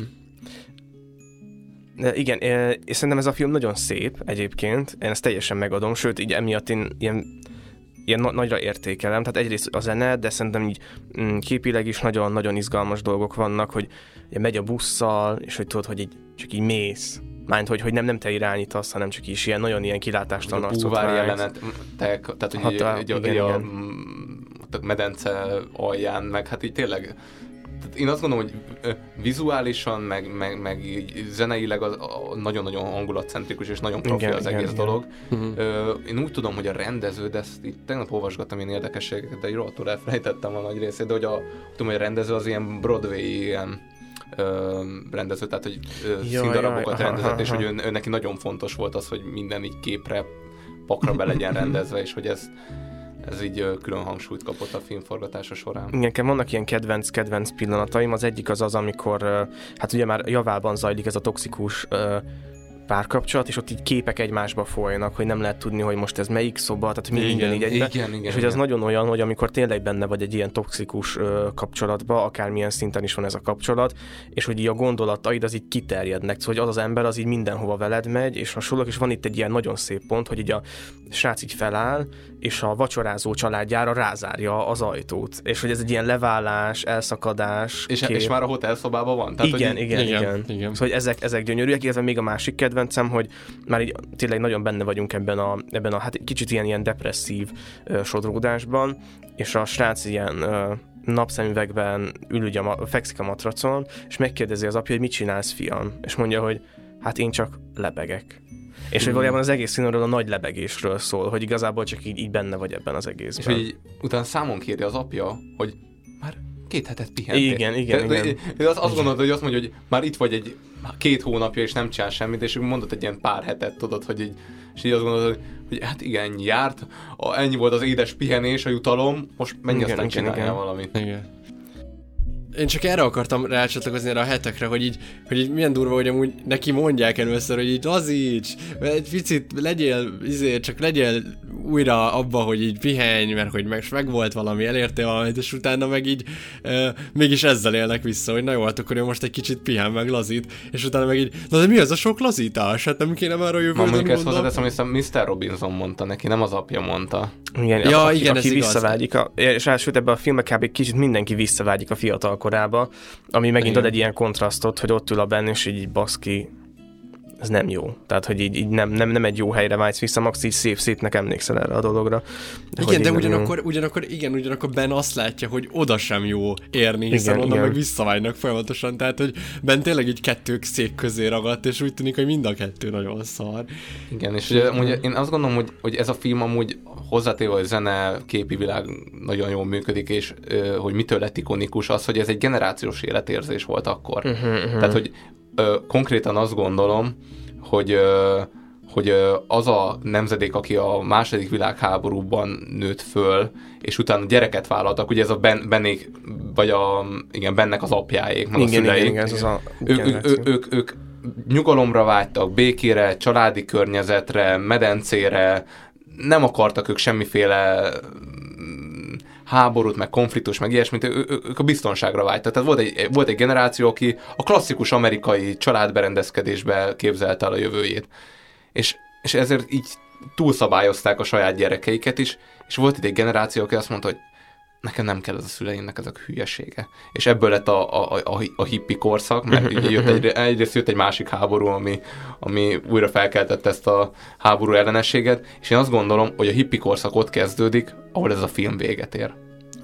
De igen, és szerintem ez a film nagyon szép egyébként, én ezt teljesen megadom, sőt, így emiatt én ilyen nagyra értékelem, tehát egyrészt a zene, de szerintem így képileg is nagyon-nagyon izgalmas dolgok vannak, hogy megy a busszal, és hogy tudod, hogy így, csak így mész. Mármint, hogy nem te irányítasz, hanem csak is ilyen nagyon ilyen kilátástalan arcot vágsz. Búvár jelenetek, tehát hogy a medence alján, meg hát így tényleg. Én azt gondolom, hogy vizuálisan, meg így zeneileg az nagyon-nagyon hangulatcentrikus, és nagyon profi az egész dolog. Én úgy tudom, hogy a rendező, de ezt így tegnap olvasgattam ilyen érdekességeket, de így rohadtul elfelejtettem a nagy részét, de hogy tudom, hogy a rendező az ilyen Broadway ilyen rendező, tehát hogy színdarabokat rendezett, és hogy ő neki nagyon fontos volt az, hogy minden így képre, pakra be legyen rendezve, és hogy ez így külön hangsúlyt kapott a filmforgatása során. Igen, nekem vannak ilyen kedvenc pillanataim. Az egyik az, amikor hát ugye már javában zajlik ez a toxikus párkapcsolat, és ott így képek egymásba folynak, hogy nem lehet tudni, hogy most ez melyik szoba, tehát minden így egybe. És hogy az nagyon olyan, hogy amikor tényleg benne vagy egy ilyen toxikus kapcsolatba, akármilyen szinten is van ez a kapcsolat, és hogy így a gondolataid az így kiterjednek, szóval hogy az ember az így mindenhova veled megy, és hasonlók, és van itt egy ilyen nagyon szép pont, hogy így a srác így feláll, és a vacsorázó családjára rázárja az ajtót, és hogy ez egy ilyen leválás, elszakadás. És már a hotelszobában van? Tehát, Igen. Szóval hogy ezek gyönyörűek, illetve még a másik kedvencem, hogy már így tényleg nagyon benne vagyunk ebben a hát kicsit ilyen depresszív sodródásban, és a srác ilyen napszemüvegben ül, ugye fekszik a matracon, és megkérdezi az apja, hogy mit csinálsz, fiam? És mondja, hogy hát én csak lebegek. És hogy valójában az egész színről a nagy lebegésről szól, hogy igazából csak így benne vagy ebben az egészben. És hogy utána számon kéri az apja, hogy már 2 hetet pihentél. Igen. Azt gondolod, hogy azt mondja, hogy már itt vagy 2 hónapja, és nem csinál semmit, és mondott egy ilyen pár hetet, tudod, hogy így, és így azt gondolod, hogy hát igen, ennyi járt, ennyi volt az édes pihenés, a jutalom, most menj aztán csinálja valamit. Igen. Én csak erre akartam rácsatlakozni erre a hetekre, hogy így milyen durva, hogy amúgy neki mondják először, hogy így lazíts, egy picit legyél újra abba, hogy így pihenj, mert hogy meg volt valami, elértél valamit, és utána meg így mégis ezzel élnek vissza, hogy na jó, hát akkor ő most egy kicsit pihen, meg lazít, és utána meg így, na de mi az a sok lazítás? Hát nem kéne már a jövőben mondjuk ezt hozzáteszem, hiszem Mr. Robinson mondta neki, nem az apja mondta. Igen, ja, igen, aki visszavágyik, és sőt ebben a filmben kb. Kicsit mindenki visszavágyik a fiatal korába, ami megint ad egy ilyen kontrasztot, hogy ott ül a benn, és így baszki, ez nem jó. Tehát, hogy így nem egy jó helyre vágysz vissza, max így szépnek emlékszel erre a dologra. Igen, de ugyanakkor Ben azt látja, hogy oda sem jó érni, hiszen onnan meg visszavágynak folyamatosan, tehát, hogy Ben tényleg így 2 szék közé ragadt, és úgy tűnik, hogy mind a 2 nagyon szar. Igen, és ugye, én azt gondolom, hogy ez a film amúgy hozzátéve, hogy zene, képi világ nagyon jól működik, és hogy mitől lett ikonikus az, hogy ez egy generációs életérzés volt akkor. Tehát, hogy konkrétan azt gondolom, hogy az a nemzedék, aki a II. Világháborúban nőtt föl, és utána gyereket vállaltak, ugye ez a Bennék, vagy Bennek az apjáék, meg a szüleik. Igen, ez az a ők nyugalomra vágytak, békére, családi környezetre, medencére, nem akartak ők semmiféle háborút, meg konfliktus, meg ilyesmit, ők a biztonságra vágytak. Tehát volt egy generáció, aki a klasszikus amerikai családberendezkedésbe képzelte el a jövőjét. És ezért így túlszabályozták a saját gyerekeiket is, és volt itt egy generáció, aki azt mondta, hogy nekem nem kell ez a szüleimnek ez a hülyesége. És ebből lett a hippi korszak, mert ugye egyrészt jött egy másik háború, ami újra felkeltette ezt a háború ellenességet, és én azt gondolom, hogy a hippi korszak ott kezdődik, ahol ez a film véget ér.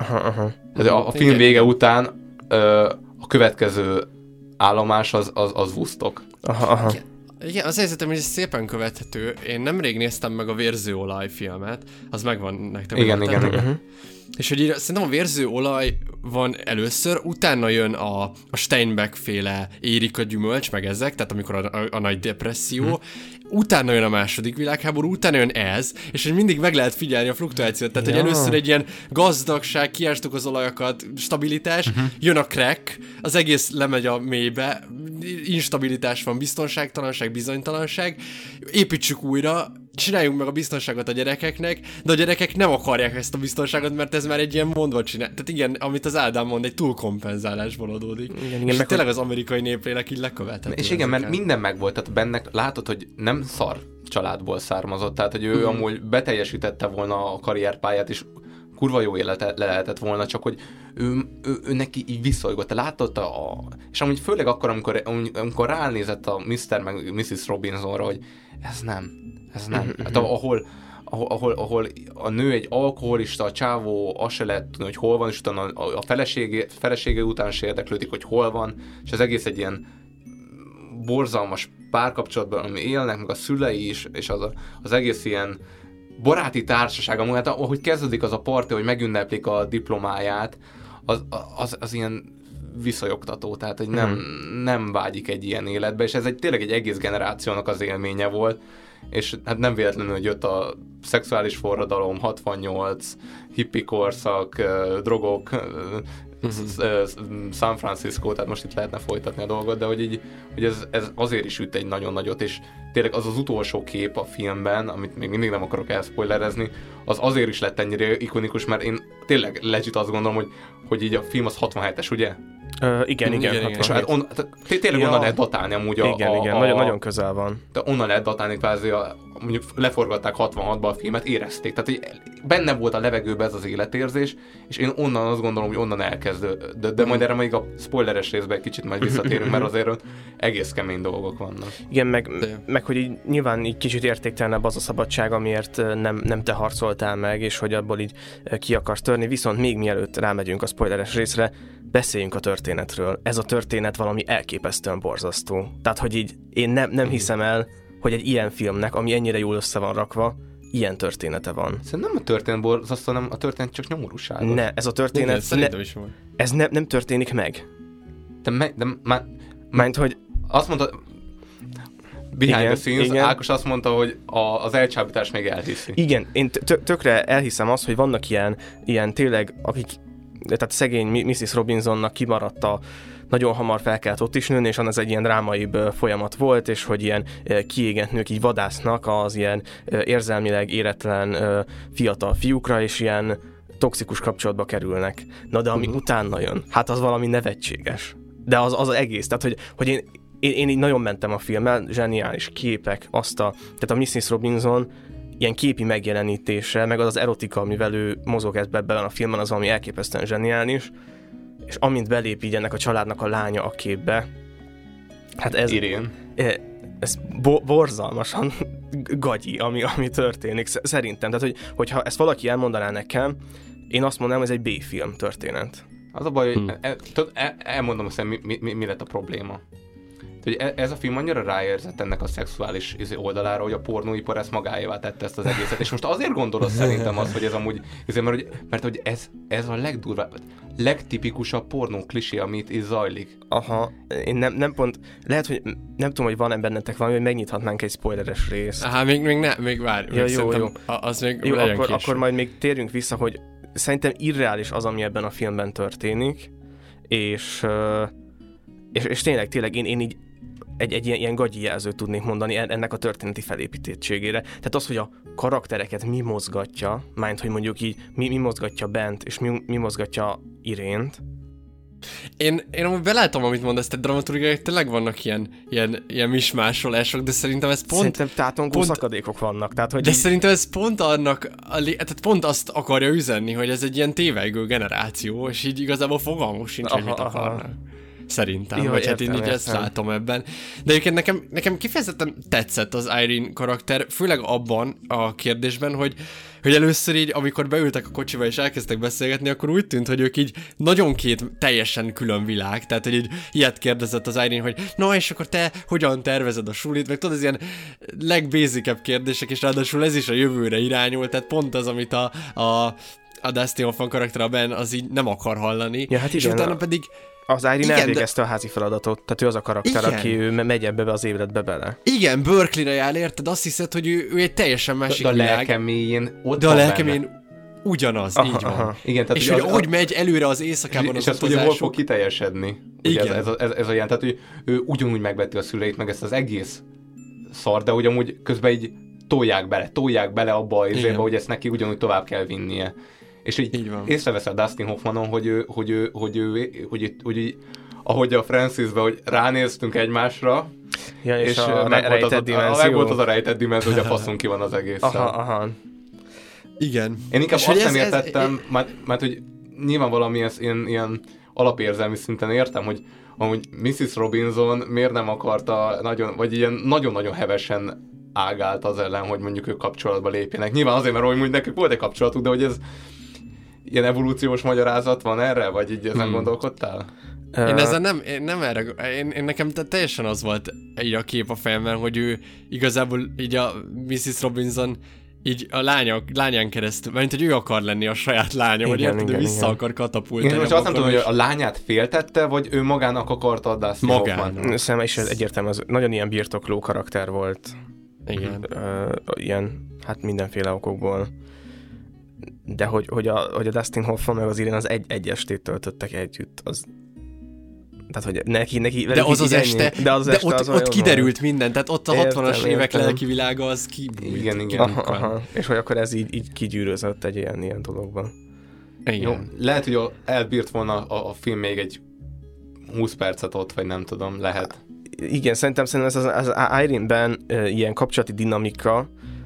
A film vége után a következő állomás az Woodstock. Igen, az helyzetem, hogy ez szépen követhető. Én nemrég néztem meg a Vérzőolaj filmet, az megvan nektek. Igen. És hogy szerintem a Vérzőolaj van először, utána jön a Steinbeck féle Érika gyümölcs, meg ezek, tehát amikor a nagy depresszió, utána jön a II. Világháború, utána jön ez, és hogy mindig meg lehet figyelni a fluktuációt, tehát hogy először egy ilyen gazdagság, kiástuk az olajakat, stabilitás, jön a crack, az egész lemegy a mélybe, instabilitás van, biztonságtalanság, bizonytalanság, építsük újra, csináljuk meg a biztonságot a gyerekeknek, de a gyerekek nem akarják ezt a biztonságot, mert ez már egy ilyen mondva csinál. Tehát igen, amit az Ádám mond, egy túlkompenzálásból adódik. Igen, és tényleg az amerikai néplélek így lekövethető. És igen, mert minden megvolt, tehát bennek látod, hogy nem szar családból származott, tehát hogy ő amúgy beteljesítette volna a karrierpályát, és kurva jó élete lehetett volna, csak hogy ő neki így visszaolygott. Te látod és amúgy főleg akkor, amikor ránézett a Mr. meg Mrs. Robinsonra, hogy ez nem. Hát ahol a nő egy alkoholista, a csávó azt se lehet tudni, hogy hol van, és utána a felesége után se érdeklődik, hogy hol van, és az egész egy ilyen borzalmas párkapcsolatban, ami élnek, meg a szülei is, és az egész ilyen baráti társaság, amúgy, hát ahogy kezdődik az a parti, hogy megünneplik a diplomáját, az ilyen visszajogtató, tehát hogy nem vágyik egy ilyen életbe, és ez tényleg egy egész generációnak az élménye volt, és hát nem véletlenül, hogy jött a szexuális forradalom, 68, hippi korszak, drogok, San Francisco, tehát most itt lehetne folytatni a dolgot, de hogy ez azért is üt egy nagyon nagyot, és tényleg az utolsó kép a filmben, amit még mindig nem akarok elspoilerezni, az azért is lett ennyire ikonikus, mert én tényleg legit azt gondolom, hogy így a film az 67-es, ugye? Igen. És hát tényleg onnan lehet datálni amúgy Igen, nagyon közel van. De onnan lehet datálni kvázi, mondjuk leforgatták 66-ban a filmet, érezték. Tehát benne volt a levegőben ez az életérzés, és én onnan azt gondolom, hogy onnan elkezdődött. De majd erre még a spoileres részben egy kicsit majd visszatérünk, mert azért egész kemény dolgok vannak. Igen, meg hogy így, nyilván így kicsit értéktelenebb az a szabadság, amiért nem te harcoltál meg, és hogy abból így ki akarsz törni. Viszont még mielőtt rámegyünk a spoileres részre, beszéljünk a történetről. Ez a történet valami elképesztően borzasztó. Tehát, hogy így én nem hiszem el, hogy egy ilyen filmnek, ami ennyire jól össze van rakva, ilyen története van. Szerintem nem a történet borzasztó, hanem a történet csak nyomorúságos. Ne, ez a történet... Ez nem történik meg. Mert hogy... Azt mondta... Behind the scenes, Ákos azt mondta, hogy az elcsábítás még elhiszi. Igen, én tökre elhiszem azt, hogy vannak ilyen tényleg, akik... Tehát szegény Mrs. Robinsonnak kimaradt nagyon hamar fel kellett ott is nőni, és az egy ilyen drámaibb folyamat volt, és hogy ilyen kiégett nők így vadásznak az ilyen érzelmileg éretlen fiatal fiúkra, és ilyen toxikus kapcsolatba kerülnek. Na de ami utána jön, hát az valami nevetséges. De az egész, tehát hogy én így nagyon mentem a filmmel, zseniális képek, tehát a Mrs. Robinson ilyen képi megjelenítése, meg az erotika, amivel ő mozog ebben a filmben, az valami elképesztően zseniális, és amint belép így ennek a családnak a lánya a képbe, hát ez... Irén. Ez borzalmasan gagyi, ami történik, szerintem. Tehát, hogyha ezt valaki elmondaná nekem, én azt mondanám, hogy ez egy B-film történet. Az a baj, hogy elmondom azt, mi lett a probléma. Hogy ez a film annyira ráérzett ennek a szexuális oldalára, hogy a pornóipar ezt magáévá tette ezt az egészet. És most azért gondolod szerintem azt, hogy ez amúgy... Mert hogy ez a legdurvább, legtipikusabb pornó klisé, amit így zajlik. Aha, én nem pont... Lehet, hogy nem tudom, hogy van-e bennetek valami, hogy megnyithatnánk egy spoileres részt. Még várj. Ja, jó. Az még jó, akkor majd még térjünk vissza, hogy szerintem irreális az, ami ebben a filmben történik, és tényleg én így egy ilyen gagyi jelzőt tudnék mondani ennek a történeti felépítettségére. Tehát az, hogy a karaktereket mi mozgatja, mind hogy mondjuk így mi mozgatja Bent, és mi mozgatja Irént. Én amúgy belátom, amit mondasz, tehát dramaturgiailag tényleg vannak ilyen mismásolások, de szerintem ez pont... Szerintem tátongó szakadékok vannak. Tehát, hogy de szerintem ez pont tehát pont azt akarja üzenni, hogy ez egy ilyen tévejgő generáció, és így igazából fogalmuk sincs, hogy mit akarnak. Szerintem, vagy hát én így ezt látom ebben. De egyébként nekem kifejezetten tetszett az Irene karakter, főleg abban a kérdésben, hogy először így, amikor beültek a kocsiba és elkezdtek beszélgetni, akkor úgy tűnt, hogy ők így nagyon két teljesen külön világ, tehát hogy így ilyet kérdezett az Irene, hogy na és akkor te hogyan tervezed a sulit, meg tudod, ez ilyen legbasicebb kérdések, és ráadásul ez is a jövőre irányul, tehát pont az, amit a Dustin Hoffman karakter, a Ben, az így nem akar hallani. Ja, hát és igen, utána pedig az Irene elvégezte a házi feladatot, tehát ő az a karakter, aki ő megy ebbe az életbe bele. Igen, Berkeley-re jár, érted? Azt hiszed, hogy ő egy teljesen másik világ. De a lelkeméjén ott de a lelkeméjén ugyanaz, aha, így van. Aha. Igen, tehát és hogy ahogy megy előre az éjszakában és ezt ugye hol fog kiteljesedni. Igen. Ez olyan, tehát hogy ő ugyanúgy megveti a szüleit, meg ezt az egész szar, de hogy amúgy közben így tolják bele abba az izébe, hogy ezt neki ugyanúgy tovább kell vinnie. És így észrevesz a Dustin Hoffmanon, hogy ahogy a Francisbe, hogy ránéztünk egymásra, ja, és meg volt az a rejtett dimenzió, hogy a faszunk ki van az egésszel. Aha. Igen. Én inkább azt nem értettem, mert hogy nyilván valami ilyen alapérzelmi szinten értem, hogy amúgy Mrs. Robinson miért nem akarta vagy ilyen nagyon-nagyon hevesen ágált az ellen, hogy mondjuk ők kapcsolatba lépjenek. Nyilván azért, mert hogy nekik volt egy kapcsolatuk, de hogy ez ilyen evolúciós magyarázat van erre? Vagy így ezen gondolkodtál? Én ezen nem erre, én nekem teljesen az volt így a kép a fejemben, hogy ő igazából így a Mrs. Robinson így a lányán keresztül, mert hogy ő akar lenni a saját lánya, vagy érted, ő vissza akar katapultani. Én most azt nem tudom, hogy a lányát féltette, vagy ő magának akarta adni azt Hoffman. Szerintem is egyértelmű, az nagyon ilyen birtokló karakter volt. Igen. Ilyen, hát mindenféle okokból. de hogy a Dustin Hoffman meg az Irene az egy estét töltöttek együtt, az... Tehát, hogy neki de az az este, de ott kiderült minden, tehát ott a 60-as évek lelki világa az kibújt. Igen. Aha. És hogy akkor ez így kigyűrözött egy ilyen dologban. Igen. Jó, lehet, hogy elbírt volna a film még egy 20 percet ott, vagy nem tudom, lehet. Igen, szerintem ez az Irene-ben ilyen kapcsolati dinamika,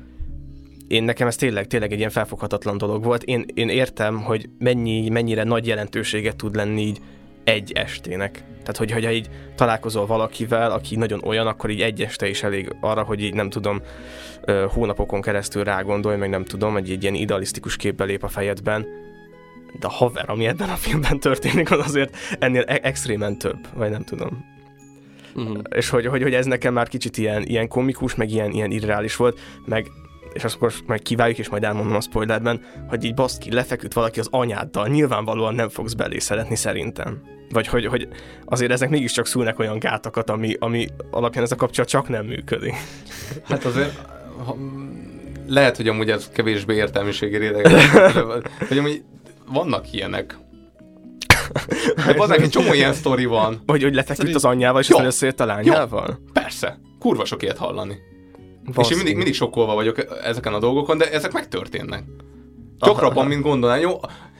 nekem ez tényleg egy ilyen felfoghatatlan dolog volt. Én értem, hogy mennyire nagy jelentőséget tud lenni így egy estének. Tehát, hogyha így találkozol valakivel, aki nagyon olyan, akkor így egy este is elég arra, hogy így nem tudom, hónapokon keresztül rágondolj, meg nem tudom, egy ilyen idealisztikus képbe lép a fejedben. De a haver, ami ebben a filmben történik, az azért ennél extrémen több, vagy nem tudom. És hogy ez nekem már kicsit ilyen komikus, meg ilyen irreális volt, meg és akkor majd kiváljuk, és majd elmondom a spoilerben, hogy így baszki, lefeküdt valaki az anyáddal, nyilvánvalóan nem fogsz belé szeretni szerintem. Vagy hogy azért ezek mégiscsak szülnek olyan gátakat, ami alapján ez a kapcsolat csak nem működik. Hát azért lehet, hogy amúgy ez kevésbé értelmiségi réteg, hogy amúgy vannak ilyenek. Vannak egy csomó ilyen sztori van. Hogy lefeküdt az anyjával, és aztán összejött a lányával? Persze. Kurva sok ilyet hallani. És én mindig sokkolva vagyok ezeken a dolgokon, de ezek megtörténnek. Gyakrabban, mint gondolnál. Jó,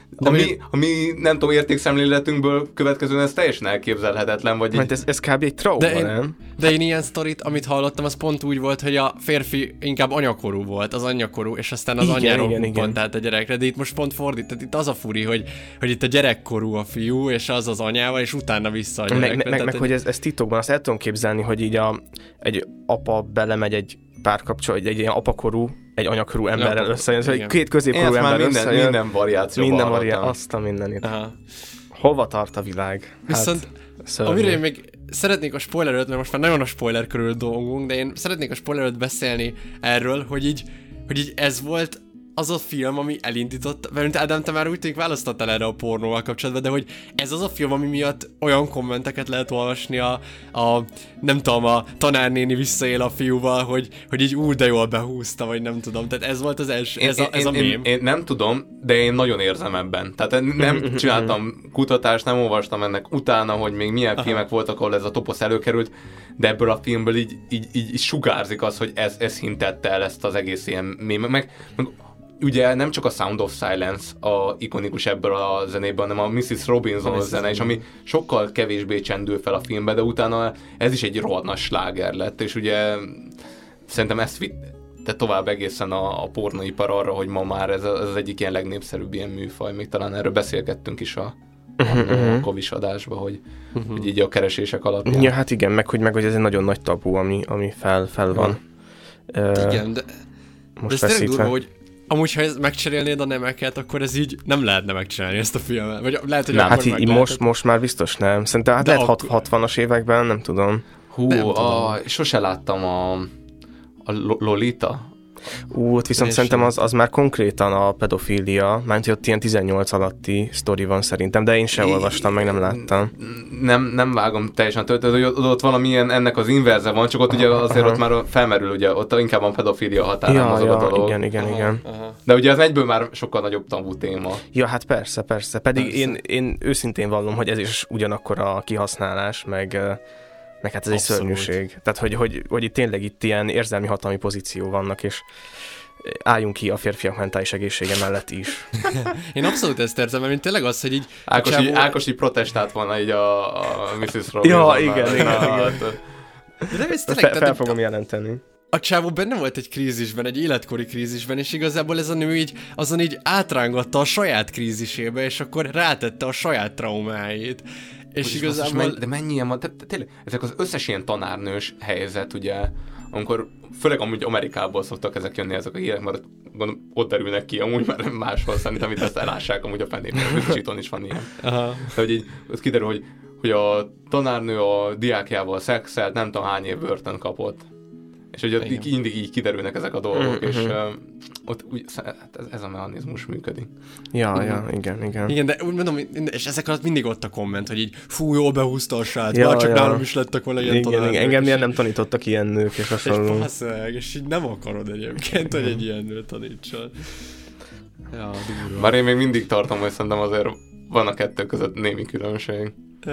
a mi nem tudom, értékszemléletünkből következően ez teljesen elképzelhetetlen, vagy mert ez kb. Egy trauma, nem? De én ilyen sztorit, amit hallottam, az pont úgy volt, hogy a férfi inkább anyakorú volt, az anyjakorú, és aztán az anyjáról huppant át a gyerekre, de itt most pont fordít, tehát itt az a furi, hogy itt a gyerekkorú a fiú, és az anyával, és utána vissza a gyerekre. Meg hogy ez titokban, azt el tudom képzelni, hogy így egy apa belemegy egy párkapcsolat, egy ilyen apakorú, egy anyakorú emberrel összejön, szóval két középkorú ember összejön. Minden variációban azt a mindenit. Hova tart a világ? Viszont amire én még szeretnék a spoiler előtt, mert most már nagyon a spoiler körül dolgunk, de én szeretnék a spoiler előtt beszélni erről, hogy így ez volt az a film, ami elindított, mert Ádám, te már úgy tűnik választottál erre a pornóval kapcsolatban, de hogy ez az a film, ami miatt olyan kommenteket lehet olvasni nem tudom, a tanárnéni visszaél a fiúval, hogy így de jól behúzta, vagy nem tudom, tehát ez volt az első, ez a mém. Én nem tudom, de én nagyon érzem ebben, tehát nem csináltam kutatást, nem olvastam ennek utána, hogy még milyen filmek voltak, ahol ez a toposz előkerült, de ebből a filmből így sugárzik az, hogy ez hintette el ezt az egész ilyen mémet, meg ugye nem csak a Sound of Silence a ikonikus ebből a zenéből, hanem a Mrs. Robinson zene is, ami sokkal kevésbé csendül fel a filmbe, de utána ez is egy rohadt nagy sláger lett, és ugye szerintem ezt vitte tovább egészen a pornoipar arra, hogy ma már ez az egyik ilyen legnépszerűbb ilyen műfaj, még talán erről beszélgettünk is a Kovis adásba, hogy így a keresések alapján. Ja, hát igen, meg hogy ez egy nagyon nagy tabu, ami fel van. Igen, de ez tényleg durva, hogy amúgy, ha megcserélnéd a nemeket, akkor ez így nem lehetne megcsinálni ezt a filmet. Vagy lehet, hogy nem, hát így most már biztos nem. Szerintem hát lehet 60-as években, nem tudom. Sose láttam a Lolita. Ott viszont szerintem az már konkrétan a pedofília, mert ott ilyen 18 alatti sztori van szerintem, de én sem olvastam, meg nem láttam. Nem vágom teljesen töltött, hogy ott valamilyen ennek az inverze van, csak ott ugye azért ott már felmerül, ugye ott inkább a pedofília határán mozog a dolog. Igen. De ugye az egyből már sokkal nagyobb tabu téma. Ja, hát persze. Pedig én őszintén vallom, hogy ez is ugyanakkor a kihasználás, meg hát ez egy szörnyűség. Tehát, hogy itt tényleg ilyen érzelmi hatalmi pozíció vannak, és álljunk ki a férfiak mentális egészsége mellett is. Én abszolút ezt érzem, mert tényleg az, hogy így... Ákos így protestált volna így a Mrs. Robinson. Ja, igen. Fel fogom jelenteni. A csávó benne volt egy krízisben, egy életkori krízisben, és igazából ez a nő azon így átrángatta a saját krízisébe, és akkor rátette a saját traumáit. És igazából... De mennyi ilyen van, tényleg, ezek az összes ilyen tanárnős helyzet, ugye, amikor, főleg amúgy Amerikából szoktak ezek jönni, ezek a hírek, mert ott derülnek ki, amúgy már máshol szerintem, itt ezt elássák amúgy a fenében, Biztosíton is van ilyen. Aha. De hogy így, ott kiderül, hogy a tanárnő a diákjával szexelt, nem tudom hány év börtön kapott. És hogy ott mindig így kiderülnek ezek a dolgok, és ott ez a mechanizmus működik. Ja, igen. Igen, de úgy mondom, és ezek alatt mindig ott a komment, hogy így fú, jól behúzta a srác, már csak nálam is lettek volna ilyen tanárnők. Engem ilyen nem tanítottak ilyen nők, és hasonló. És így nem akarod egyébként, hogy egy ilyen nő tanítson. Ja, durva. Bár én még mindig tartom, hogy szerintem azért van a kettő között némi különbség.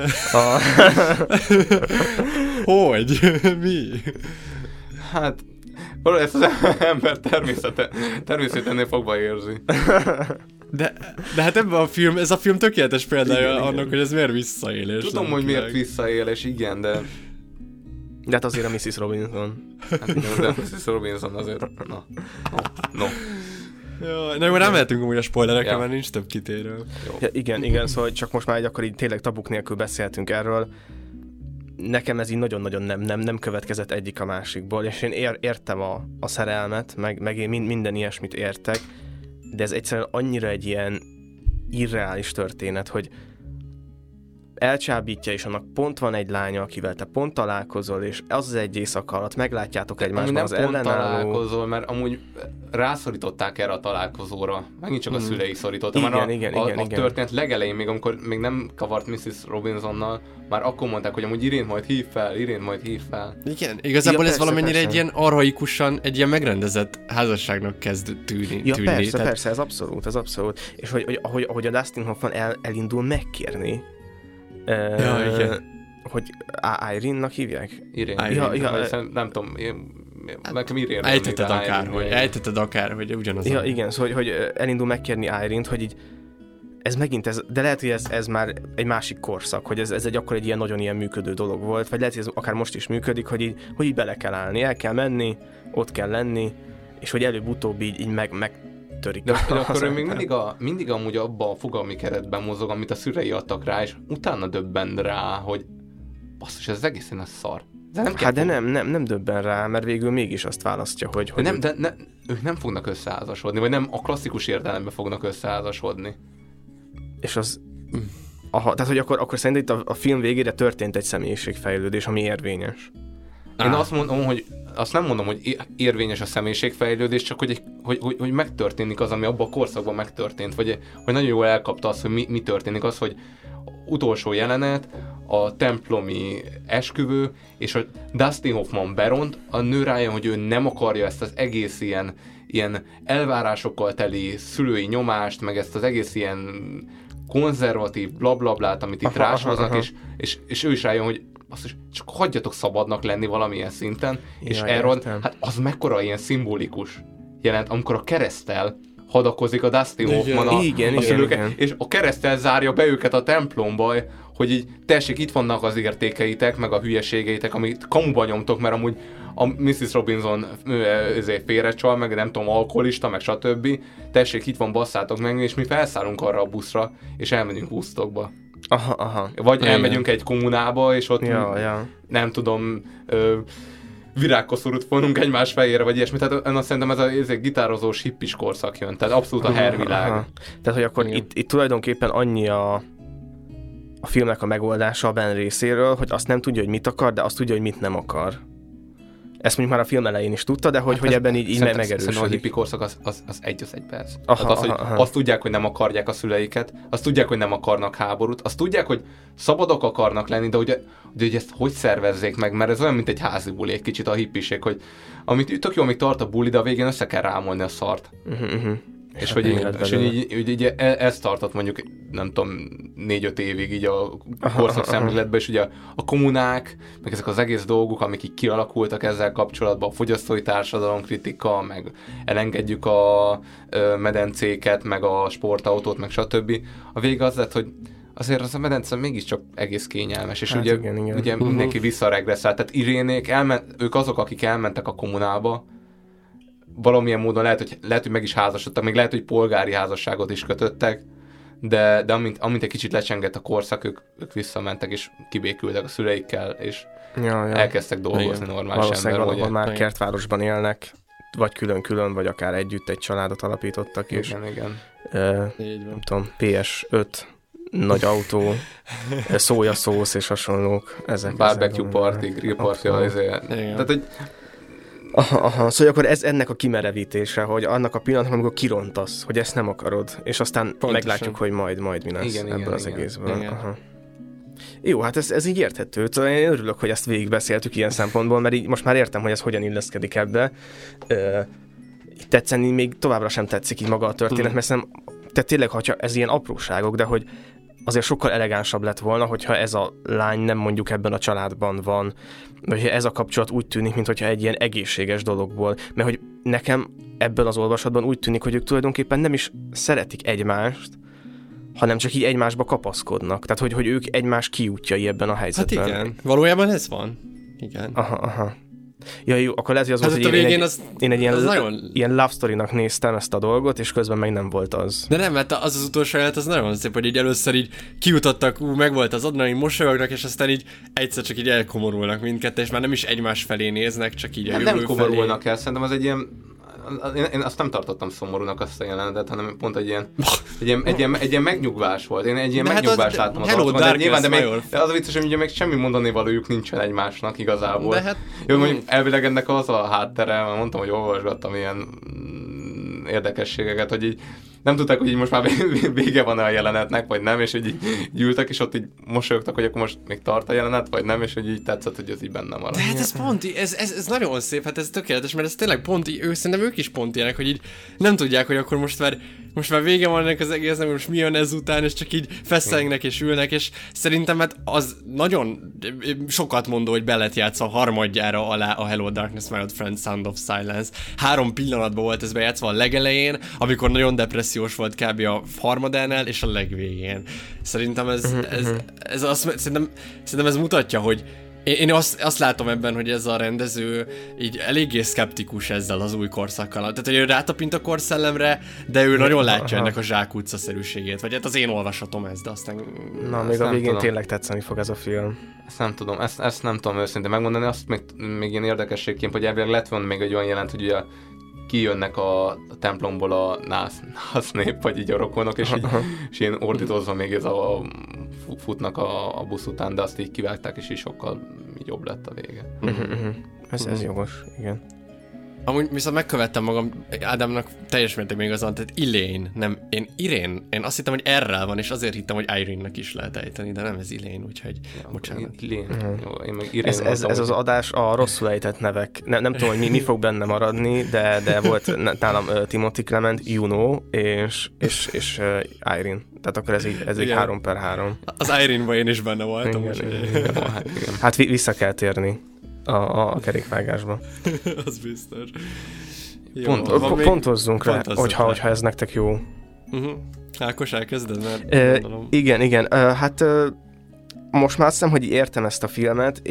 Hogy? Mi? Hát, valahogy ezt az ember természeténél fogva érzi. De hát ebben ez a film tökéletes példája igen, annak, hogy ez miért visszaélés. Tudom, hogy miért visszaélés, igen, de hát azért a Mrs. Robinson. Hát igen, de a Mrs. Robinson azért, no. Ja, jó, rámehetünk amúgy a spoilerekre, mert nincs több kitérő. Ja, igen, szóval csak most már akkor így tényleg tabuk nélkül beszéltünk erről. Nekem ez így nagyon-nagyon nem következett egyik a másikból, és én értem a szerelmet, meg én minden ilyesmit értek, de ez egyszerűen annyira egy ilyen irreális történet, hogy elcsábítja, és annak pont van egy lánya, akivel te pont találkozol, és az egy éjszaka alatt meglátjátok egymásban az ellenálló... Nem pont találkozol, mert amúgy rászorították erre a találkozóra. Megint csak a szülei szorítottak. Igen, a történet legelején, még amikor még nem kavart Mrs. Robinsonnal, már akkor mondták, hogy amúgy Irént majd hív fel. Igen, igazából ez valamennyire egy ilyen arhaikusan, egy ilyen megrendezett házasságnak kezd tűnni. Ja, persze, ez abszolút. És hogy a Dustin Hoffman elindul megkérni, hogy Irene-nak hívják? Irene. Nem tudom, nekem Irene. Ejteted akár, hogy ugyanaz. Ja, igen, szóval, hogy elindul megkérni Irene-t, hogy így ez megint, de lehet, hogy ez már egy másik korszak, hogy ez akkor egy ilyen nagyon ilyen működő dolog volt, vagy lehet, hogy ez akár most is működik, hogy így bele kell állni, el kell menni, ott kell lenni, és hogy előbb-utóbb így megtörik. De akkor ő még mindig amúgy abban a fogalmi keretben mozog, amit a szülei adtak rá, és utána döbben rá, hogy basszus, ez egészen a szar. De nem döbben rá, mert végül mégis azt választja, hogy... Ők nem fognak összeházasodni, vagy nem a klasszikus értelemben fognak összeházasodni. És az... tehát, hogy akkor szerint itt a film végére történt egy személyiségfejlődés, ami érvényes. Én azt nem mondom, hogy érvényes a személyiségfejlődés, csak hogy megtörténik az, ami abban a korszakban megtörtént, vagy hogy nagyon jól elkapta azt, hogy mi történik, az, hogy utolsó jelenet, a templomi esküvő, és a Dustin Hoffman beront, a nő rájön, hogy ő nem akarja ezt az egész ilyen elvárásokkal teli szülői nyomást, meg ezt az egész ilyen konzervatív blablablát, amit itt rásoroznak, és ő is rájön, hogy azt csak hagyjatok szabadnak lenni valamilyen szinten, és erről, hát az mekkora ilyen szimbolikus jelent, amikor a kereszttel hadakozik a Dustin Hoffman a szülőket, és a kereszttel zárja be őket a templomba, hogy így tessék, itt vannak az értékeitek, meg a hülyeségeitek, amit kamuba nyomtok, mert amúgy a Mrs. Robinson félrecsal, meg nem tudom, alkoholista, meg stb. Tessék, itt van, basszátok meg, és mi felszállunk arra a buszra, és elmegyünk Woodstockba. Aha. Vagy elmegyünk egy kommunába, és ott nem tudom, virágkoszorút fonunk egymás fejére, vagy ilyesmi. Tehát azt szerintem ez egy gitározós hippis korszak jön, tehát abszolút a hervilág. Tehát, hogy akkor itt tulajdonképpen annyi a filmnek a megoldása a Ben részéről, hogy azt nem tudja, hogy mit akar, de azt tudja, hogy mit nem akar. Ezt mondjuk már a film elején is tudta, de hogy ebben így megerősödik. Szerintem a hippi korszak az egy perc. Azt tudják, hogy nem akarják a szüleiket, azt tudják, hogy nem akarnak háborút, azt tudják, hogy szabadok akarnak lenni, de hogy ezt hogy szervezzék meg, mert ez olyan, mint egy házi buli, egy kicsit a hippiség, hogy amit tök jó, amíg tart a buli, de a végén össze kell rámolni a szart. És hogy így ez tartott mondjuk, nem tudom, 4-5 évig így a korszak szemléletben, és ugye a kommunák, meg ezek az egész dolgok, amik így kialakultak ezzel kapcsolatban, a fogyasztói társadalom kritika, meg elengedjük a medencéket, meg a sportautót, meg stb. A vége az lett, hogy azért az a medence mégiscsak egész kényelmes, és ugye mindenki visszaregresszel. Tehát Irénék, ők azok, akik elmentek a kommunába, valamilyen módon lehet, hogy meg is házasodtak, még lehet, hogy polgári házasságot is kötöttek, de amint egy kicsit lecsengett a korszak, ők visszamentek, és kibékültek a szüleikkel, és elkezdtek dolgozni normális ember. Valahol már kertvárosban élnek, vagy külön-külön, vagy akár együtt egy családot alapítottak, és nem tudom, PS5, nagy autó, szójaszósz és hasonlók. Ezek barbecue party, grill party, tehát, hogy szóval akkor ez ennek a kimerevítése, hogy annak a pillanatban, amikor kirontasz, hogy ezt nem akarod, és aztán pontosan meglátjuk, hogy majd mi lesz ebből az egészből. Jó, hát ez így érthető. Szóval én örülök, hogy ezt végigbeszéltük ilyen szempontból, mert így most már értem, hogy ez hogyan illeszkedik ebbe. tetszeni még továbbra sem tetszik így maga a történet, mert szerintem, tehát tényleg, hogyha ez ilyen apróságok, de hogy azért sokkal elegánsabb lett volna, hogyha ez a lány nem mondjuk ebben a családban van, vagy ez a kapcsolat úgy tűnik, mintha egy ilyen egészséges dologból, mert hogy nekem ebből az olvasatban úgy tűnik, hogy ők tulajdonképpen nem is szeretik egymást, hanem csak így egymásba kapaszkodnak. Tehát, hogy ők egymás kiútjai ebben a helyzetben. Hát igen, valójában ez van. Igen. Aha. Ja, jó, akkor lehet, hogy az volt, hogy én egy ilyen love story-nak néztem ezt a dolgot, és közben meg nem volt az. De nem, mert az utolsó jelenet az nagyon szép, hogy így először így kiutattak, megvolt az adrenalin, mosolyognak, és aztán így egyszer csak így elkomorulnak mindketten, és már nem is egymás felé néznek, csak így a jövő nem komorulnak el, szerintem az egy ilyen... Én azt nem tartottam szomorúnak azt a jelenetet, hanem pont egy ilyen megnyugvás volt. Én egy ilyen megnyugvást láttam az arcomon. De az a vicces, hogy ugye meg semmi mondani valójuk nincsen egymásnak igazából. De hát... Jó, mondjuk elvileg ennek az a háttere, mondtam, hogy olvasgattam ilyen érdekességeket, hogy így nem tudták, hogy így most már vége van a jelenetnek, vagy nem, és hogy így ültek, és ott így mosolyogtak, hogy akkor most még tart a jelenet, vagy nem, és hogy így tetszett, hogy ez így benne marad. De hát ez pont, ez nagyon szép, hát ez tökéletes, mert ez tényleg pont, szerintem ők is pont ilyenek, hogy így nem tudják, hogy akkor most már vége van ennek az egésznek, most mi jön ezután, és csak így feszengnek és ülnek, és szerintem hát az nagyon sokat mondó, hogy be játsz a harmadjára alá a Hello Darkness, My Old Friend, Sound of Silence. 3 pillanatban volt ez bejátszva a legelején, amikor nagyon depressziós volt kb. A harmadánál, és a legvégén. Szerintem szerintem ez mutatja, hogy én azt látom ebben, hogy ez a rendező így eléggé szkeptikus ezzel az új korszakkal. Tehát, hogy ő rátapint a korszellemre, de ő nagyon látja ennek a zsákutca-szerűségét. Vagy hát az én olvasatom ez, de aztán... Na, még a végén tényleg tetszeni fog ez a film. Ezt nem tudom, ezt nem tudom őszintén megmondani. Azt még ilyen érdekességként, hogy elvileg lett volna még egy olyan jelent, hogy ugye kijönnek a templomból a nász nép, vagy így a rokonok, és ilyen ordítozva még ez futnak a busz után, de azt így kivágták, és így sokkal jobb lett a vége. Ez jogos, igen. Amúgy viszont megkövettem magam, Ádámnak teljes mértékben igazán, tehát Elaine, nem, én Irene, én azt hittem, hogy R-rel van, és azért hittem, hogy Irene-nek is lehet ejteni, de nem, ez Elaine, úgyhogy bocsánat. Jó, én meg Irene ez az adás a rosszul ejtett nevek. Nem tudom, hogy mi fog benne maradni, de volt nálam Timothy Clement, Juno és Irene. Tehát akkor ez így 3/3. Az Irene-ban én is benne voltam. Igen. Hát vissza kell térni a kerékvágásba. Az biztos. Pontozzunk rá, hogyha ez nektek jó. Ákos, elkezded? Mert igen. Hát most már azt hiszem, hogy értem ezt a filmet.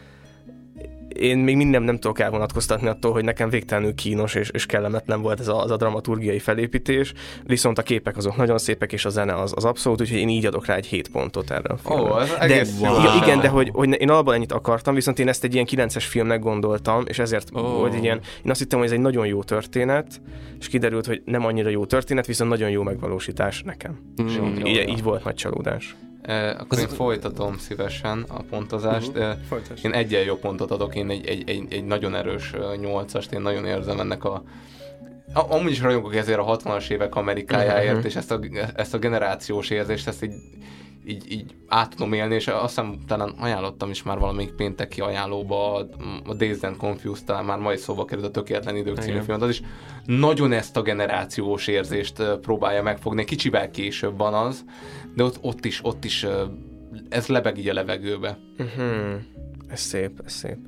Én még minden nem tudok elvonatkoztatni attól, hogy nekem végtelenül kínos és kellemetlen volt ez az a dramaturgiai felépítés, viszont a képek azok nagyon szépek, és a zene az abszolút, úgyhogy én így adok rá egy 7 pontot erre a filmre. Ez egész jó. Igen, de hogy én alapban ennyit akartam, viszont én ezt egy ilyen 9-es filmnek gondoltam, és ezért hogy én azt hittem, hogy ez egy nagyon jó történet, és kiderült, hogy nem annyira jó történet, viszont nagyon jó megvalósítás nekem. Így volt nagy csalódás. Akkor én folytatom szívesen a pontozást. Én egyen jó pontot adok, én egy nagyon erős 8-ast, én nagyon érzem ennek amúgy is rajongok ezért a 60-as évek Amerikájáért, és ezt a generációs érzést, ezt így át tudom élni, és azt hiszem talán ajánlottam is már valamelyik pénteki ajánlóba a Dazed and Confused, talán már majd szóba került a Tökéletlen idők című filmet, az is nagyon ezt a generációs érzést próbálja megfogni, kicsivel később van az, de ott is ez lebeg így a levegőbe. Ez szép.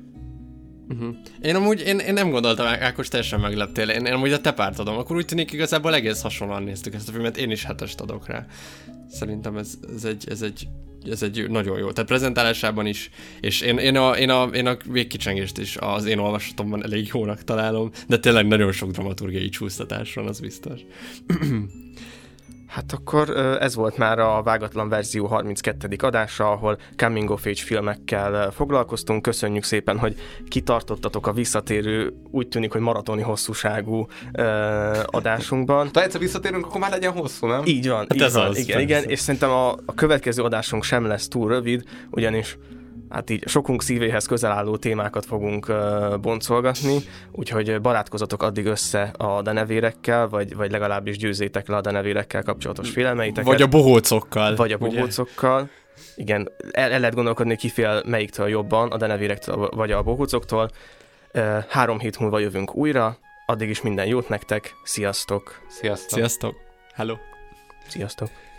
Én amúgy, én nem gondoltam, Ákos, teljesen megleptél, én amúgy a te pártadom, akkor úgy tűnik igazából egész hasonlóan néztük ezt a filmet, én is 7-est adok rá. Szerintem ez egy nagyon jó, tehát prezentálásában is, és én a végkicsengést is az én olvasatomban elég jónak találom, de tényleg nagyon sok dramaturgiai csúsztatás van, az biztos. Hát akkor ez volt már a Vágatlan verzió 32. adása, ahol coming of age filmekkel foglalkoztunk. Köszönjük szépen, hogy kitartottatok a visszatérő, úgy tűnik, hogy maratoni hosszúságú adásunkban. Ha egyszer visszatérünk, akkor már legyen hosszú, nem? Így van, igen, és szerintem a következő adásunk sem lesz túl rövid, ugyanis hát így sokunk szívéhez közel álló témákat fogunk boncolgatni, úgyhogy barátkozatok addig össze a denevérekkel, vagy legalábbis győzzétek le a denevérekkel kapcsolatos félelmeiteket. Vagy a bohócokkal. Ugye? Igen, el lehet gondolkodni, ki fél melyiktől jobban, a denevérektől vagy a bohócoktól. 3 hét múlva jövünk újra, addig is minden jót nektek, sziasztok! Sziasztok! Sziasztok! Hello! Sziasztok!